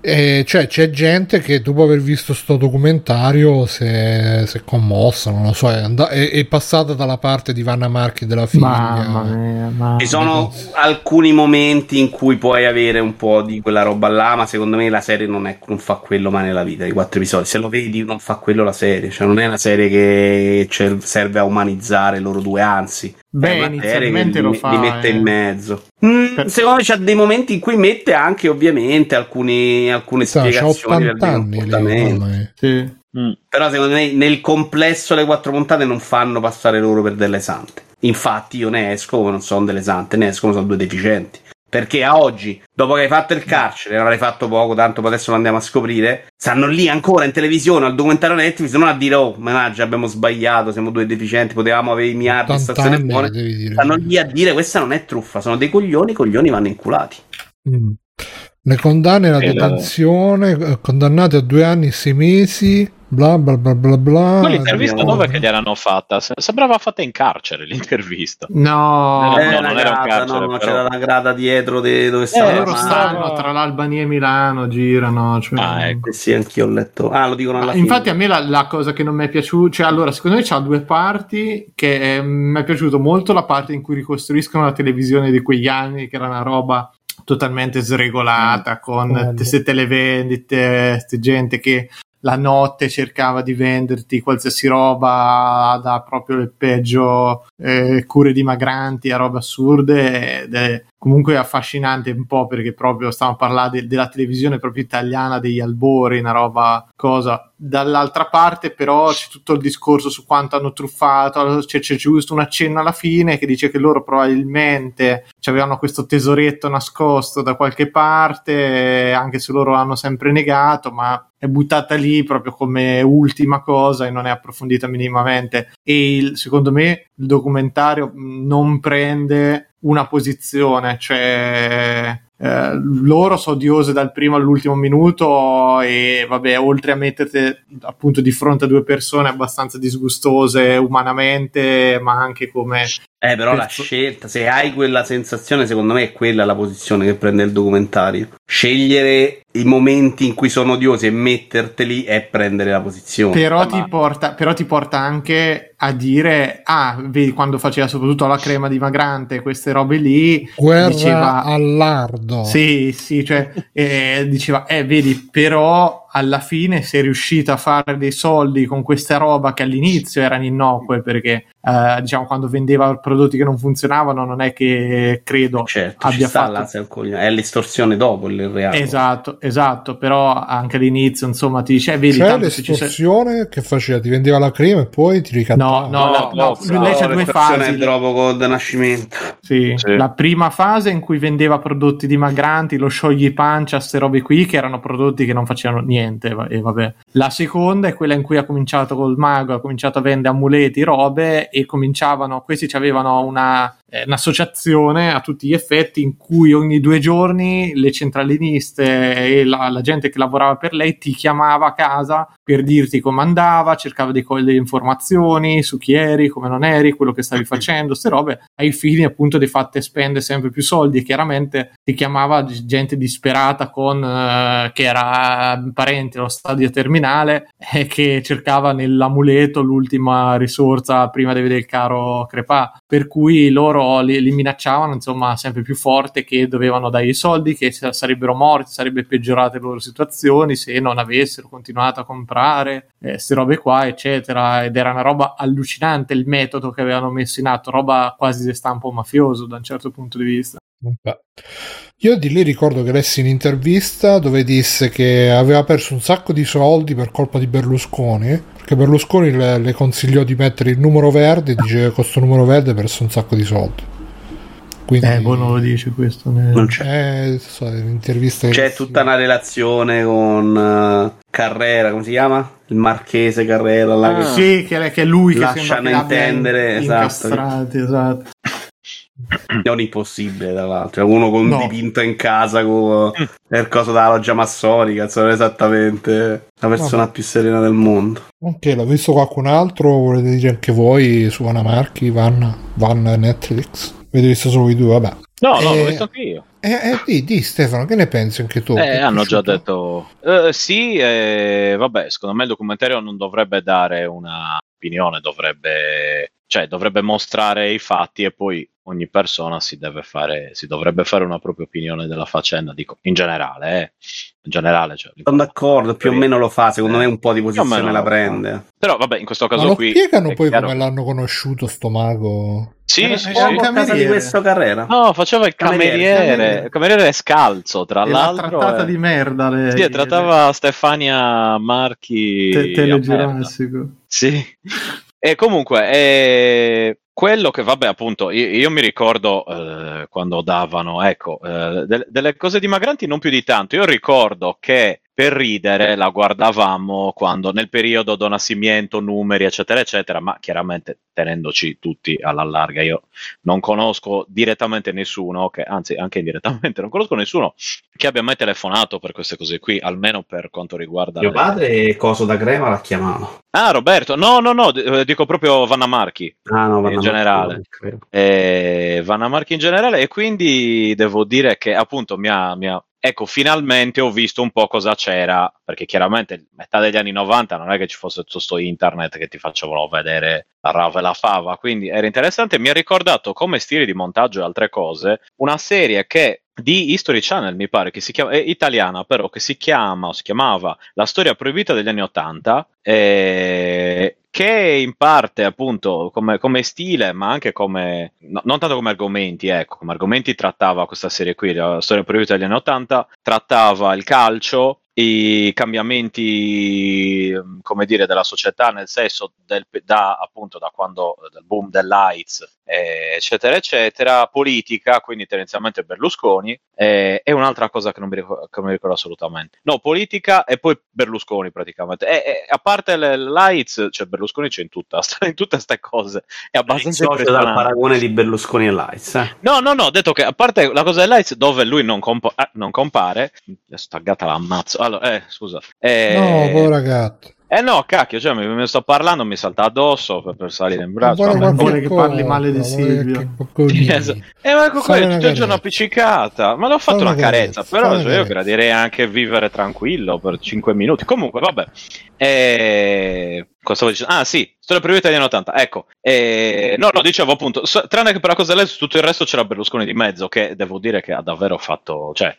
E cioè c'è gente che dopo aver visto sto documentario si è, si è commossa, non lo so, è, and- è, è passata dalla parte di Vanna Marchi della figlia. Mamma mia, mamma. Ci sono alcuni momenti in cui puoi avere un po' di quella roba là, ma secondo me la serie non, è, non fa quello mai nella vita, i quattro episodi. Se lo vedi non fa quello la serie, cioè non è una serie che serve a umanizzare loro due, anzi. Beh, inizialmente li, lo fa, li mette eh. in mezzo. Mm, Per... Secondo me c'ha dei momenti in cui mette anche ovviamente alcuni, alcune Sa, spiegazioni c'ha ottanta anni lei, sì. mm. Però secondo me nel complesso le quattro puntate non fanno passare loro per delle sante. Infatti io ne esco come non sono delle sante, ne esco come sono due deficienti. Perché a oggi, dopo che hai fatto il carcere, ne avrai fatto poco, tanto poi adesso lo andiamo a scoprire, stanno lì ancora in televisione al documentario Netflix, non a dire oh, mannaggia, abbiamo sbagliato, siamo due deficienti, potevamo avere i miliardi di stazione buone. Stanno lì a dire questa non è truffa, sono dei coglioni, i coglioni vanno inculati. Mm. Le condanne alla detenzione, la... condannate a due anni e sei mesi, bla bla bla bla bla. Ma l'intervista dove che gliel'hanno fatta? Sembrava fatta in carcere l'intervista. No, eh, no, non era un grada, carcere, no, no, però. c'era la grada dietro de, dove eh, stavano. loro stanno tra l'Albania e Milano, girano. Cioè... Ah, ecco. Eh sì, anch'io ho letto. Ah, lo dicono alla ah, fine. Infatti a me la, la cosa che non mi è piaciuta, cioè allora secondo me c'ha due parti che eh, mi è piaciuto molto la parte in cui ricostruiscono la televisione di quegli anni, che era una roba totalmente sregolata, mm. con queste televendite, queste gente che la notte cercava di venderti qualsiasi roba, da proprio il peggio eh, cure dimagranti a robe assurde, ed è comunque affascinante un po' perché proprio stiamo parlando de- della televisione proprio italiana degli albori, una roba cosa. Dall'altra parte però c'è tutto il discorso su quanto hanno truffato, c'è, c'è giusto un accenno alla fine che dice che loro probabilmente avevano questo tesoretto nascosto da qualche parte, anche se loro hanno sempre negato, ma è buttata lì proprio come ultima cosa e non è approfondita minimamente. E il, secondo me il documentario non prende una posizione, cioè eh, loro sono odiose dal primo all'ultimo minuto e vabbè, oltre a metterti appunto di fronte a due persone abbastanza disgustose umanamente, ma anche come eh però la scelta, se hai quella sensazione, secondo me è quella la posizione che prende il documentario. Scegliere i momenti in cui sono odiosi e metterteli è prendere la posizione. Però, ma... ti porta, però ti porta anche a dire, ah, vedi, quando faceva soprattutto la crema dimagrante, queste robe lì, guerra diceva, al lardo. Sì, sì, cioè eh, diceva, eh, vedi, però alla fine sei riuscita a fare dei soldi con questa roba che all'inizio erano innocue, perché eh, diciamo quando vendeva prodotti che non funzionavano non è che credo certo, abbia ci sta fatto è l'estorsione dopo il reato. Esatto, esatto, però anche all'inizio insomma ti dice, eh, vedi, cioè tanto l'estorsione sei... che faceva, ti vendeva la crema e poi ti ricattava. No, no, la, no, no lei c'ha due fasi. È dopo con nascimento. Sì. Sì. La prima fase in cui vendeva prodotti dimagranti, lo sciogli pancia, ste robe qui che erano prodotti che non facevano niente e vabbè. La seconda è quella in cui ha cominciato col mago, ha cominciato a vendere amuleti, robe, e cominciavano, questi avevano una eh, un'associazione a tutti gli effetti in cui ogni due giorni le centraliniste e la, la gente che lavorava per lei ti chiamava a casa per dirti come andava, cercava di cogliere informazioni su chi eri, come non eri, quello che stavi facendo, ste robe, ai fini appunto di fatte spendere sempre più soldi, e chiaramente ti chiamava gente disperata con eh, che era parente allo stadio terminale e eh, che cercava nell'amuleto l'ultima risorsa prima di vedere il caro crepà, per cui loro li, li minacciavano insomma sempre più forte che dovevano dargli i soldi, che sarebbero morti, sarebbe peggiorate le loro situazioni se non avessero continuato a comprare queste eh, robe qua eccetera, ed era una roba allucinante il metodo che avevano messo in atto, roba quasi di stampo mafioso da un certo punto di vista. Beh. Io di lì ricordo che lessi un'intervista dove disse che aveva perso un sacco di soldi per colpa di Berlusconi, perché Berlusconi le, le consigliò di mettere il numero verde e dice che con questo numero verde ha perso un sacco di soldi. Quindi, eh, boh, non lo dice questo. Ne... Non c'è. Eh, so, un'intervista c'è che... tutta una relazione con uh, Carrera, come si chiama? Il marchese Carrera. Là, ah, che sì, che, che è lui che lasciano sembra intendere, esatto. esatto. Non impossibile, tra l'altro. Uno con un no. dipinto in casa con il coso della loggia massonica, sono esattamente la persona Vabbè. più serena del mondo. Ok, l'ho visto qualcun altro? Volete dire anche voi su Anna Marchi, Vanna, Vanna Netflix? Avete visto solo i due? Vabbè. No, no, e... l'ho visto anche io. Eh, eh, di, di Stefano, che ne pensi anche tu? Eh, hanno già detto eh, sì, eh, vabbè, secondo me il documentario non dovrebbe dare una opinione, dovrebbe, cioè, dovrebbe mostrare i fatti e poi ogni persona si deve fare, si dovrebbe fare una propria opinione della faccenda, dico, in generale, eh. In generale, cioè, sono d'accordo, più o meno lo fa, secondo me un po' di posizione la prende. Però vabbè, in questo caso Ma lo qui spiegano poi chiaro... come l'hanno conosciuto sto mago? Sì, Era, sì, era sì. a casa di questo Carrera. No, faceva il cameriere, cameriere. il cameriere scalzo, tra E l'ha l'altro. trattata eh. di merda lei. Sì, trattava Stefania Marchi Te- a merda. Telegiurassico. Sì. E comunque, eh, quello che, vabbè, appunto, io, io mi ricordo eh, quando davano, ecco, eh, de- delle cose dimagranti non più di tanto. Io ricordo che per ridere la guardavamo quando nel periodo Don Nascimento, numeri, eccetera, eccetera, ma chiaramente tenendoci tutti alla larga. Io non conosco direttamente nessuno, che, anzi anche indirettamente, non conosco nessuno che abbia mai telefonato per queste cose qui, almeno per quanto riguarda... Mio le- padre Coso da Crema l'ha chiamato. Ah, Roberto, no, no, no, d- dico proprio Vanna Marchi. Ah no, In Vanna generale. Marchi, credo. Eh, Vanna Marchi in generale, e quindi devo dire che appunto mi ha, mi ha- ecco, finalmente ho visto un po' cosa c'era, perché chiaramente metà degli anni novanta non è che ci fosse tutto sto internet che ti facevano vedere la rava e la fava, quindi era interessante. Mi ha ricordato come stile di montaggio e altre cose una serie che di History Channel, mi pare, che si chiama, è italiana però, che si chiama o si chiamava La storia proibita degli anni Ottanta, eh, che in parte appunto come, come stile, ma anche come, no, non tanto come argomenti, ecco, come argomenti trattava questa serie qui, La storia proibita degli anni Ottanta, trattava il calcio, i cambiamenti, come dire, della società, nel senso del, da appunto da quando del boom dell'AIDS, eh, eccetera eccetera, politica, quindi tendenzialmente Berlusconi, eh, e un'altra cosa che non mi ricordo, che non mi ricordo assolutamente, no, politica e poi Berlusconi praticamente, e, e, a parte l'AIDS, cioè Berlusconi c'è in tutta in tutte queste cose, è abbastanza Dal impressionante. paragone di Berlusconi e l'AIDS. Eh. No, no, no, ho detto che a parte la cosa dell'AIDS dove lui non, compo- eh, non compare, adesso taggata l'ammazzo, allora, eh, scusa. Eh, No, povera gatto. Eh no, cacchio, cioè mi, mi sto parlando, mi salta addosso per, per salire in braccio. Vuole Vabbè. Vuole che parli cosa, male di vuole Silvio. che coccolini. Esatto. Eh, ma ecco Fai qua, una tutto il giorno carezza. appiccicata, ma l'ho fatto Fai una una carezza, carezza, però fai una cioè, io carezza. gradirei anche vivere tranquillo per cinque minuti. Comunque, vabbè. Eh, cosa stavo dicendo? Ah, sì, storia proibita degli anni ottanta. Ecco, eh, no, lo dicevo appunto, so- tranne che per la cosa dell'A I D S, tutto il resto c'era Berlusconi di mezzo, che devo dire che ha davvero fatto, cioè,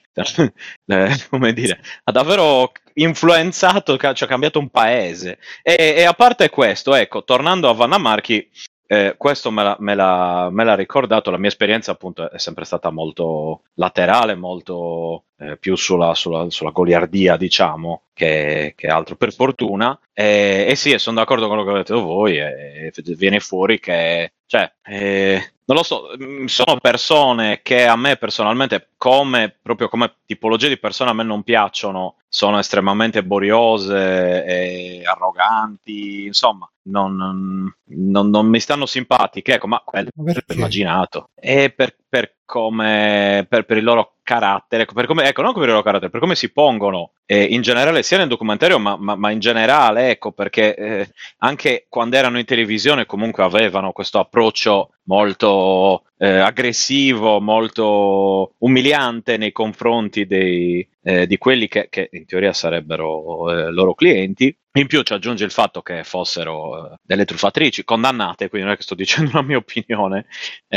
eh, come dire, ha davvero influenzato, ca- cioè, ha cambiato un paese. E, e a parte questo, ecco, tornando a Vanna Marchi, eh, questo me l'ha, me, l'ha, me l'ha ricordato, la mia esperienza appunto è sempre stata molto laterale, molto eh, più sulla, sulla, sulla goliardia, diciamo, che, che altro, per fortuna. E, e sì, sono d'accordo con quello che avete detto voi, e, e viene fuori che, cioè, eh, non lo so, sono persone che a me personalmente, come proprio come tipologia di persone, a me non piacciono, sono estremamente boriose e arroganti, insomma, non, non, non mi stanno simpatiche, ecco, ma quello Ma perché? l'ho immaginato. E per, per come per, per il loro carattere, ecco, per come, ecco, non per il loro carattere, per come si pongono eh, in generale, sia nel documentario, ma, ma, ma in generale, ecco, perché eh, anche quando erano in televisione comunque avevano questo approccio molto eh, aggressivo, molto umiliante nei confronti dei, eh, di quelli che, che in teoria sarebbero eh, loro clienti. In più ci aggiunge il fatto che fossero eh, delle truffatrici condannate, quindi non è che sto dicendo la mia opinione,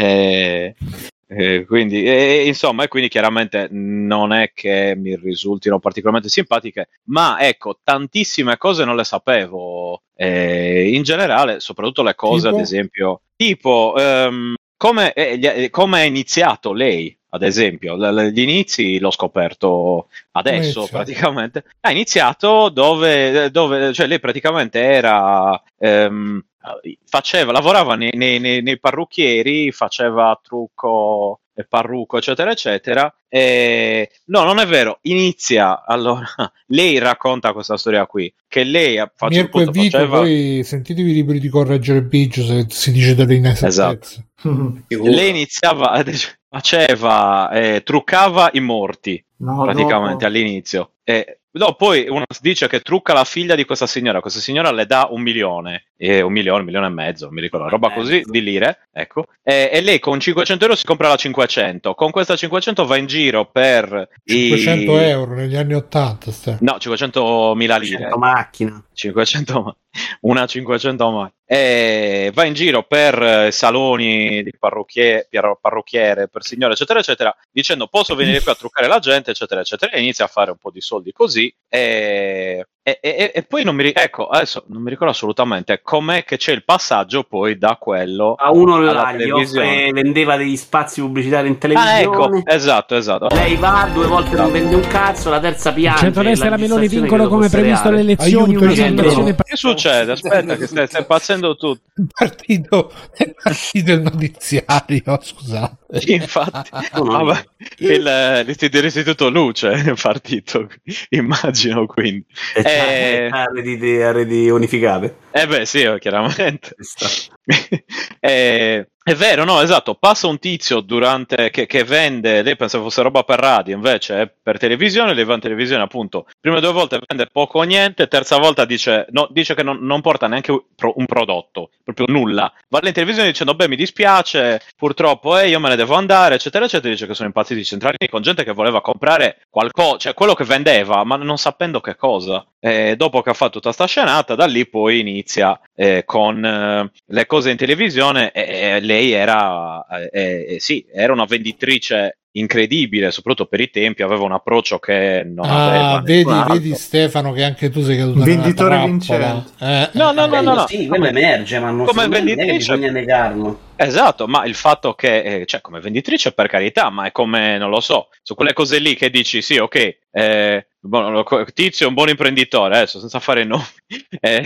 eh, eh, quindi, eh, insomma, e quindi chiaramente non è che mi risultino particolarmente simpatiche, ma ecco, tantissime cose non le sapevo, eh, in generale, soprattutto le cose, Tipo? ad esempio, tipo ehm, come, eh, come è iniziato lei, ad esempio, l- l- gli inizi l'ho scoperto adesso, Inizia. praticamente. Ha iniziato dove, dove cioè lei praticamente era, ehm, faceva, lavorava nei, nei, nei, nei parrucchieri, faceva trucco e parrucco, eccetera, eccetera. E no, non è vero. Inizia, allora, lei racconta questa storia qui, che lei a faccio Mirko e punto, Vito, faceva... poi sentitevi liberi di correggere il biggio se si dice delle inesattezze. Lei iniziava, faceva, eh, truccava i morti, No, praticamente dopo. all'inizio. Eh, no, poi uno dice che trucca la figlia di questa signora, questa signora le dà un milione, eh, un milione, un milione e mezzo, non mi ricordo, una roba così di lire, ecco, e, e lei con cinquecento euro si compra la cinquecento, con questa cinquecento va in giro per cinquecento i... euro negli anni ottanta, stai. No, cinquecentomila lire. Macchina. cinquecento, una cinquecento mai. E va in giro per saloni di parrucchie, parrucchiere, per signore, eccetera, eccetera, dicendo posso venire qui a truccare la gente, eccetera, eccetera, e inizia a fare un po' di soldi così. E, e, e, e poi non mi ricordo, ecco, adesso non mi ricordo assolutamente com'è che c'è il passaggio poi da quello a uno alla là, gli televisione. offre, vendeva degli spazi pubblicitari in televisione. Ah, ecco, esatto, esatto. Lei va, due volte non vende un cazzo, la terza piange. Il centrodestra e la Meloni vincono come previsto reale. le elezioni. Aiuto, Una aiuto. elezione Che succede? Aspetta, che stai, stai impazzendo tutto. Il partito, il partito del notiziario, scusate. Infatti, vabbè, il, l'istituto, l'istituto Luce è partito, immagino, quindi. E a reti, a reti unificate. Eh beh, sì, chiaramente. eh, è vero, no, esatto. Passa un tizio durante che, che vende, lei pensava fosse roba per radio, invece è per televisione, lei va in televisione, appunto. Prime due volte vende poco o niente, terza volta dice, no, dice che non, non porta neanche un prodotto, proprio nulla. Va in televisione dicendo, beh, mi dispiace, purtroppo, eh, io me ne devo andare, eccetera, eccetera. Dice che sono impazziti i centrali con gente che voleva comprare qualcosa, cioè quello che vendeva, ma non sapendo che cosa. E dopo che ha fatto tutta sta scenata, da lì poi inizia eh, con eh, le cose in televisione e, e lei era, eh, eh, sì, era una venditrice incredibile, soprattutto per i tempi, aveva un approccio che non ah, aveva. Vedi, vedi Stefano che anche tu sei caduto venditore nella vincente. Eh, no, no, no, no, no. Sì, quello emerge, ma non come non è che venditrice bisogna negarlo. Esatto, ma il fatto che, eh, cioè, come venditrice per carità, ma è come, non lo so, su quelle cose lì che dici, sì, ok, eh, buono, Tizio è un buon imprenditore, adesso senza fare nomi, eh,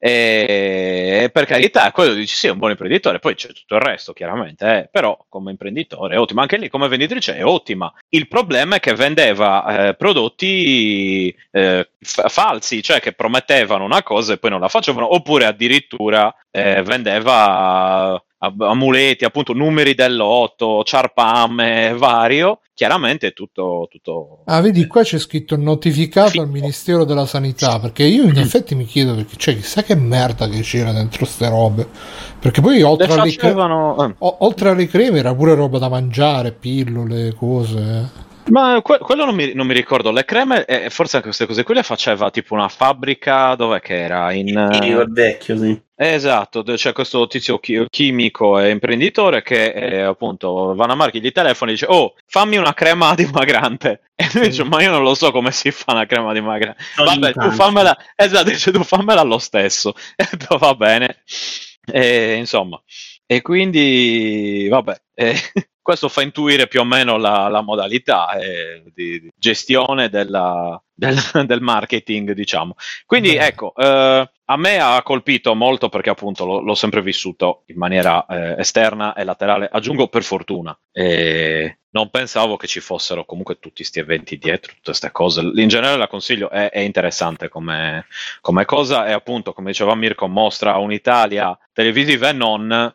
eh, per carità, quello dici, sì, è un buon imprenditore, poi c'è tutto il resto, chiaramente, eh, però come imprenditore è ottima, anche lì come venditrice è ottima. Il problema è che vendeva eh, prodotti eh, f- falsi, cioè che promettevano una cosa e poi non la facevano, oppure addirittura eh, vendeva amuleti, appunto numeri del lotto, ciarpame vario, chiaramente tutto, tutto... Ah, vedi, qua c'è scritto notificato Fico. al Ministero della Sanità, perché io in effetti mi chiedo, perché cioè chissà che merda che c'era dentro ste robe, perché poi oltre, alle, facevano... cre- o- oltre alle creme era pure roba da mangiare, pillole, cose... Ma que- quello non mi, non mi ricordo. Le creme, eh, forse anche queste cose qui le faceva tipo una fabbrica, dov'è che era? In Io il vecchio, sì. Esatto, c'è questo tizio chi- chimico e imprenditore che eh, appunto va a marchi gli telefoni e dice oh fammi una crema dimagrante e lui dice ma io non lo so come si fa una crema dimagrante. Vabbè tu fammela, esatto, dice tu fammela lo stesso e detto, va bene e, insomma e quindi vabbè eh, questo fa intuire più o meno la, la modalità eh, di, di gestione della, del, del marketing, diciamo. Quindi Beh. ecco, eh, a me ha colpito molto perché appunto lo, l'ho sempre vissuto in maniera eh, esterna e laterale, aggiungo per fortuna. E non pensavo che ci fossero comunque tutti questi eventi dietro, tutte queste cose. In generale la consiglio, è, è interessante come, come cosa e appunto, come diceva Mirko, mostra un'Italia televisiva e non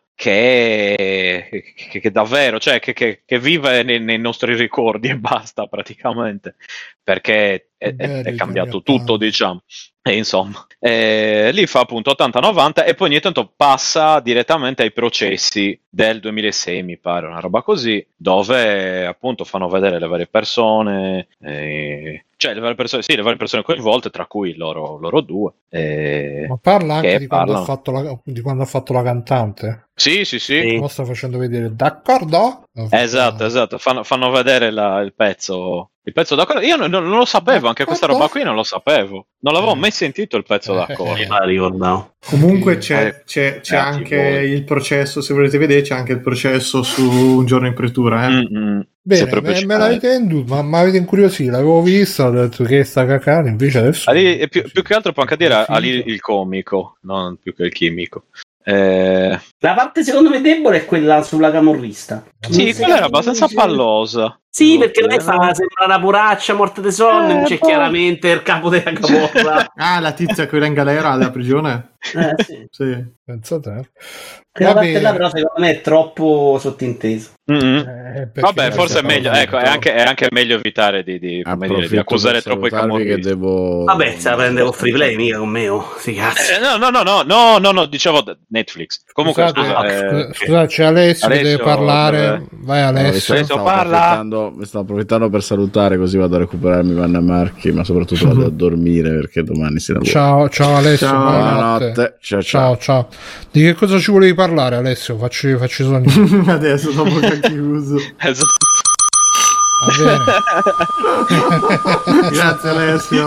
che, che, che davvero, cioè che, che, che vive nei, nei nostri ricordi e basta praticamente, perché è, è, è cambiato tutto, diciamo. E insomma, eh, lì fa appunto ottanta novanta e poi ogni tanto passa direttamente ai processi del duemilasei, mi pare, una roba così, dove appunto fanno vedere le varie persone, eh, cioè le varie persone, sì, le varie persone coinvolte, tra cui loro, loro due. Eh, Ma parla anche di quando, parlano. ha fatto la, di quando ha fatto la cantante. Sì, sì, sì. Lo sta facendo vedere, d'accordo? Esatto, esatto, fanno, fanno vedere la, il pezzo. Il pezzo d'accordo, io non, non lo sapevo, anche questa roba qui non lo sapevo, non l'avevo mai sentito il pezzo d'accordo. Comunque c'è, c'è, c'è anche il processo, se volete vedere, c'è anche il processo su Un giorno in pretura. Eh? Mm-hmm. Bene, me, me l'avete venduto, ma mi avete incuriosito, l'avevo visto, ho detto che sta cacando, invece adesso... Ali, più, più che altro può anche dire Ali il comico, non più che il chimico. Eh... La parte secondo me debole è quella sulla camorrista. Sì, quella era abbastanza pallosa. Sì, perché lei fa, sembra una poraccia morta di sonno, eh, invece poi... chiaramente il capo della camorra. Ah, la tizia quella in galera alla prigione? Eh, sì. Sì. Pensate. Quella parte là però secondo me è troppo sottinteso. Mm-hmm. Eh, Vabbè, forse è meglio, ecco, è anche, è anche meglio evitare di, di, come dire, di accusare troppo i camorristi. Devo... Vabbè, se la prende con free play, mica con me, oh, sì, cazzo. Eh, no, no, no, no, no, no, no, dicevo Netflix. Comunque, scusate, scusa, eh, eh, scusa, c'è Alessio, Alessio che deve parlare. dove... Vai Alessio. No, mi, stavo approfittando, mi stavo approfittando per salutare, così vado a recuperarmi Vanna Marchi, ma soprattutto vado a dormire perché domani si lavora. Ciao, ciao Alessio, ciao, buonanotte. buonanotte. Ciao, ciao, ciao. Di che cosa ci volevi parlare, Alessio? Facci, facci sogni. Adesso dopo che ha chiuso. Va bene. Grazie Alessio.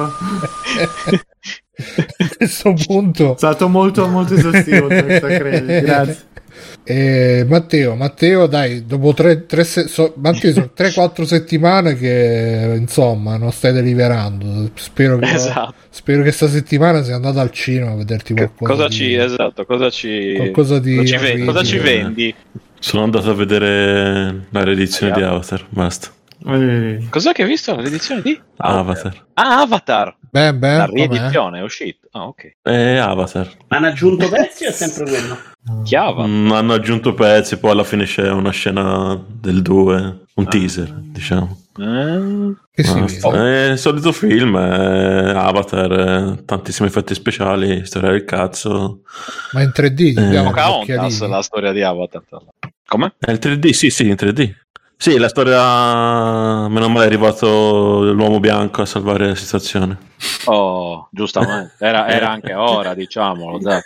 A questo punto è stato molto molto esaustivo. Grazie. Eh, Matteo, Matteo, dai, dopo tre, tre se- so, Matteo, sono tre quattro settimane che insomma non stai deliberando. Spero che, esatto. spero che sta settimana sia andata al cinema a vederti qualcosa. Cosa di, ci, esatto, cosa ci, qualcosa di cosa ci, vendi, cosa ci vendi? Sono andato a vedere la riedizione di Avatar, basta. Eh. Cos'è che hai visto? L'edizione di Avatar? Ah, Avatar. Ben, ben, la riedizione è uscita. Ah, ok. È Avatar. Hanno aggiunto pezzi o è sempre quello? Chiava. Mm, hanno aggiunto pezzi, poi alla fine c'è una scena del due, un ah. teaser, diciamo. Eh, che si è il solito film, è Avatar, tantissimi effetti speciali, storia del cazzo. Ma in tre D? Eh, Pocahontas, la storia di Avatar. Come? È il tre D, sì, sì, in tre D. Sì, la storia, meno male è arrivato l'uomo bianco a salvare la situazione. Oh, giustamente, era, era anche ora, diciamolo, dai.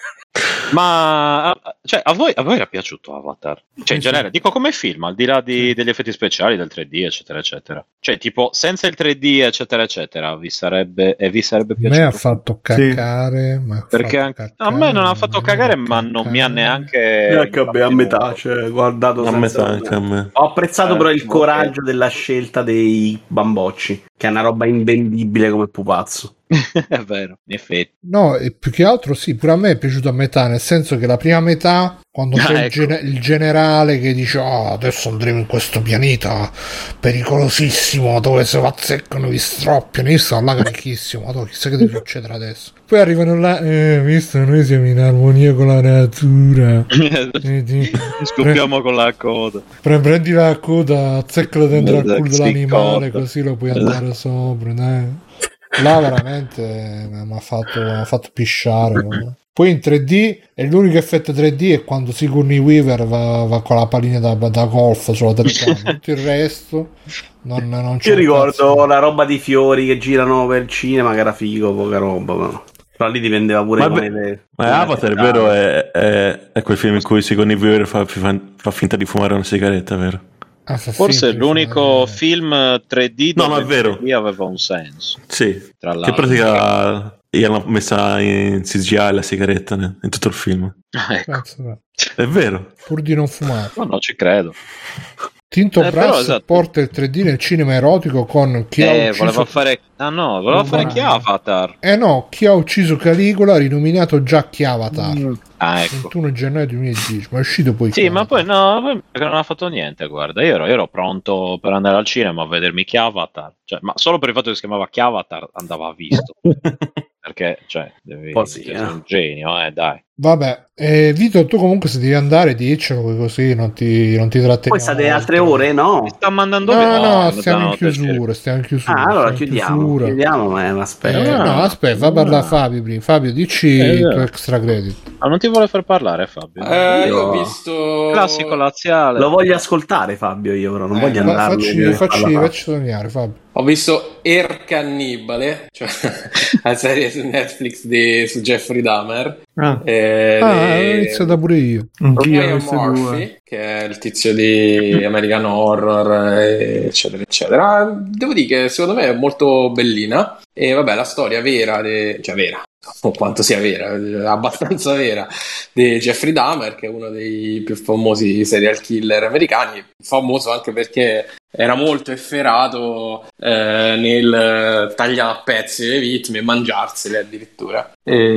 Ma cioè, a voi, a voi era piaciuto Avatar? Cioè, in genere, dico come film, al di là di, degli effetti speciali, del tre D, eccetera, eccetera. Cioè, tipo, senza il tre D, eccetera, eccetera, vi sarebbe, e vi sarebbe piaciuto? A me ha fatto cacare, sì. ma perché fatto anche, cacare, a me non ha fatto cagare, ma cacare. Non mi ha neanche... Neanche a me, a metà, cioè, guardato a metà anche a me. Ho apprezzato eh, però il okay. coraggio della scelta dei bambocci, che è una roba invendibile come pupazzo. È vero, in effetti. No, e più che altro sì, pure a me è piaciuto a metà, nel senso che la prima metà, quando ah, c'è ecco. il, gen- il generale che dice oh, adesso andremo in questo pianeta pericolosissimo dove se azzeccano vi stroppiano, io stavo là carichissimo, ma chissà che deve succedere adesso. Poi arrivano là, eh, visto noi siamo in armonia con la natura. Scoppiamo pre- con la coda. Pre- prendi la coda, azzeccalo dentro al culo dell'animale, così lo puoi andare sopra, dai. Là veramente mi ha fatto, fatto pisciare. Poi in tre D e l'unico effetto tre D è quando Sigourney Weaver va, va con la pallina da, da golf sulla telecamera. Tutto il resto non, non c'è. Io ricordo cazzo. La roba di fiori che girano per il cinema, che era figo, poca roba, però, però lì dipendeva pure ma, come le, ma Avatar, è vero, è, è, è quel film in cui Sigourney Weaver fa, fa finta di fumare una sigaretta, vero? Ah, forse è l'unico fare... film tre D no, no, è vero. Che aveva un senso. Sì, tra l'altro. Che pratica gli hanno messa in C G I la sigaretta in tutto il film. Ah, ecco. Cazzo, è vero. Pur di non fumare. No, no, ci credo. Tinto eh, Brass però, esatto. porta il tre D nel cinema erotico con chi eh, ha ucciso... voleva fare ah no, voleva fare chi Avatar. Eh no, chi ha ucciso Caligola rinominato già chi Avatar. Mm. Ah, ecco. ventuno gennaio duemiladieci, ma è uscito poi. Sì, ma poi no, poi non ha fatto niente, guarda, io ero, ero pronto per andare al cinema a vedermi chi Avatar, cioè, ma solo per il fatto che si chiamava chi Avatar andava visto. Perché, cioè, devi sì, cioè, eh. sei un genio, eh, dai. Vabbè, eh, Vito, tu comunque se devi andare diccelo, così non ti, non ti tratteniamo. Poi state altre ore, no? Mi sta mandando no, via. no, no, stiamo in chiusura, stiamo in chiusura. Ah, allora stiamo chiudiamo, chiudiamo, ma, ma aspetta. Eh, no, no, aspetta, fa parlare Fabio prima. Fabio, dici eh, il tuo extra credit. Ma non ti vuole far parlare, Fabio? Eh, io ho visto... Classico laziale. Lo voglio ascoltare, Fabio, io però non eh, voglio andare. Facci, facci, facci sognare, Fabio. Ho visto Er Cannibale, cioè la serie su Netflix di, su Jeffrey Dahmer. Ah, eh, ah l'ho iniziata pure io. Ryan Murphy, che è il tizio di American Horror, eccetera, eccetera. Devo dire che secondo me è molto bellina. E vabbè, la storia vera, de... cioè vera, o quanto sia vera, abbastanza vera, di Jeffrey Dahmer, che è uno dei più famosi serial killer americani, famoso anche perché era molto efferato eh, nel tagliare a pezzi le vittime e mangiarsele addirittura,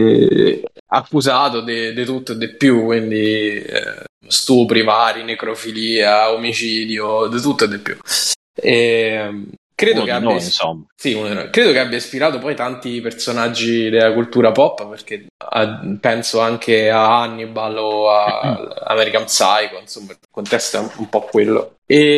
e accusato di tutto e di più, quindi eh, stupri vari, necrofilia, omicidio, di tutto e di più. E credo Uno che di abbia noi, is- insomma. sì, uno di noi. Credo che abbia ispirato poi tanti personaggi della cultura pop, perché ah, penso anche a Hannibal o a American Psycho, insomma, il contesto è un po' quello.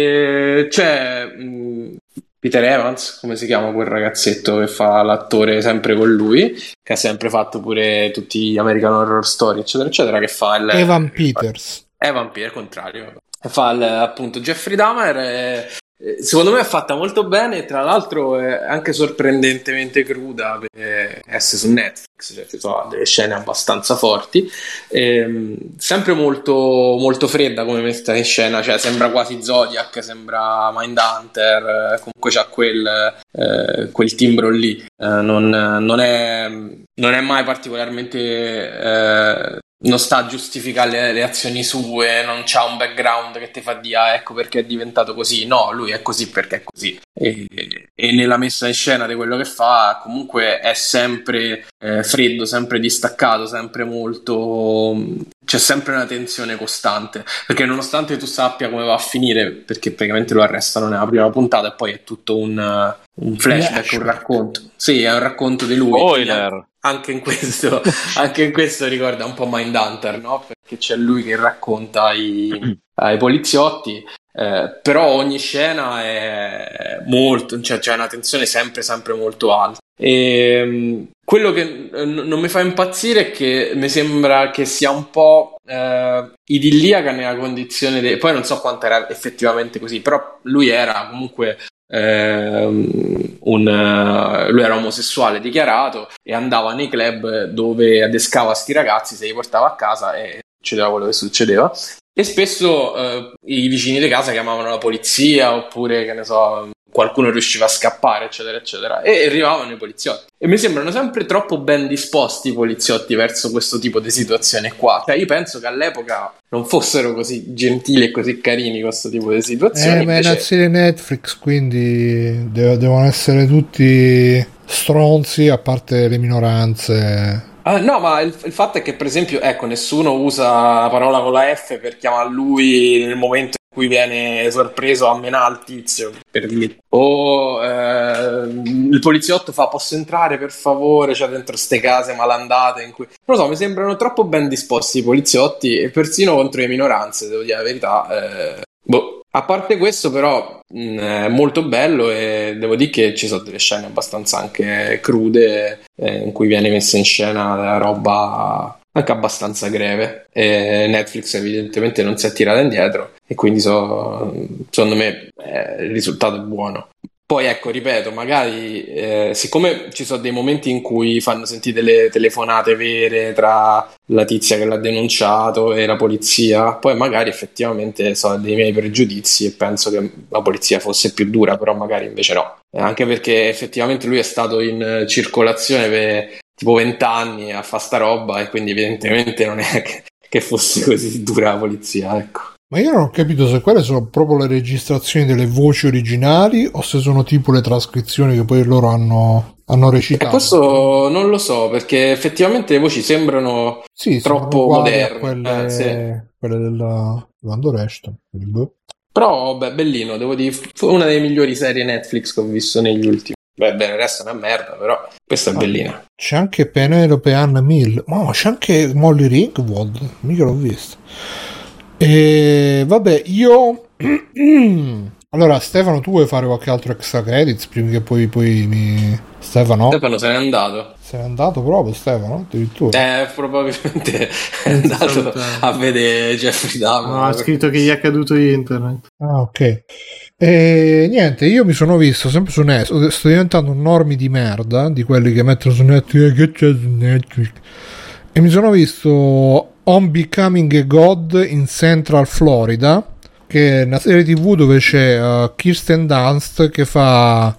E c'è mh, Peter Evans, come si chiama quel ragazzetto che fa l'attore sempre con lui, che ha sempre fatto pure tutti gli American Horror Story, eccetera, eccetera, che fa il... Evan Peters. Evan Peters, contrario. Fa il, appunto Jeffrey Dahmer. E, secondo me è fatta molto bene e tra l'altro è anche sorprendentemente cruda per essere su Netflix, cioè ci sono delle scene abbastanza forti, e, sempre molto, molto fredda come messa in scena, cioè sembra quasi Zodiac, sembra Mindhunter, comunque c'ha quel, eh, quel timbro lì, eh, non, non, è, non è mai particolarmente... Eh, non sta a giustificare le, le azioni sue, non c'ha un background che ti fa dire ah, ecco perché è diventato così. No, lui è così perché è così. E, e nella messa in scena di quello che fa comunque è sempre eh, freddo, sempre distaccato, sempre molto... c'è sempre una tensione costante, perché nonostante tu sappia come va a finire, perché praticamente lo arrestano nella prima puntata e poi è tutto un, un flashback, un racconto. Sì, è un racconto di lui. Spoiler! Anche in questo, anche in questo ricorda un po' Mindhunter, no? Perché c'è lui che racconta ai, ai poliziotti, eh, però ogni scena è molto, cioè c'è una tensione sempre, sempre molto alta. E um, quello che eh, non mi fa impazzire è che mi sembra che sia un po' eh, idilliaca nella condizione, de- poi non so quanto era effettivamente così, però lui era comunque... Uh, un, uh, lui era omosessuale dichiarato e andava nei club dove adescava sti ragazzi, se li portava a casa e succedeva quello che succedeva, e spesso uh, i vicini di casa chiamavano la polizia oppure che ne so qualcuno riusciva a scappare eccetera eccetera e arrivavano i poliziotti e mi sembrano sempre troppo ben disposti i poliziotti verso questo tipo di situazione qua, cioè io penso che all'epoca non fossero così gentili e così carini questo tipo di situazioni. Eh, ma è una serie Netflix, quindi dev- devono essere tutti stronzi a parte le minoranze. Uh, no, ma il, il fatto è che per esempio ecco nessuno usa la parola con la F per chiamare lui nel momento in cui viene sorpreso a menare il tizio, per dire. O eh, il poliziotto fa posso entrare per favore, cioè dentro ste case malandate in cui... non lo so, mi sembrano troppo ben disposti i poliziotti e persino contro le minoranze, devo dire la verità. eh, boh. A parte questo però mh, è molto bello e devo dire che ci sono delle scene abbastanza anche crude eh, in cui viene messa in scena della roba anche abbastanza greve e Netflix evidentemente non si è tirata indietro e quindi so, secondo me eh, il risultato è buono. Poi ecco, ripeto, magari eh, siccome ci sono dei momenti in cui fanno sentire delle telefonate vere tra la tizia che l'ha denunciato e la polizia, poi magari effettivamente so dei miei pregiudizi e penso che la polizia fosse più dura, però magari invece no. Eh, anche perché effettivamente lui è stato in circolazione per tipo vent'anni a fare sta roba e quindi evidentemente non è che, che fosse così dura la polizia, ecco. Ma io non ho capito se quelle sono proprio le registrazioni delle voci originali o se sono tipo le trascrizioni che poi loro hanno, hanno recitato. E questo non lo so, perché effettivamente le voci sembrano sì, troppo moderne. Quelle, eh, sì. quelle della Lando Reston. Però, beh, bellino, devo dire, fu una delle migliori serie Netflix che ho visto negli ultimi. Beh, bene, il resto è una merda, però questa è ah, bellina. C'è anche Penelope Ann Mill, ma oh, c'è anche Molly Ringwald, mica l'ho vista. E vabbè, io allora Stefano, tu vuoi fare qualche altro extra credits prima che poi, poi mi Stefano? Stefano se n'è andato. Se n'è andato proprio Stefano? Addirittura. Eh, probabilmente è andato a vedere Jeffrey Dahmer. No, ha scritto che gli è caduto internet. Ah, ok. E niente, io mi sono visto sempre su Netflix, sto diventando un normie di merda di quelli che mettono su Netflix, che c'è su Netflix, e mi sono visto On Becoming a God in Central Florida, che è una serie tv dove c'è uh, Kirsten Dunst che fa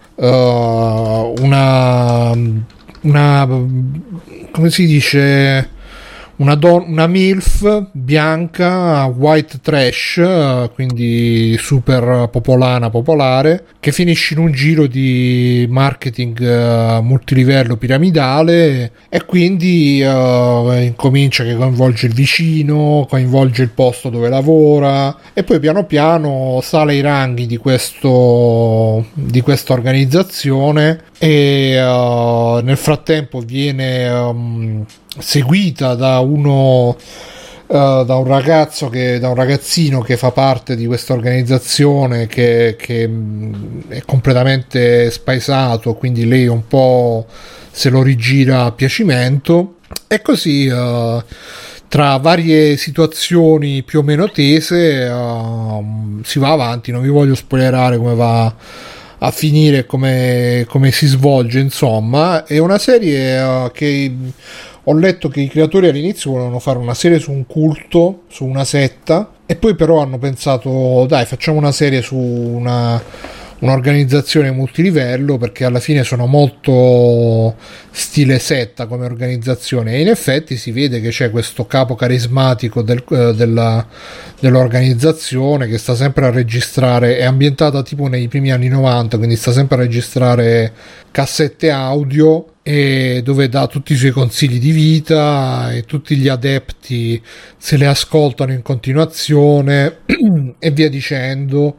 uh, una una come si dice una, don- una MILF bianca, white trash, quindi super popolana, popolare, che finisce in un giro di marketing uh, multilivello piramidale, e quindi uh, incomincia che coinvolge il vicino, coinvolge il posto dove lavora, e poi piano piano sale i ranghi di questo di questa organizzazione, e uh, nel frattempo viene um, seguita da uno uh, da un ragazzo che da un ragazzino che fa parte di questa organizzazione, che, che mh, è completamente spaesato, quindi lei un po' se lo rigira a piacimento, e così uh, tra varie situazioni più o meno tese uh, si va avanti. Non vi voglio spoilerare come va a finire, come, come si svolge. Insomma, è una serie uh, che ho letto che i creatori all'inizio volevano fare una serie su un culto, su una setta, e poi però hanno pensato dai, facciamo una serie su una un'organizzazione multilivello, perché alla fine sono molto stile setta come organizzazione, e in effetti si vede che c'è questo capo carismatico del, della, dell'organizzazione, che sta sempre a registrare, è ambientata tipo nei primi anni novanta, quindi sta sempre a registrare cassette audio, e dove dà tutti i suoi consigli di vita, e tutti gli adepti se le ascoltano in continuazione e via dicendo.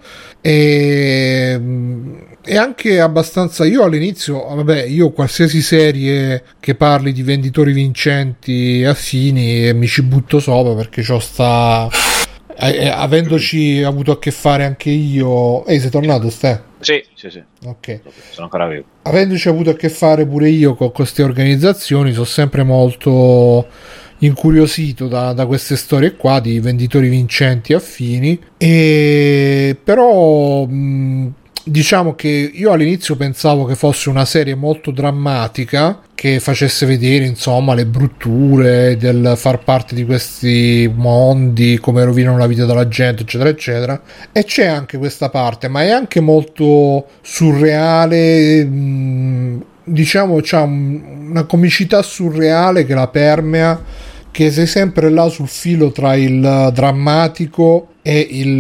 E, e anche abbastanza, io all'inizio, vabbè, io qualsiasi serie che parli di venditori vincenti affini mi ci butto sopra, perché c'ho sta eh, avendoci avuto a che fare anche io. Ehi, sei tornato, Ste? Sì, sì, sì. Ok. Sono ancora vivo. Avendoci avuto a che fare pure io con queste organizzazioni, sono sempre molto incuriosito da, da queste storie qua di venditori vincenti affini. E però mh, diciamo che io all'inizio pensavo che fosse una serie molto drammatica, che facesse vedere insomma le brutture del far parte di questi mondi, come rovinano la vita della gente, eccetera eccetera, e c'è anche questa parte, ma è anche molto surreale, mh, diciamo c'ha un, una comicità surreale che la permea, che sei sempre là sul filo tra il drammatico e il,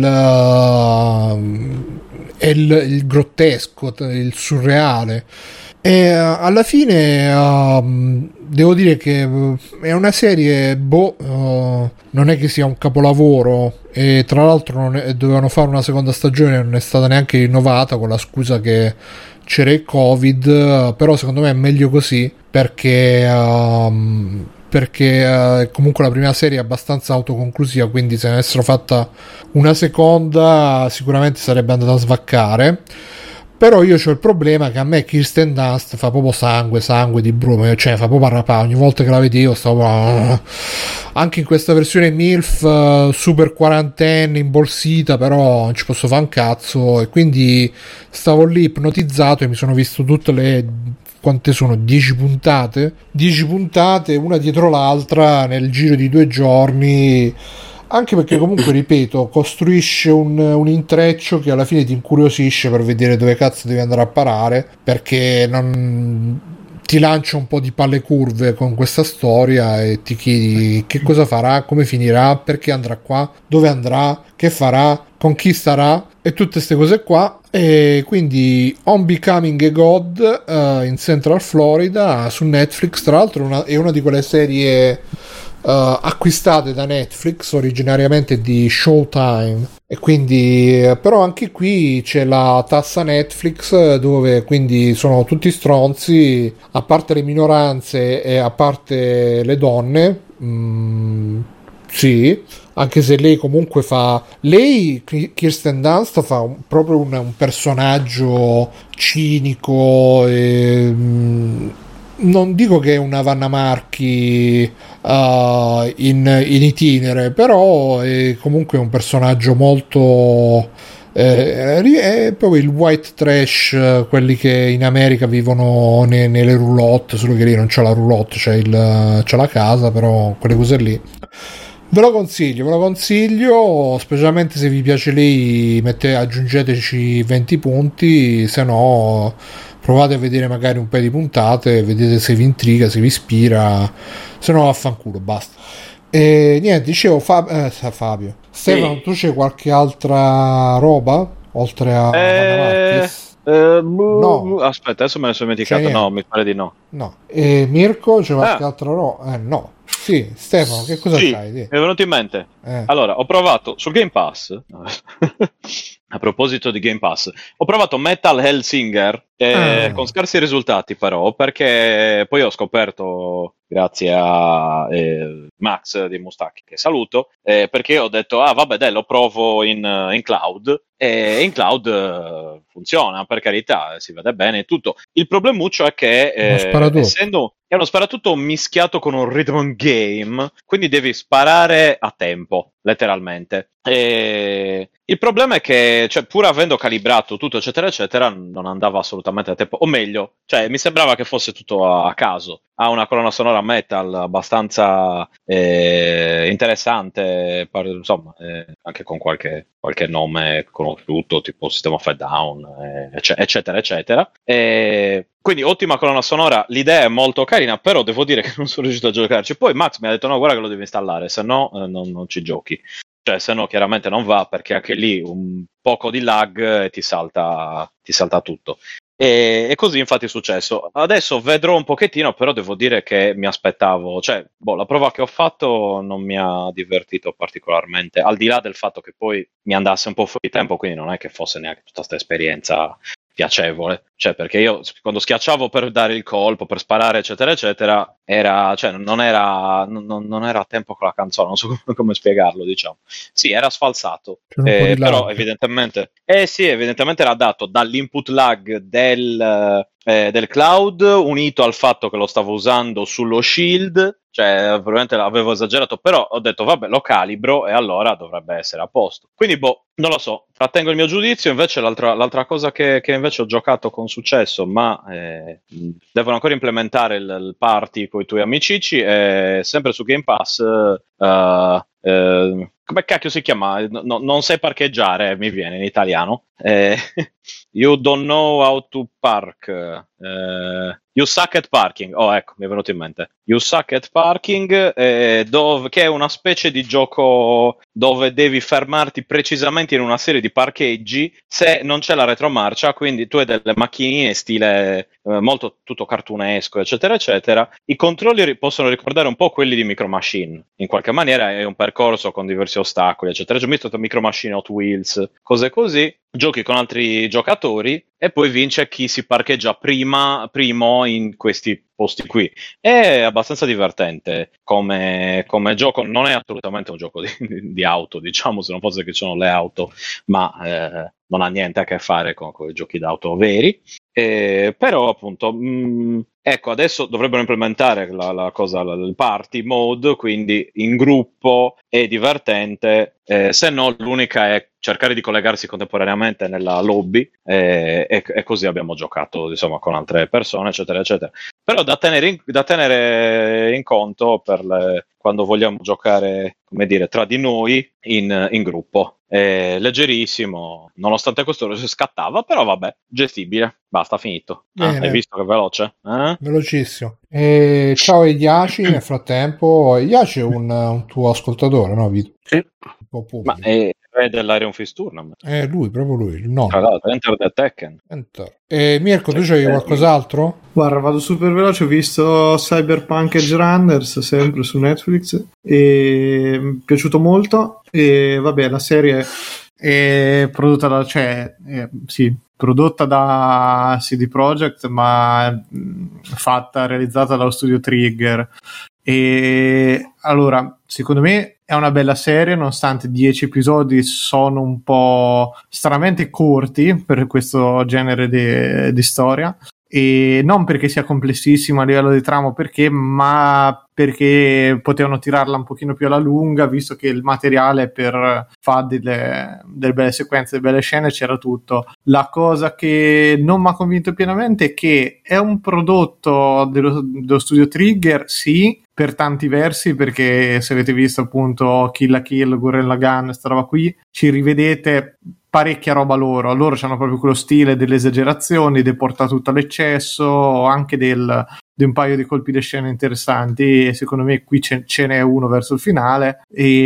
uh, e il, il grottesco, il surreale. E uh, alla fine uh, devo dire che uh, è una serie, boh, uh, non è che sia un capolavoro, e tra l'altro non è, dovevano fare una seconda stagione, non è stata neanche rinnovata con la scusa che c'era il Covid, uh, però secondo me è meglio così, perché uh, perché uh, comunque la prima serie è abbastanza autoconclusiva, quindi se ne avessero fatta una seconda sicuramente sarebbe andata a svaccare. Però io c'ho il problema che a me Kirsten Dunst fa proprio sangue, sangue di brume, cioè fa proprio arrapare. Ogni volta che la vedevo stavo anche in questa versione MILF uh, super quarantenne imbolsita, però non ci posso fare un cazzo, e quindi stavo lì ipnotizzato e mi sono visto tutte le, quante sono, dieci puntate dieci puntate una dietro l'altra nel giro di due giorni, anche perché comunque, ripeto, costruisce un, un intreccio che alla fine ti incuriosisce per vedere dove cazzo devi andare a parare, perché non ti lancia un po' di palle curve con questa storia e ti chiedi che cosa farà, come finirà, perché andrà qua, dove andrà, che farà, con chi starà, e tutte queste cose qua. E quindi On Becoming a God uh, in Central Florida su Netflix, tra l'altro una, è una di quelle serie Uh, acquistate da Netflix, originariamente di Showtime, e quindi uh, però anche qui c'è la tassa Netflix, dove quindi sono tutti stronzi, a parte le minoranze e a parte le donne. mm, sì, anche se lei comunque fa, lei Kirsten Dunst fa un, proprio un, un personaggio cinico e mh, non dico che è una Vanna Marchi uh, in, in itinere, però è comunque un personaggio molto eh, è proprio il white trash, quelli che in America vivono ne, nelle roulotte, solo che lì non c'è la roulotte, c'è, il, c'è la casa, però quelle cose lì ve lo consiglio, ve lo consiglio, specialmente se vi piace lei, mette, aggiungeteci venti punti, se no provate a vedere magari un paio di puntate, vedete se vi intriga, se vi ispira, se no vaffanculo, basta. E niente, dicevo Fab- eh, Fabio, Stefano, sì. Tu c'hai qualche altra roba oltre a eh... Uh, no. Aspetta, adesso me ne sono dimenticato. No, mi pare di no. No. E Mirko, c'è qualche ah. altra roba? Eh, no. Sì, Stefano, che cosa sì, c'hai? Sì. Mi è venuto in mente. Eh. Allora, ho provato sul Game Pass. A proposito di Game Pass, ho provato Metal Hellsinger eh, ah. con scarsi risultati, però, perché poi ho scoperto, grazie a eh, Max di Mustacchi, che saluto, eh, perché ho detto, ah vabbè dai, lo provo in, in cloud, e in cloud eh, funziona, per carità, si vede bene e tutto. Il problemuccio è che, eh, essendo è uno sparatutto mischiato con un rhythm game, quindi devi sparare a tempo, letteralmente. E il problema è che, cioè, pur avendo calibrato tutto, eccetera, eccetera, non andava assolutamente a tempo. O meglio, cioè, mi sembrava che fosse tutto a, a caso. Ha una colonna sonora metal abbastanza eh, interessante, par- insomma, eh, anche con qualche, qualche nome conosciuto, tipo System of a Down, eh, eccetera, eccetera. E quindi ottima colonna sonora, l'idea è molto carina, però devo dire che non sono riuscito a giocarci. Poi Max mi ha detto no, guarda che lo devi installare, se no eh, non, non ci giochi. Cioè, se no chiaramente non va, perché anche lì un poco di lag e ti salta, ti salta tutto. E, e così infatti è successo. Adesso vedrò un pochettino, però devo dire che mi aspettavo, cioè, boh, la prova che ho fatto non mi ha divertito particolarmente, al di là del fatto che poi mi andasse un po' fuori tempo, quindi non è che fosse neanche tutta questa esperienza piacevole, cioè perché io quando schiacciavo per dare il colpo, per sparare eccetera eccetera, era, cioè non era non, non era a tempo con la canzone, non so come, come spiegarlo, diciamo. Sì, era sfalsato, eh, però evidentemente eh sì, evidentemente era dato dall'input lag del eh, del cloud, unito al fatto che lo stavo usando sullo Shield, cioè probabilmente avevo esagerato, però ho detto vabbè, lo calibro e allora dovrebbe essere a posto. Quindi boh, non lo so, trattengo il mio giudizio. Invece l'altra, l'altra cosa che, che invece ho giocato con successo, ma eh, devono ancora implementare il, il party con i tuoi amicici, è sempre su Game Pass. Uh, uh, come cacchio si chiama? No, non sai parcheggiare, mi viene in italiano. Eh, you don't know how to park. Eh, You Suck at Parking. Oh, ecco, mi è venuto in mente. You Suck at Parking, eh, dove, che è una specie di gioco dove devi fermarti precisamente in una serie di parcheggi se non c'è la retromarcia, quindi tu hai delle macchinine stile eh, molto tutto cartunesco, eccetera, eccetera. I controlli ri- possono ricordare un po' quelli di Micro Machine. In qualche maniera è un percorso con diversi ostacoli, eccetera. C'è visto Micro Machine, Hot Wheels, cose così. Giochi con altri giocatori e poi vince chi si parcheggia prima, primo in questi posti qui. È abbastanza divertente come, come gioco, non è assolutamente un gioco di, di auto, diciamo, se non fosse che ci sono le auto, ma eh, non ha niente a che fare con, con i giochi d'auto veri. Eh, però appunto mh, ecco, adesso dovrebbero implementare la, la cosa, la, il party mode, quindi in gruppo è divertente, eh, se no l'unica è cercare di collegarsi contemporaneamente nella lobby eh, e, e così abbiamo giocato insomma con altre persone eccetera eccetera. Però da tenere in, da tenere in conto per le, quando vogliamo giocare, come dire, tra di noi in, in gruppo. È leggerissimo, nonostante questo scattava, però vabbè, gestibile. Basta, finito. Ah, hai visto che è veloce? Eh? Velocissimo. E ciao Iaci, nel frattempo. Iaci è un, un tuo ascoltatore, no Vito? Sì. Un po' ma è, è dell'Iron Fist Tournament. È lui, proprio lui, no. Allora, Enter the Tekken. Enter. E Mirko, tu c'hai qualcos'altro? Guarda, vado super veloce, ho visto Cyberpunk Edge Runners sempre su Netflix e mi è piaciuto molto. E vabbè, la serie è prodotta da, cioè, è, sì, prodotta da C D Projekt, ma fatta, realizzata dallo studio Trigger. E allora, secondo me è una bella serie, nonostante dieci episodi sono un po' stranamente corti per questo genere di, di storia. E non perché sia complessissimo a livello di trama, perché, ma perché potevano tirarla un pochino più alla lunga, visto che il materiale per fare delle, delle belle sequenze, delle belle scene c'era tutto. La cosa che non mi ha convinto pienamente è che è un prodotto dello, dello studio Trigger, sì, per tanti versi, perché se avete visto appunto Kill la Kill, Gurren Lagann, sta roba qui, ci rivedete parecchia roba loro. Loro hanno proprio quello stile delle esagerazioni, del portare tutto all'eccesso, anche del, di un paio di colpi di scena interessanti, e secondo me qui ce, ce n'è uno verso il finale.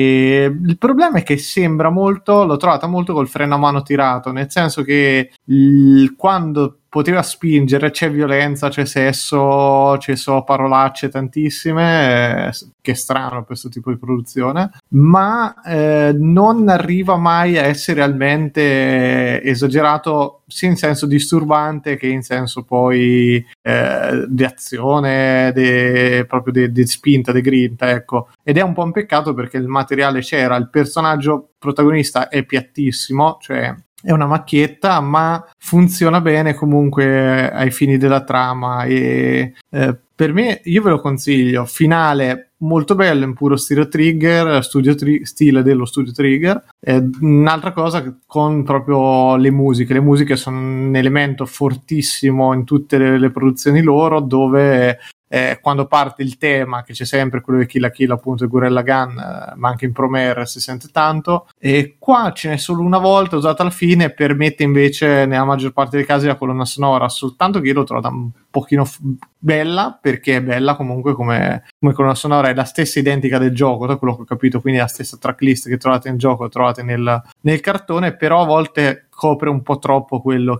E il problema è che sembra molto, l'ho trovata molto col freno a mano tirato, nel senso che il, quando poteva spingere c'è violenza, c'è sesso, ci sono parolacce tantissime, eh, che è strano per questo tipo di produzione, ma eh, non arriva mai a essere realmente esagerato, sia in senso disturbante che in senso poi eh, di azione, de, proprio di spinta, di grinta, ecco. Ed è un po' un peccato perché il materiale c'era, il personaggio protagonista è piattissimo, cioè è una macchietta, ma funziona bene comunque ai fini della trama, e eh, per me, io ve lo consiglio. Finale molto bello, in puro stile Trigger, studio tri- stile dello studio Trigger. Eh, un'altra cosa con proprio le musiche. Le musiche sono un elemento fortissimo in tutte le, le produzioni loro, dove Eh, quando parte il tema, che c'è sempre quello di Kill la Kill, appunto, il Gurren Gun, eh, ma anche in Promare si sente tanto, e qua ce n'è solo una volta usata alla fine, permette invece nella maggior parte dei casi la colonna sonora, soltanto che io l'ho trovata un pochino f- bella, perché è bella comunque come, come colonna sonora, è la stessa identica del gioco, da quello che ho capito, quindi la stessa tracklist che trovate in gioco, trovate nel, nel cartone, però a volte copre un po' troppo quello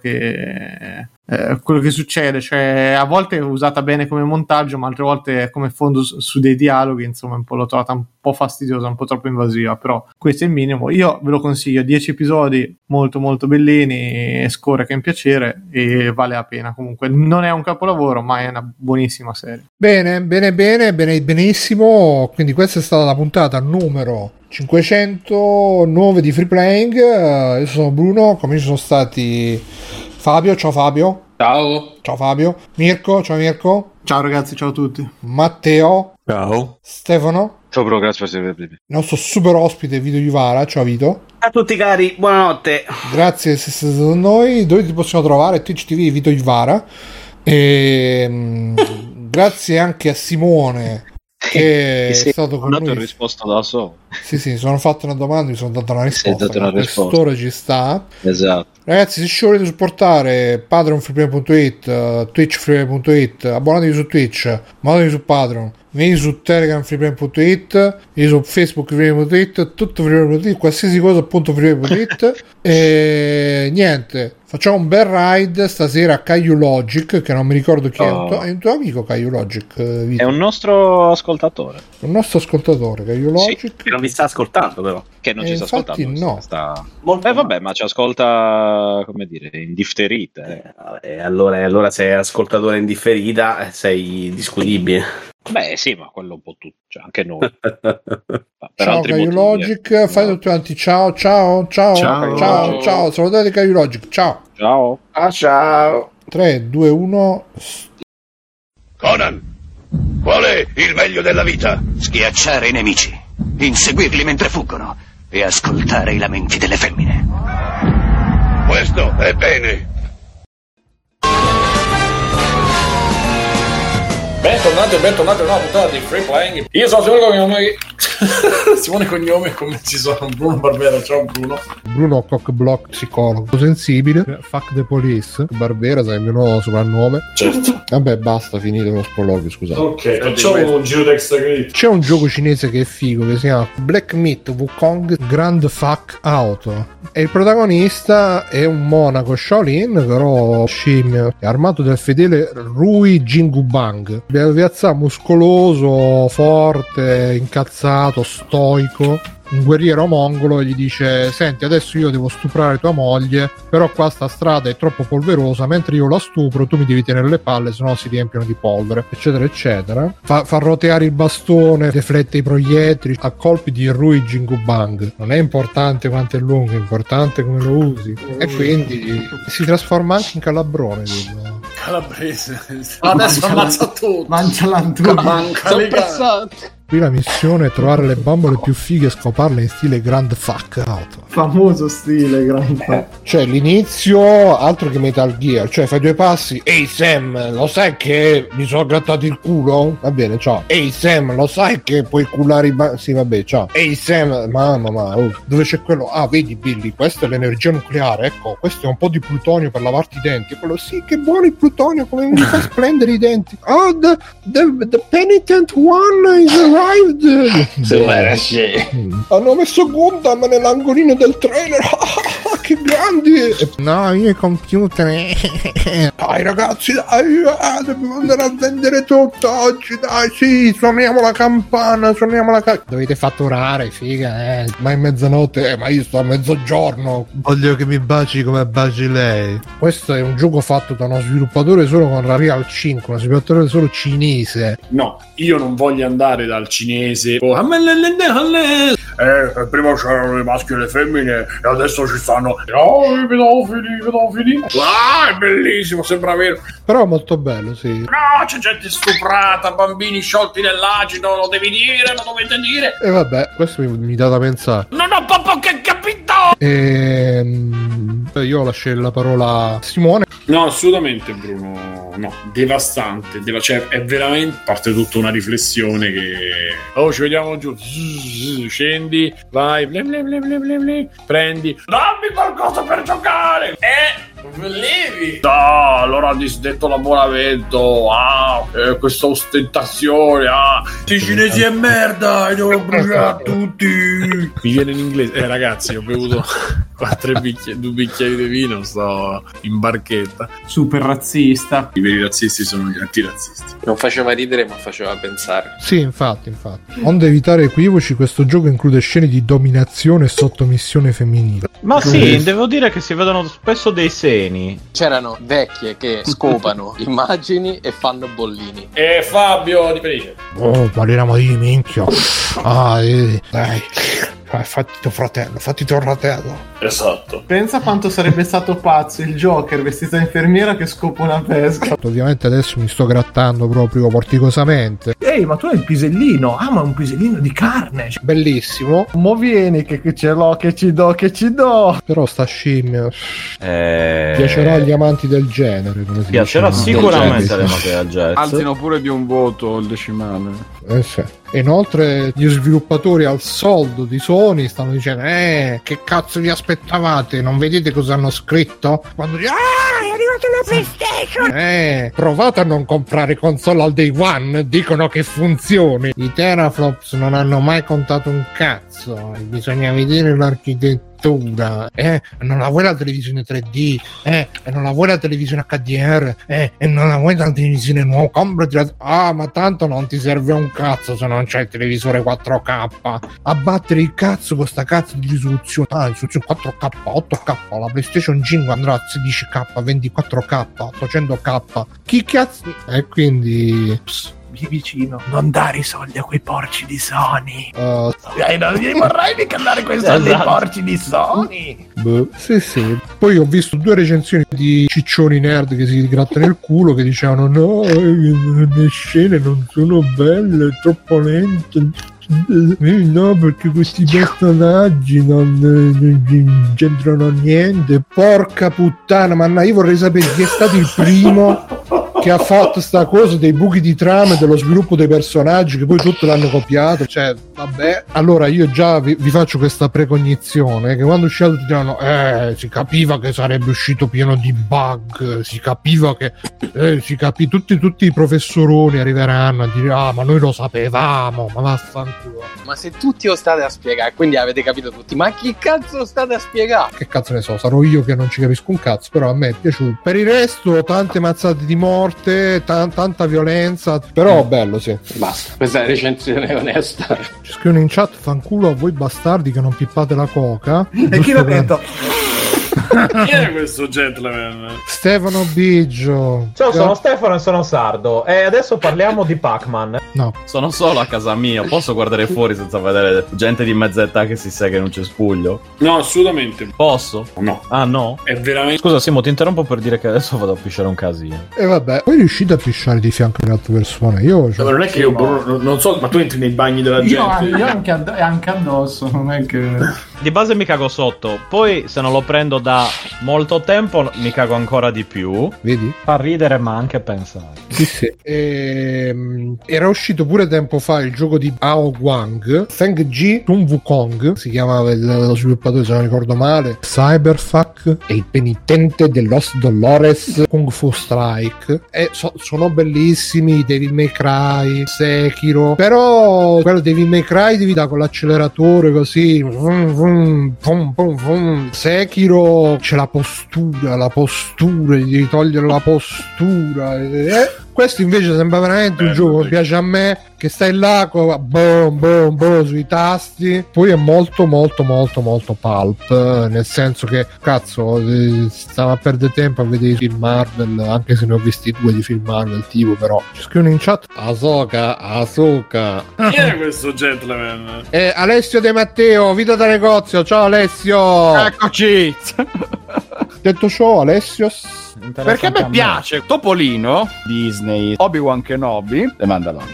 che eh, quello che succede, cioè a volte è usata bene come montaggio, ma altre volte come fondo su, su dei dialoghi, insomma un po' l'ho trovata un po' fastidiosa, un po' troppo invasiva, però questo è il minimo. Io ve lo consiglio, dieci episodi molto molto bellini, scorre che è un piacere e vale la pena. Comunque non è un capolavoro, ma è una buonissima serie. Bene, bene, bene, bene, benissimo. Quindi questa è stata la puntata numero cinquecentonove di Free Playing. Uh, io sono Bruno, come ci sono stati Fabio, ciao Fabio. Ciao. Ciao Fabio. Mirko, ciao Mirko. Ciao ragazzi, ciao a tutti. Matteo. Ciao. Stefano. Ciao bro, grazie per essere qui. Il nostro super ospite Vito Juvara, ciao Vito. A tutti cari, buonanotte. Grazie di essere stato con noi. Dove ti possiamo trovare? Twitch T V Vito Juvara. E mh, grazie anche a Simone, che è stato con noi. Ho risposto da solo. Sì, sì, sono fatto una domanda, mi sono dato una risposta. Dato una risposta. Quest'ora ci sta. Esatto. Ragazzi, se ci volete supportare, patreon freeplay punto it, uh, twitch freeplay punto it, abbonatevi su Twitch, abbonatevi su Patreon, venite su telegram freeplay punto it, venite su facebook freeplay punto it, tutto freeplay punto it, qualsiasi cosa appunto freeplay punto it. E niente, facciamo un bel ride stasera a Caillou Logic, che non mi ricordo chi oh. è. Un, è un tuo amico Caillou Logic, Vito? È un nostro ascoltatore. Un nostro ascoltatore, Caillou Logic. Sì, che non vi sta ascoltando però. Che non eh, ci sta infatti ascoltando. No. Sta... Molto eh vabbè, ma ci ascolta, come dire, in differita. Eh. Eh, allora, allora sei ascoltatore in differita, sei discutibile. Beh sì, ma quello un po' tutto, cioè, anche noi. Per ciao altri Caillou motivi, Logic, eh. fai tutti quanti ciao ciao ciao Ciao. ciao ciao, salutate Caillou Logic, ciao Ciao. Ah, ciao. tre due uno. Conan, qual è il meglio della vita? Schiacciare i nemici, inseguirli mentre fuggono e ascoltare i lamenti delle femmine. Questo è bene. Bentornati e bentornati a una puntata di Free Playing. Io sono Simone Cognome. Simone Cognome, come ci sono Bruno Barbera, ciao Bruno. Bruno Cockblock, psicologo sensibile. Fuck the police. Barbera sai il mio nuovo soprannome. Certo. Vabbè, basta, finite lo sproloquio, scusate. Ok, facciamo un giro di extra credit. C'è un gioco cinese che è figo, che si chiama Black Myth Wukong Grand Fuck Auto. E il protagonista è un monaco Shaolin, però scimmio, è armato del fedele Rui Jingubang. Piazza muscoloso, forte, incazzato, stoico, un guerriero mongolo, e gli dice: senti, adesso io devo stuprare tua moglie, però qua sta strada è troppo polverosa, mentre io la stupro tu mi devi tenere le palle, sennò si riempiono di polvere, eccetera eccetera. Fa, fa roteare il bastone, deflette i proiettili a colpi di Rui Jingubang. Non è importante quanto è lungo, è importante come lo usi. E quindi si trasforma anche in calabrone, dico. Calabrese. Adesso ammazza tutto. Mangia l'antuca. Manca le Qui la missione è trovare le bambole più fighe e scoparle in stile Grand Fuck Out. Famoso stile Grand Fuck. Cioè l'inizio altro che Metal Gear, cioè fai due passi. Ehi Sam, lo sai che mi sono grattato il culo? Va bene, ciao. Ehi Sam, lo sai che puoi culare i ba- sì vabbè, ciao. Ehi Sam, mamma ma oh, dove c'è quello? Ah vedi Billy, questa è l'energia nucleare, ecco, questo è un po' di plutonio per lavarti i denti. Quello sì, che buono il plutonio, come mi fa splendere i denti. Oh, the, the, the penitent one is arrived. Hanno messo Gundam nell'angolino del trailer. Che grandi. No, io computer. Dai ragazzi, dai, ah, dobbiamo andare a vendere tutto oggi, dai, sì, suoniamo la campana, suoniamo la campana. Dovete fatturare, figa, eh. Ma è mezzanotte, eh, ma io sto a mezzogiorno. Voglio che mi baci come baci lei. Questo è un gioco fatto da uno sviluppatore solo con Unreal cinque, uno sviluppatore solo cinese. No, io non voglio andare dal cinese. Oh, eh, prima c'erano i maschi e le femmine e adesso ci stanno oh, i pedofili, i pedofili. Ah, è bellissimo, sembra vero. Però è molto bello, sì. No, c'è gente stuprata, bambini sciolti nell'acido, lo devi dire, lo dovete dire. E vabbè, questo mi, mi dà da pensare. Non ho proprio che capito. Ehm, io lascio la parola a Simone. No, assolutamente Bruno, no, devastante, deva- cioè è veramente, parte tutta una riflessione che oh ci vediamo giù, scendi, vai, ble ble ble ble ble ble, prendi, dammi qualcosa per giocare, eh, levi, no, allora ha disdetto l'abbonamento, ah, eh, questa ostentazione, ah, i cinesi è merda, li devo bruciare tutti, mi viene in inglese, eh ragazzi ho bevuto quattro bicchieri, due bicchieri di vino, sto in barchetta. Super razzista. I veri razzisti sono gli antirazzisti. Non faceva ridere ma faceva pensare. Sì, infatti, infatti. Onde evitare equivoci, questo gioco include scene di dominazione e sottomissione femminile. Ma sì, devo dire che si vedono spesso dei seni. C'erano vecchie che scopano immagini e fanno bollini. E Fabio di Felice. Oh, parliamo di minchia. Ah, eh, dai. Fatti tuo fratello, fatti tuo fratello. Esatto. Pensa quanto sarebbe stato pazzo il Joker vestito da infermiera che scopa una pesca. Ovviamente adesso mi sto grattando proprio porticosamente. Ehi, ma tu hai il pisellino. Ah, ma un pisellino di carne. Bellissimo. Mo vieni che, che ce l'ho, che ci do, che ci do. Però sta scimmia eh... piacerà agli amanti del genere, come si piacerà dice, sicuramente agli amanti del jazz. Alzino pure di un voto il decimale. Eh sì. E inoltre gli sviluppatori al soldo di Sony stanno dicendo eh che cazzo vi aspettavate, non vedete cosa hanno scritto? Quando dicono ah è arrivata la PlayStation, eh provate a non comprare console al day one, dicono che funzioni. I teraflops non hanno mai contato un cazzo, bisogna vedere l'architettura. Eh, non la vuoi la televisione tre D, eh, e non la vuoi la televisione H D R, eh, e non la vuoi la televisione nuova, comprati la... Ah, ma tanto non ti serve un cazzo se non c'è il televisore quattro K. A battere il cazzo con sta cazzo di risoluzione. Ah, risoluzione quattro K, otto K, la PlayStation cinque andrà a sedici K, ventiquattro K, ottocento K. Chi cazzo... E quindi... Pss. Lì vicino, non dare i soldi a quei porci di Sony. Uh, eh, non gli vorrei mica dare quei soldi ai porci di Sony. Beh, sì, sì. Poi ho visto due recensioni di ciccioni nerd che si grattano il culo che dicevano no, le scene non sono belle, è troppo lente. Eh, no, perché questi personaggi non, non c'entrano niente. Porca puttana, ma io vorrei sapere chi è stato il primo che ha fatto sta cosa dei buchi di trama e dello sviluppo dei personaggi che poi tutto l'hanno copiato, cioè vabbè. Allora io già vi, vi faccio questa precognizione che quando è uscito tutti diranno eh si capiva che sarebbe uscito pieno di bug, si capiva che eh, si capì tutti, tutti i professoroni arriveranno a dire ah ma noi lo sapevamo, ma vaffanculo. Ma se tutti lo state a spiegare, quindi avete capito tutti, ma chi cazzo lo state a spiegare? Che cazzo ne so, sarò io che non ci capisco un cazzo, però a me è piaciuto. Per il resto tante mazzate di morte, T- tanta violenza, però bello, sì. Basta, questa è la recensione onesta. Ci scrivono in chat fanculo a voi bastardi che non pippate la coca. E chi l'ha detto? Chi è questo gentleman? Stefano Biggio. Ciao, sono Stefano e sono sardo. E adesso parliamo di Pac-Man. No. Sono solo a casa mia, posso guardare fuori senza vedere gente di mezza età che si sega in un cespuglio? No, assolutamente. Posso? No. Ah no? È veramente... Scusa Simo, ti interrompo per dire che adesso vado a pisciare un casino. E vabbè, poi riuscite a pisciare di fianco alle altre persone? Io cioè... Ma non è che io no. non so, ma tu entri nei bagni della gente? Io, io anche, ad- anche addosso, non è che... Di base mi cago sotto, poi se non lo prendo da molto tempo mi cago ancora di più. Vedi? Fa ridere ma anche pensare. Sì, sì. Ehm, era uscito pure tempo fa il gioco di Ao Guang, Feng Ji Sun Wukong, si chiamava il, lo sviluppatore se non ricordo male, Cyberfuck e il penitente de Los Dolores Kung Fu Strike. E so, sono bellissimi Devil May Cry, Sekiro, però quello Devil May Cry devi dare con l'acceleratore così, vum, vum, vum, vum, vum. Sekiro c'è la postura, la postura, gli devi togliere la postura. Eh? Questo invece sembra veramente un gioco che piace a me, che stai là boom, boom, boom, sui tasti. Poi è molto molto molto molto pulp, nel senso che cazzo stavo a perdere tempo a vedere i film Marvel, anche se ne ho visti due di film Marvel tipo, però ci scrivono in chat Ahsoka, Ahsoka. Chi è questo gentleman? Eh, Alessio De Matteo, Vita da negozio. Ciao Alessio. Eccoci. Detto ciò, Alessio, perché a me piace Topolino, Disney, Obi-Wan Kenobi e Mandalorian.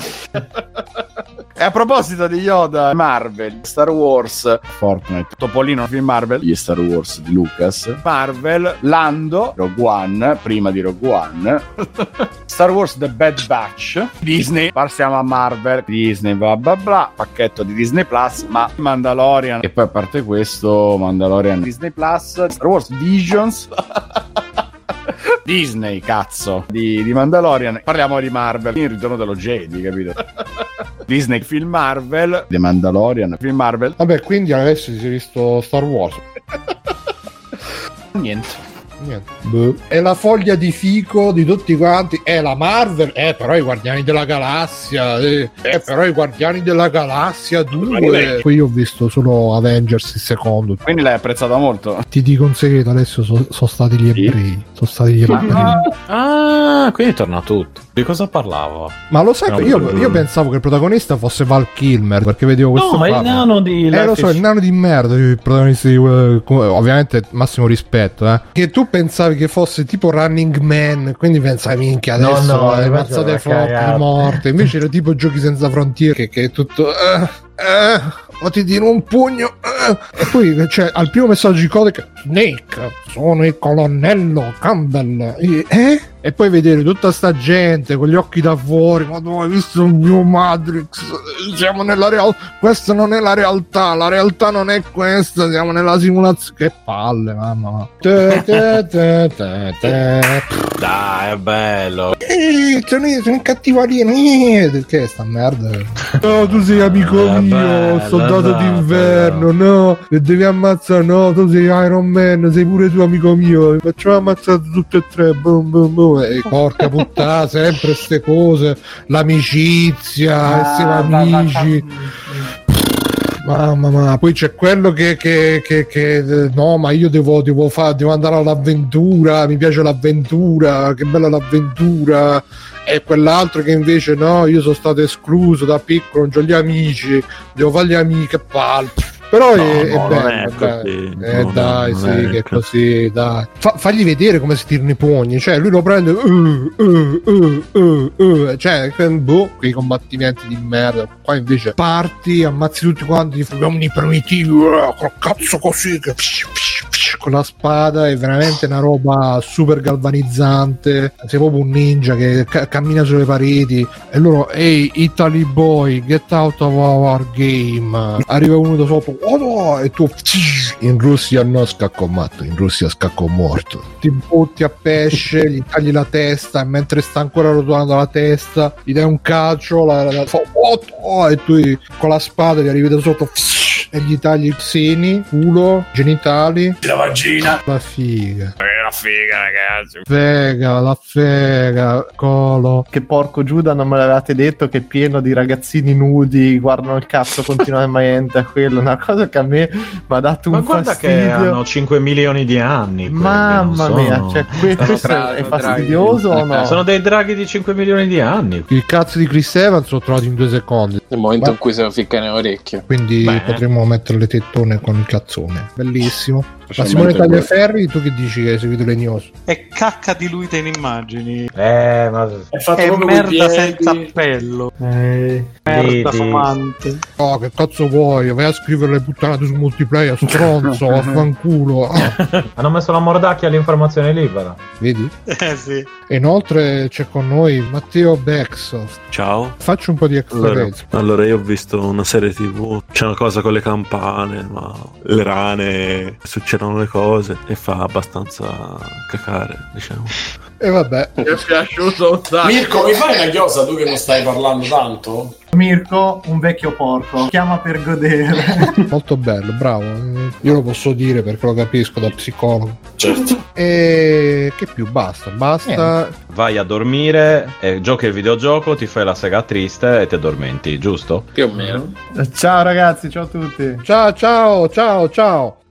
E a proposito di Yoda, Marvel, Star Wars, Fortnite, Topolino, film Marvel, gli Star Wars di Lucas, Marvel, Lando, Rogue One, prima di Rogue One, Star Wars The Bad Batch, Disney, passiamo a Marvel, Disney, bla bla bla, pacchetto di Disney Plus, ma Mandalorian, e poi a parte questo, Mandalorian, Disney Plus, Star Wars Visions, Disney, cazzo, di, di Mandalorian. Parliamo di Marvel, il ritorno dello Jedi, capito? Disney, film Marvel, The Mandalorian, film Marvel. Vabbè, quindi adesso si è visto Star Wars. Niente. Niente. Boh. È la foglia di fico di tutti quanti. È la Marvel, eh, però i Guardiani della Galassia, eh, eh però i Guardiani della Galassia due. Poi io ho visto solo Avengers il secondo. Quindi l'hai apprezzata molto. Ti dico un segreto, adesso sono so stati gli ebrei. Sono stati gli ebrei. Ah, quindi torna tutto. Di cosa parlavo? Ma lo sai, io, io pensavo che il protagonista fosse Val Kilmer, perché vedevo questo. No, ma il nano di Eh, lo so, il nano di merda, il protagonista di uh, ovviamente massimo rispetto, eh. Che tu pensavi che fosse tipo Running Man, quindi pensavi minchia adesso no, no, le mazzate forti morte, invece era tipo Giochi senza frontiere che, che è tutto uh, uh, o ti tiro un pugno uh. E poi cioè, al primo messaggio di codice Snake, sono il colonnello Campbell, e, eh? E poi vedere tutta sta gente con gli occhi da fuori, ma tu hai visto il mio Matrix, siamo nella realtà, questa non è la realtà, la realtà non è questa, siamo nella simulazione, che palle, mamma. Te, te, te, te, te. Dai, è bello. Eh, sono, sono un cattivarino, eh, che è sta merda? No, tu sei amico Eh, mio, bello, soldato esatto, d'inverno, no, e devi ammazzare, no, tu sei Iron Man, sei pure tu amico mio, mi facciamo ammazzare tutti e tre, boom, boom, boom. E porca puttana, sempre ste cose, l'amicizia, essere amici. Mamma mia, poi c'è quello che, che, che, che no, ma io devo, devo, fare, devo andare all'avventura, mi piace l'avventura, che bella l'avventura. E quell'altro che invece no, io sono stato escluso da piccolo, non ho gli amici, devo fare gli amici, che palle. Però No, è, no, è non bello, è così, eh, no, dai, non sì, è che è così. così, dai. Fa, fagli vedere come si tirano i pugni, cioè lui lo prende, uh, uh, uh, uh, uh, cioè, boh, quei combattimenti di merda. Qua invece parti, ammazzi tutti quanti, uomini primitivi, uh, col cazzo così, che con la spada, è veramente una roba super galvanizzante. Sei proprio un ninja che ca- cammina sulle pareti e loro, ehi, Italy boy, get out of our game. Arriva uno da sotto, oh no, e tu in Russia no scacco matto, in Russia scacco morto. Ti butti a pesce, gli tagli la testa e mentre sta ancora rotolando la testa gli dai un calcio, la, la, la, oh, oh, e tu con la spada gli arrivi da sotto e gli tagli i seni, culo, genitali, La vagina. la figa. Eh, la figa, ragazzi. Fega, la fega, colo. Che porco Giuda, non me l'avevate detto che è pieno di ragazzini nudi, guardano il cazzo continuamente a quello. Una cosa che a me mi ha dato Ma un guarda fastidio. che hanno cinque milioni di anni. quelli, Mamma non mia, sono- cioè, que- Sono questo draghi, è draghi. fastidioso o no? Sono dei draghi di cinque milioni di anni. Il cazzo di Chris Evans l'ho trovato in due secondi. Nel momento Ma- in cui se lo ficca nell'orecchio. Quindi Beh. potremmo mettere le tettone con il cazzone. Bellissimo. Ma Specialmente Simone quello. Tagliaferri, tu che dici che hai seguito le news? È cacca diluita in immagini. Eh, ma È fatto È proprio merda coi piedi. senza appello. Eh, Merda Vedi. fumante. Oh, che cazzo vuoi? Vai a scrivere le puttanate su multiplayer, stronzo, vaffanculo. Ah, hanno messo la mordacchia all'informazione libera. vedi? Eh sì. E inoltre c'è con noi Matteo Bex. Ciao. Faccio un po' di Allora, extra. allora, io ho visto una serie tv, c'è una cosa con le campane, ma le rane, succedono le cose e fa abbastanza cacare, diciamo. E vabbè. Mi è piaciuto un sacco. Mirko, mi fai una chiosa tu che non stai parlando tanto? Mirko, un vecchio porco, chiama per godere. Molto bello, bravo. Io lo posso dire perché lo capisco da psicologo. Certo. E che più? Basta, basta. Vai a dormire, e giochi il videogioco, ti fai la sega triste e ti addormenti, giusto? Più o meno. Ciao ragazzi, ciao a tutti. Ciao, ciao, ciao, ciao.